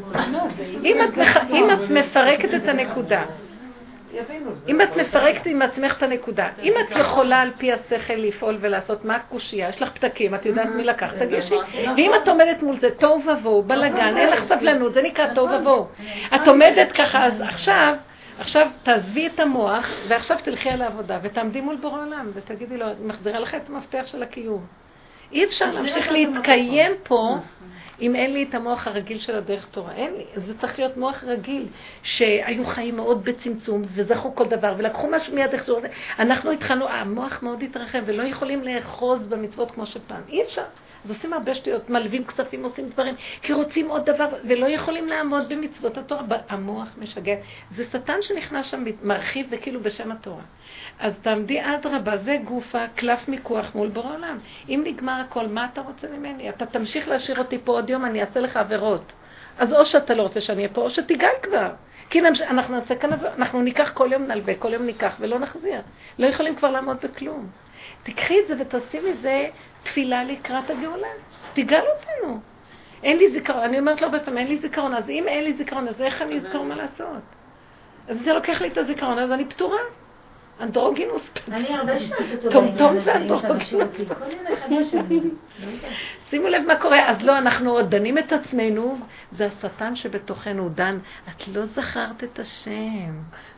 B: אם את מפרקת את הנקודה, אם את מפרקת עם עצמך את הנקודה, אם את יכולה על פי השכל לפעול ולעשות מה קושייה, יש לך פתקים, את יודעת מי לקח, תגישי. ואם את עומדת מול זה תוהו ובוהו, בלגן, אין לך סבלנות, זה נקרא תוהו ובוהו. את עומדת ככה, אז עכשיו, עכשיו תעזבי את המוח, ועכשיו תלכי על העבודה, ותעמדי מול בורא עולם, ותגידי לו, מחזירה לך את המפתח של הקיום. אי אפשר להמשיך להתקיים פה, אם אין לי את המוח הרגיל של הדרך תורה. אין לי, זה צריך להיות מוח רגיל, שהיו חיים מאוד בצמצום, וזכו כל דבר, ולקחו משהו מיד איך זה. אנחנו התחלנו, המוח מאוד התרחב, ולא יכולים לאחוז במצוות כמו שפעם. אי אפשר. אז עושים הרבה שטויות, מלווים כספים, עושים דברים, כי רוצים עוד דבר, ולא יכולים לעמוד במצוות התורה. המוח משגע. זה שטן שנכנס שם, מרחיב וכאילו בשם התורה. אז תעמדי עד רבה, זה גופה, קלף מיקוח מול בורא עולם. אם נגמר הכל, מה אתה רוצה ממני? אתה תמשיך להשאיר אותי פה עוד יום, אני אעשה לך עבירות. אז או שאתה לא רוצה שאני אהיה פה, או שתיגל כבר. כי אנחנו נעשה כאן, אנחנו ניקח כל יום נלווה, כל יום ניקח ולא נחזיר. לא יכולים כבר לעמוד בכלום. תקחי את זה ותעשי מזה תפילה לקראת הגאולה. תיגל אותנו. אין לי זיכרון, אני אומרת לו בפעמים, אין לי זיכרון, אז אם אין לי זיכרון, אז איך אני אזכור מה לעשות? אז זה לוקח לי את הזיכרון, אז אני פתורה. אנדרוגינוס.
C: אני הרבה שנות אותו
B: טומטום זה אנדרוגינוס. שימו לב מה קורה, אז לא, אנחנו עוד דנים את עצמנו, זה השטן שבתוכנו דן, את לא זכרת את השם.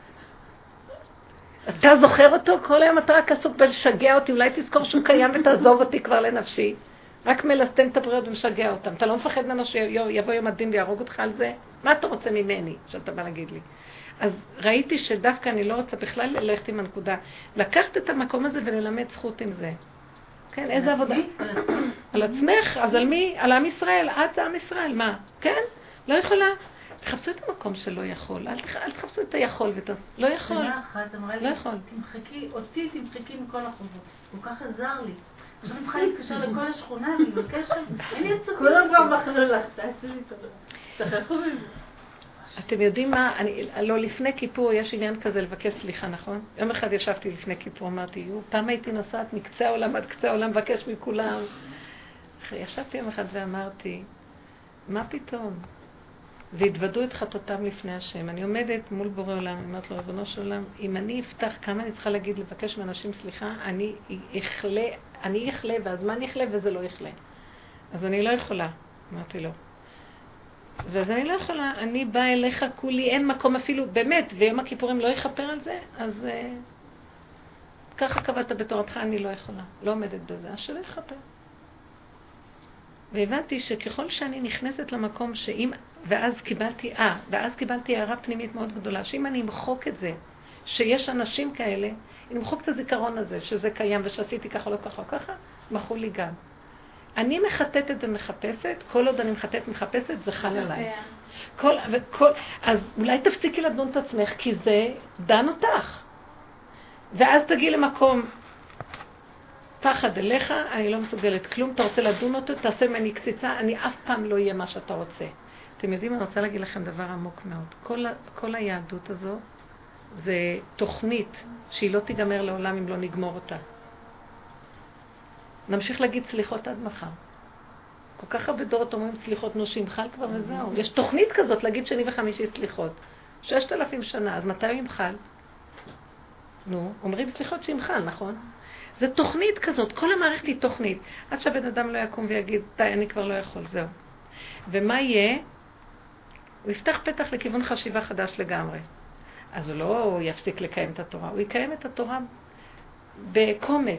B: אתה זוכר אותו? כל היום אתה רק עסוק בלשגע אותי, אולי תזכור שהוא קיים ותעזוב אותי כבר לנפשי. רק מלסתם את הבריאות ומשגע אותם. אתה לא מפחד ממנו שיבוא יום הדין ויהרוג אותך על זה? מה אתה רוצה ממני שאתה בא להגיד לי? אז ראיתי שדווקא אני לא רוצה בכלל ללכת עם הנקודה. לקחת את המקום הזה וללמד זכות עם זה. כן, איזה עבודה? על עצמך, אז על מי? על עם ישראל. את זה עם ישראל, מה? כן? לא יכולה. תחפשו את המקום שלא יכול. אל תחפשו את היכול ואת לא יכול.
F: שנה אחת אמרה לי,
B: לא יכול.
F: תמחקי, אותי תמחקי מכל החובות. הוא ככה עזר לי. עכשיו אני צריכה להתקשר לכל השכונה, אני מבקשת. אין לי עצוקים.
D: כולם כבר מחנו לך, תעשי לי תודה. תחכו מזה.
B: אתם יודעים מה, אני, לא, לפני כיפור יש עניין כזה לבקש סליחה, נכון? יום אחד ישבתי לפני כיפור, אמרתי, יו, פעם הייתי נוסעת מקצה העולם עד קצה העולם, מבקש מכולם. ישבתי יום אחד ואמרתי, מה פתאום? והתוודו את חטאותם לפני השם. אני עומדת מול בורא עולם, אני אומרת לו, רבנו של עולם, אם אני אפתח כמה אני צריכה להגיד, לבקש מאנשים סליחה, אני אחלה, אני אחלה, והזמן יחלה וזה לא יחלה. אז אני לא יכולה, אמרתי לו. ואז אני לא יכולה, אני באה אליך כולי, אין מקום אפילו, באמת, ויום הכיפורים לא יכפר על זה, אז uh, ככה קבעת בתורתך, אני לא יכולה, לא עומדת בזה, אז שלא יכפר. והבנתי שככל שאני נכנסת למקום שאם, ואז קיבלתי, אה, ואז קיבלתי הערה פנימית מאוד גדולה, שאם אני אמחוק את זה, שיש אנשים כאלה, אני אמחוק את הזיכרון הזה, שזה קיים ושעשיתי ככה, לא ככה, או ככה, מחו לי גם. אני מחטטת ומחפשת, כל עוד אני מחטטת ומחפשת, זה חל עליי. כל, וכל, אז אולי תפסיקי לדון את עצמך, כי זה דן אותך. ואז תגיעי למקום, פחד אליך, אני לא מסוגלת כלום, אתה רוצה לדון אותו, תעשה ממני קציצה, אני אף פעם לא אהיה מה שאתה רוצה. אתם יודעים, אני רוצה להגיד לכם דבר עמוק מאוד. כל, כל היהדות הזו, זה תוכנית שהיא לא תיגמר לעולם אם לא נגמור אותה. נמשיך להגיד סליחות עד מחר. כל כך הרבה דורות אומרים סליחות, נו שימחל כבר וזהו. יש תוכנית כזאת להגיד שני וחמישי סליחות. ששת אלפים שנה, אז מתי הוא ימחל? נו, אומרים סליחות שימחל, נכון? זה תוכנית כזאת, כל המערכת היא תוכנית. עד שהבן אדם לא יקום ויגיד, די, אני כבר לא יכול, זהו. ומה יהיה? הוא יפתח פתח לכיוון חשיבה חדש לגמרי. אז הוא לא יפסיק לקיים את התורה, הוא יקיים את התורה בקומץ.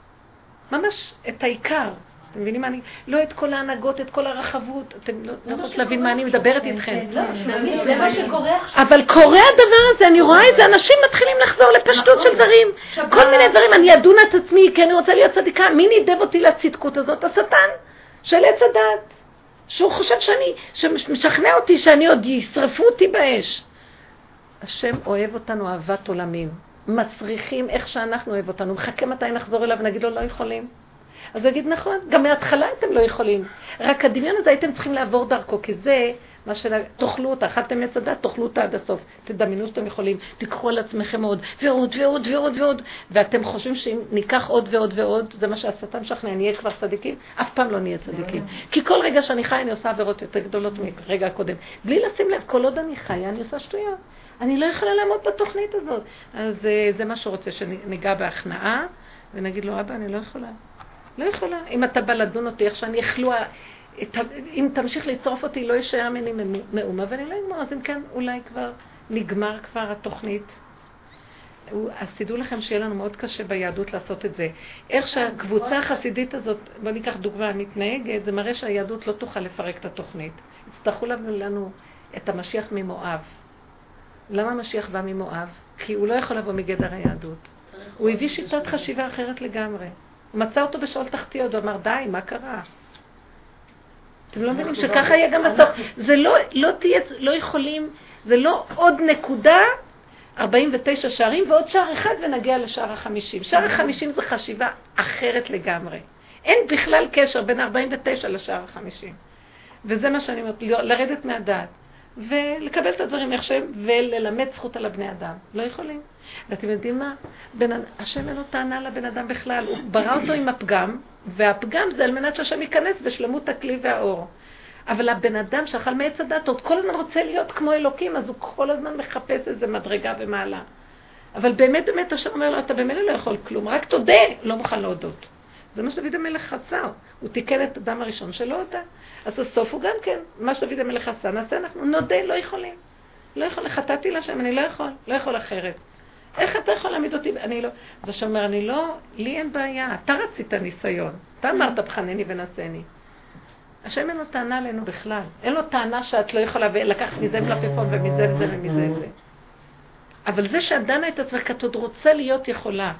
B: ממש את העיקר. אתם מבינים מה אני? לא את כל ההנהגות, את כל הרחבות. אתם לא יכולים להבין מה אני מדברת איתכם.
C: זה מה שקורה עכשיו.
B: אבל קורה הדבר הזה, אני רואה את זה, אנשים מתחילים לחזור לפשטות של דברים. כל מיני דברים, אני אדון את עצמי, כי אני רוצה להיות צדיקה. מי נידב אותי לצדקות הזאת? השטן של עץ הדת. שהוא חושב שאני, שמשכנע אותי שאני עוד ישרפו אותי באש. השם אוהב אותנו אהבת עולמים. מצריכים איך שאנחנו אוהב אותנו. מחכה מתי נחזור אליו ונגיד לו לא יכולים. אז הוא יגיד נכון, גם מההתחלה אתם לא יכולים. רק הדמיון הזה הייתם צריכים לעבור דרכו, כי זה מה של... תאכלו אותה, אכלתם עץ הדת, תאכלו אותה עד הסוף. תדמיינו שאתם יכולים, תיקחו על עצמכם עוד, ועוד ועוד ועוד ועוד. ואתם חושבים שאם ניקח עוד ועוד ועוד, זה מה שהשטן משכנע, נהיה כבר צדיקים, אף פעם לא נהיה צדיקים. כי כל רגע שאני חי אני עושה עבירות יותר גדולות מרגע הקודם. בלי לשים לב, כל עוד אני חיה, אני עושה שטויות. אני לא יכולה לעמוד בתוכנית הזאת. אז זה מה שרוצה, שניגע בהכנעה, ונגיד לו, אבא, אני לא יכולה. לא יכולה. אם אתה בא לדון אותי, איך שאני אכלו, אם תמשיך לצרוף אותי, לא יישאר ממני מאומה, ואני לא אגמר. אז אם כן, אולי כבר נגמר כבר התוכנית. אז תדעו לכם שיהיה לנו מאוד קשה ביהדות לעשות את זה. איך שהקבוצה החסידית הזאת, בוא ניקח דוגמה, מתנהגת, זה מראה שהיהדות לא תוכל לפרק את התוכנית. הצטרכו לנו את המשיח ממואב. למה המשיח בא ממואב? כי הוא לא יכול לבוא מגדר היהדות. הוא הביא שיטת חשיבה אחרת לגמרי. הוא מצא אותו בשאול תחתיות, הוא אמר, די, מה קרה? אתם לא מבינים שככה יהיה גם בסוף. זה לא, לא תהיה, לא יכולים, זה לא עוד נקודה, ארבעים ותשע שערים ועוד שער אחד ונגיע לשער החמישים. שער החמישים זה חשיבה אחרת לגמרי. אין בכלל קשר בין ארבעים ותשע לשער החמישים. וזה מה שאני אומרת, לרדת מהדעת. ולקבל את הדברים איך שהם, וללמד זכות על הבני אדם. לא יכולים. ואתם יודעים מה? בן, השם אין לו טענה לבן אדם בכלל. הוא ברא אותו עם הפגם, והפגם זה על מנת שהשם ייכנס בשלמות הכלי והאור. אבל הבן אדם שאכל מעץ הדת, עוד כל הזמן רוצה להיות כמו אלוקים, אז הוא כל הזמן מחפש איזה מדרגה ומעלה. אבל באמת באמת השם אומר לו, אתה באמת לא יכול כלום, רק תודה, לא מוכן להודות. זה מה שדוד המלך עשה, הוא תיקן את אדם הראשון שלא הודה. אז הסוף הוא גם כן, מה שדוד המלך עשה, נעשה אנחנו נודה, לא יכולים. לא יכול, חטאתי לשם, אני לא יכול, לא יכול אחרת. איך אתה יכול להעמיד אותי? אני לא. אז השם אומר, אני לא, לי אין בעיה, אתה רצית ניסיון, אתה אמרת בחנני ונעשני. השם אין לו טענה עלינו בכלל, אין לו טענה שאת לא יכולה לקחת מזה מלפפון ומזה וזה ומזה וזה. אבל זה שאת דנה את עצמך, את עוד רוצה להיות יכולה.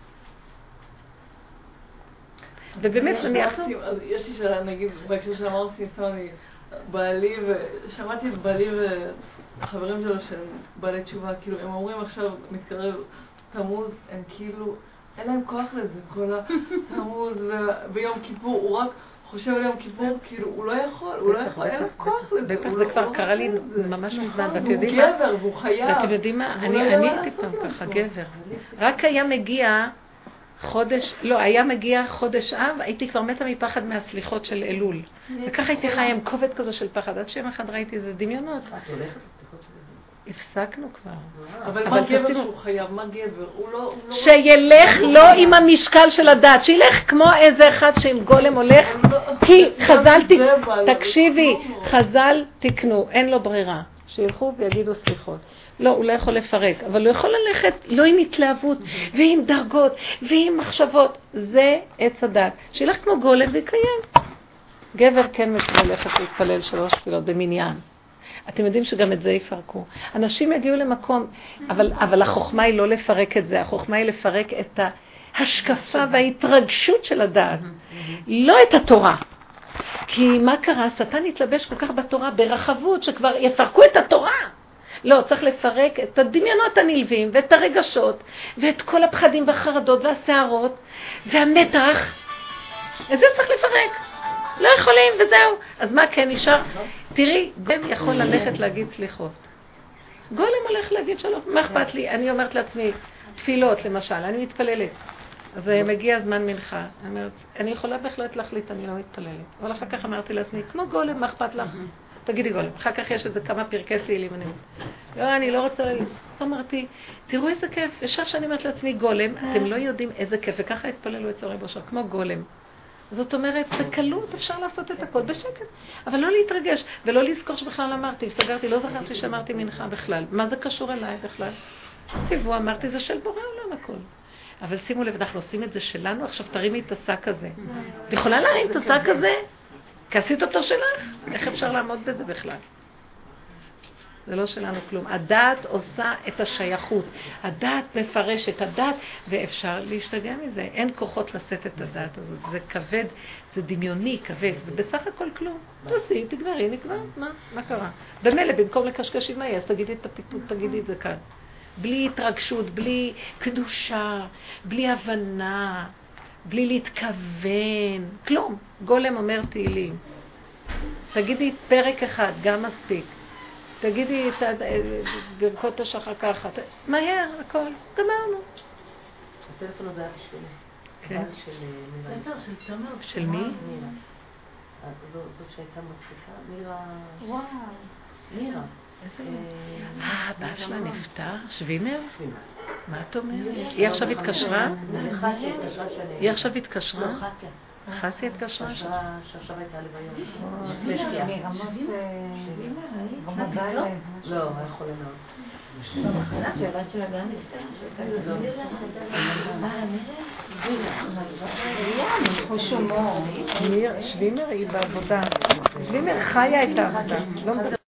B: ובאמת נניח...
D: יש לי שאלה, נגיד, בהקשר שאמרתי, אני בעלי, ושמעתי את בעלי והחברים שלו שהם בעלי תשובה, כאילו, הם אומרים עכשיו, מתקרב תמוז, הם כאילו, אין להם כוח לזה, כל התמוז, וביום כיפור, הוא רק חושב על יום כיפור, כאילו, הוא לא יכול, הוא לא יכול, אין לו כוח לזה.
B: בטח זה כבר קרה לי ממש מזמן, ואתם יודעים
D: מה? הוא גבר, והוא חייב.
B: ואתם יודעים מה? אני הייתי פעם ככה, גבר. רק היה מגיע... חודש, לא, היה מגיע חודש אב, הייתי כבר מתה מפחד מהסליחות של אלול. וככה הייתי חיה עם כובד כזו של פחד. עד שיום אחד ראיתי איזה דמיונות.
E: את הולכת לסליחות של אלול?
B: הפסקנו כבר.
D: אבל מה גבר שהוא חייב? מה גבר? הוא לא...
B: שילך לא עם המשקל של הדת, שילך כמו איזה אחד שעם גולם הולך, כי חז"ל, תקשיבי, חז"ל תקנו, אין לו ברירה. שילכו ויגידו סליחות. לא, הוא לא יכול לפרק, אבל הוא יכול ללכת לא עם התלהבות ועם דרגות ועם מחשבות. זה עץ הדת. שילך כמו גולם ויקיים. גבר כן מצווה ללכת להתפלל שלוש תפילות במניין. אתם יודעים שגם את זה יפרקו. אנשים יגיעו למקום, אבל, אבל החוכמה היא לא לפרק את זה. החוכמה היא לפרק את ההשקפה וההתרגשות של הדת. לא את התורה. כי מה קרה? השטן התלבש כל כך בתורה ברחבות שכבר יפרקו את התורה. לא, צריך לפרק את הדמיונות הנלווים ואת הרגשות ואת כל הפחדים והחרדות והשערות והמתח. את זה צריך לפרק. לא יכולים וזהו. אז מה כן נשאר? תראי, גולם יכול ללכת להגיד סליחות. גולם הולך להגיד שלום. מה אכפת לי? אני אומרת לעצמי, תפילות למשל, אני מתפללת. אז מגיע זמן מנחה. אני אומרת, אני יכולה בהחלט להחליט, אני לא מתפללת. אבל אחר כך אמרתי לעצמי, כמו גולם, מה אכפת לך? תגידי גולם. אחר כך יש איזה כמה פרקי תהילים. לא, אני לא רוצה אמרתי, תראו איזה כיף, ישר שאני אומרת לעצמי גולם, אתם לא יודעים איזה כיף, וככה התפללו את צורי בושר, כמו גולם. זאת אומרת, בקלות אפשר לעשות את הכל בשקט, אבל לא להתרגש, ולא לזכור שבכלל אמרתי, סגרתי, לא זכרתי שאמרתי מנחה בכלל. מה זה קשור אליי בכלל? סיבו, אמרתי, זה של בורא עולם הכל. אבל שימו לב, אנחנו עושים את זה שלנו, עכשיו תרימי את השק הזה. את יכולה להרים את השק הזה? כי עשית אותו שלך? איך אפשר לעמוד בזה בכלל? זה לא שלנו כלום. הדעת עושה את השייכות. הדעת מפרשת, הדעת, ואפשר להשתגע מזה. אין כוחות לשאת את הדעת הזאת. זה כבד, זה דמיוני, כבד. ובסך הכל כלום. תעשי, תגברי, נגבר. מה? מה קרה? במילא, במקום לקשקש עם מה, אז תגידי את הפיתות, תגידי את זה כאן. בלי התרגשות, בלי קדושה, בלי הבנה, בלי להתכוון. כלום. גולם אומר תהילים. תגידי פרק אחד, גם מספיק. תגידי את ברכות השחר ככה, מהר, הכל, גמרנו.
E: הטלפון הזה היה בשבילי.
B: כן.
F: של תומר.
B: של מי?
E: מירה. זאת שהייתה מצחיקה, מירה...
F: וואו.
E: מירה.
B: אה, הבא שלה נפטר? שווימר? מה את אומרת? היא עכשיו התקשרה? היא עכשיו התקשרה? חסי התקשרה?
E: שעכשיו הייתה לביון. לא, היה חולה מאוד.
C: שהבת שלה גם נפטר.
B: שווימר היא בעבודה. שווימר חיה את העבודה.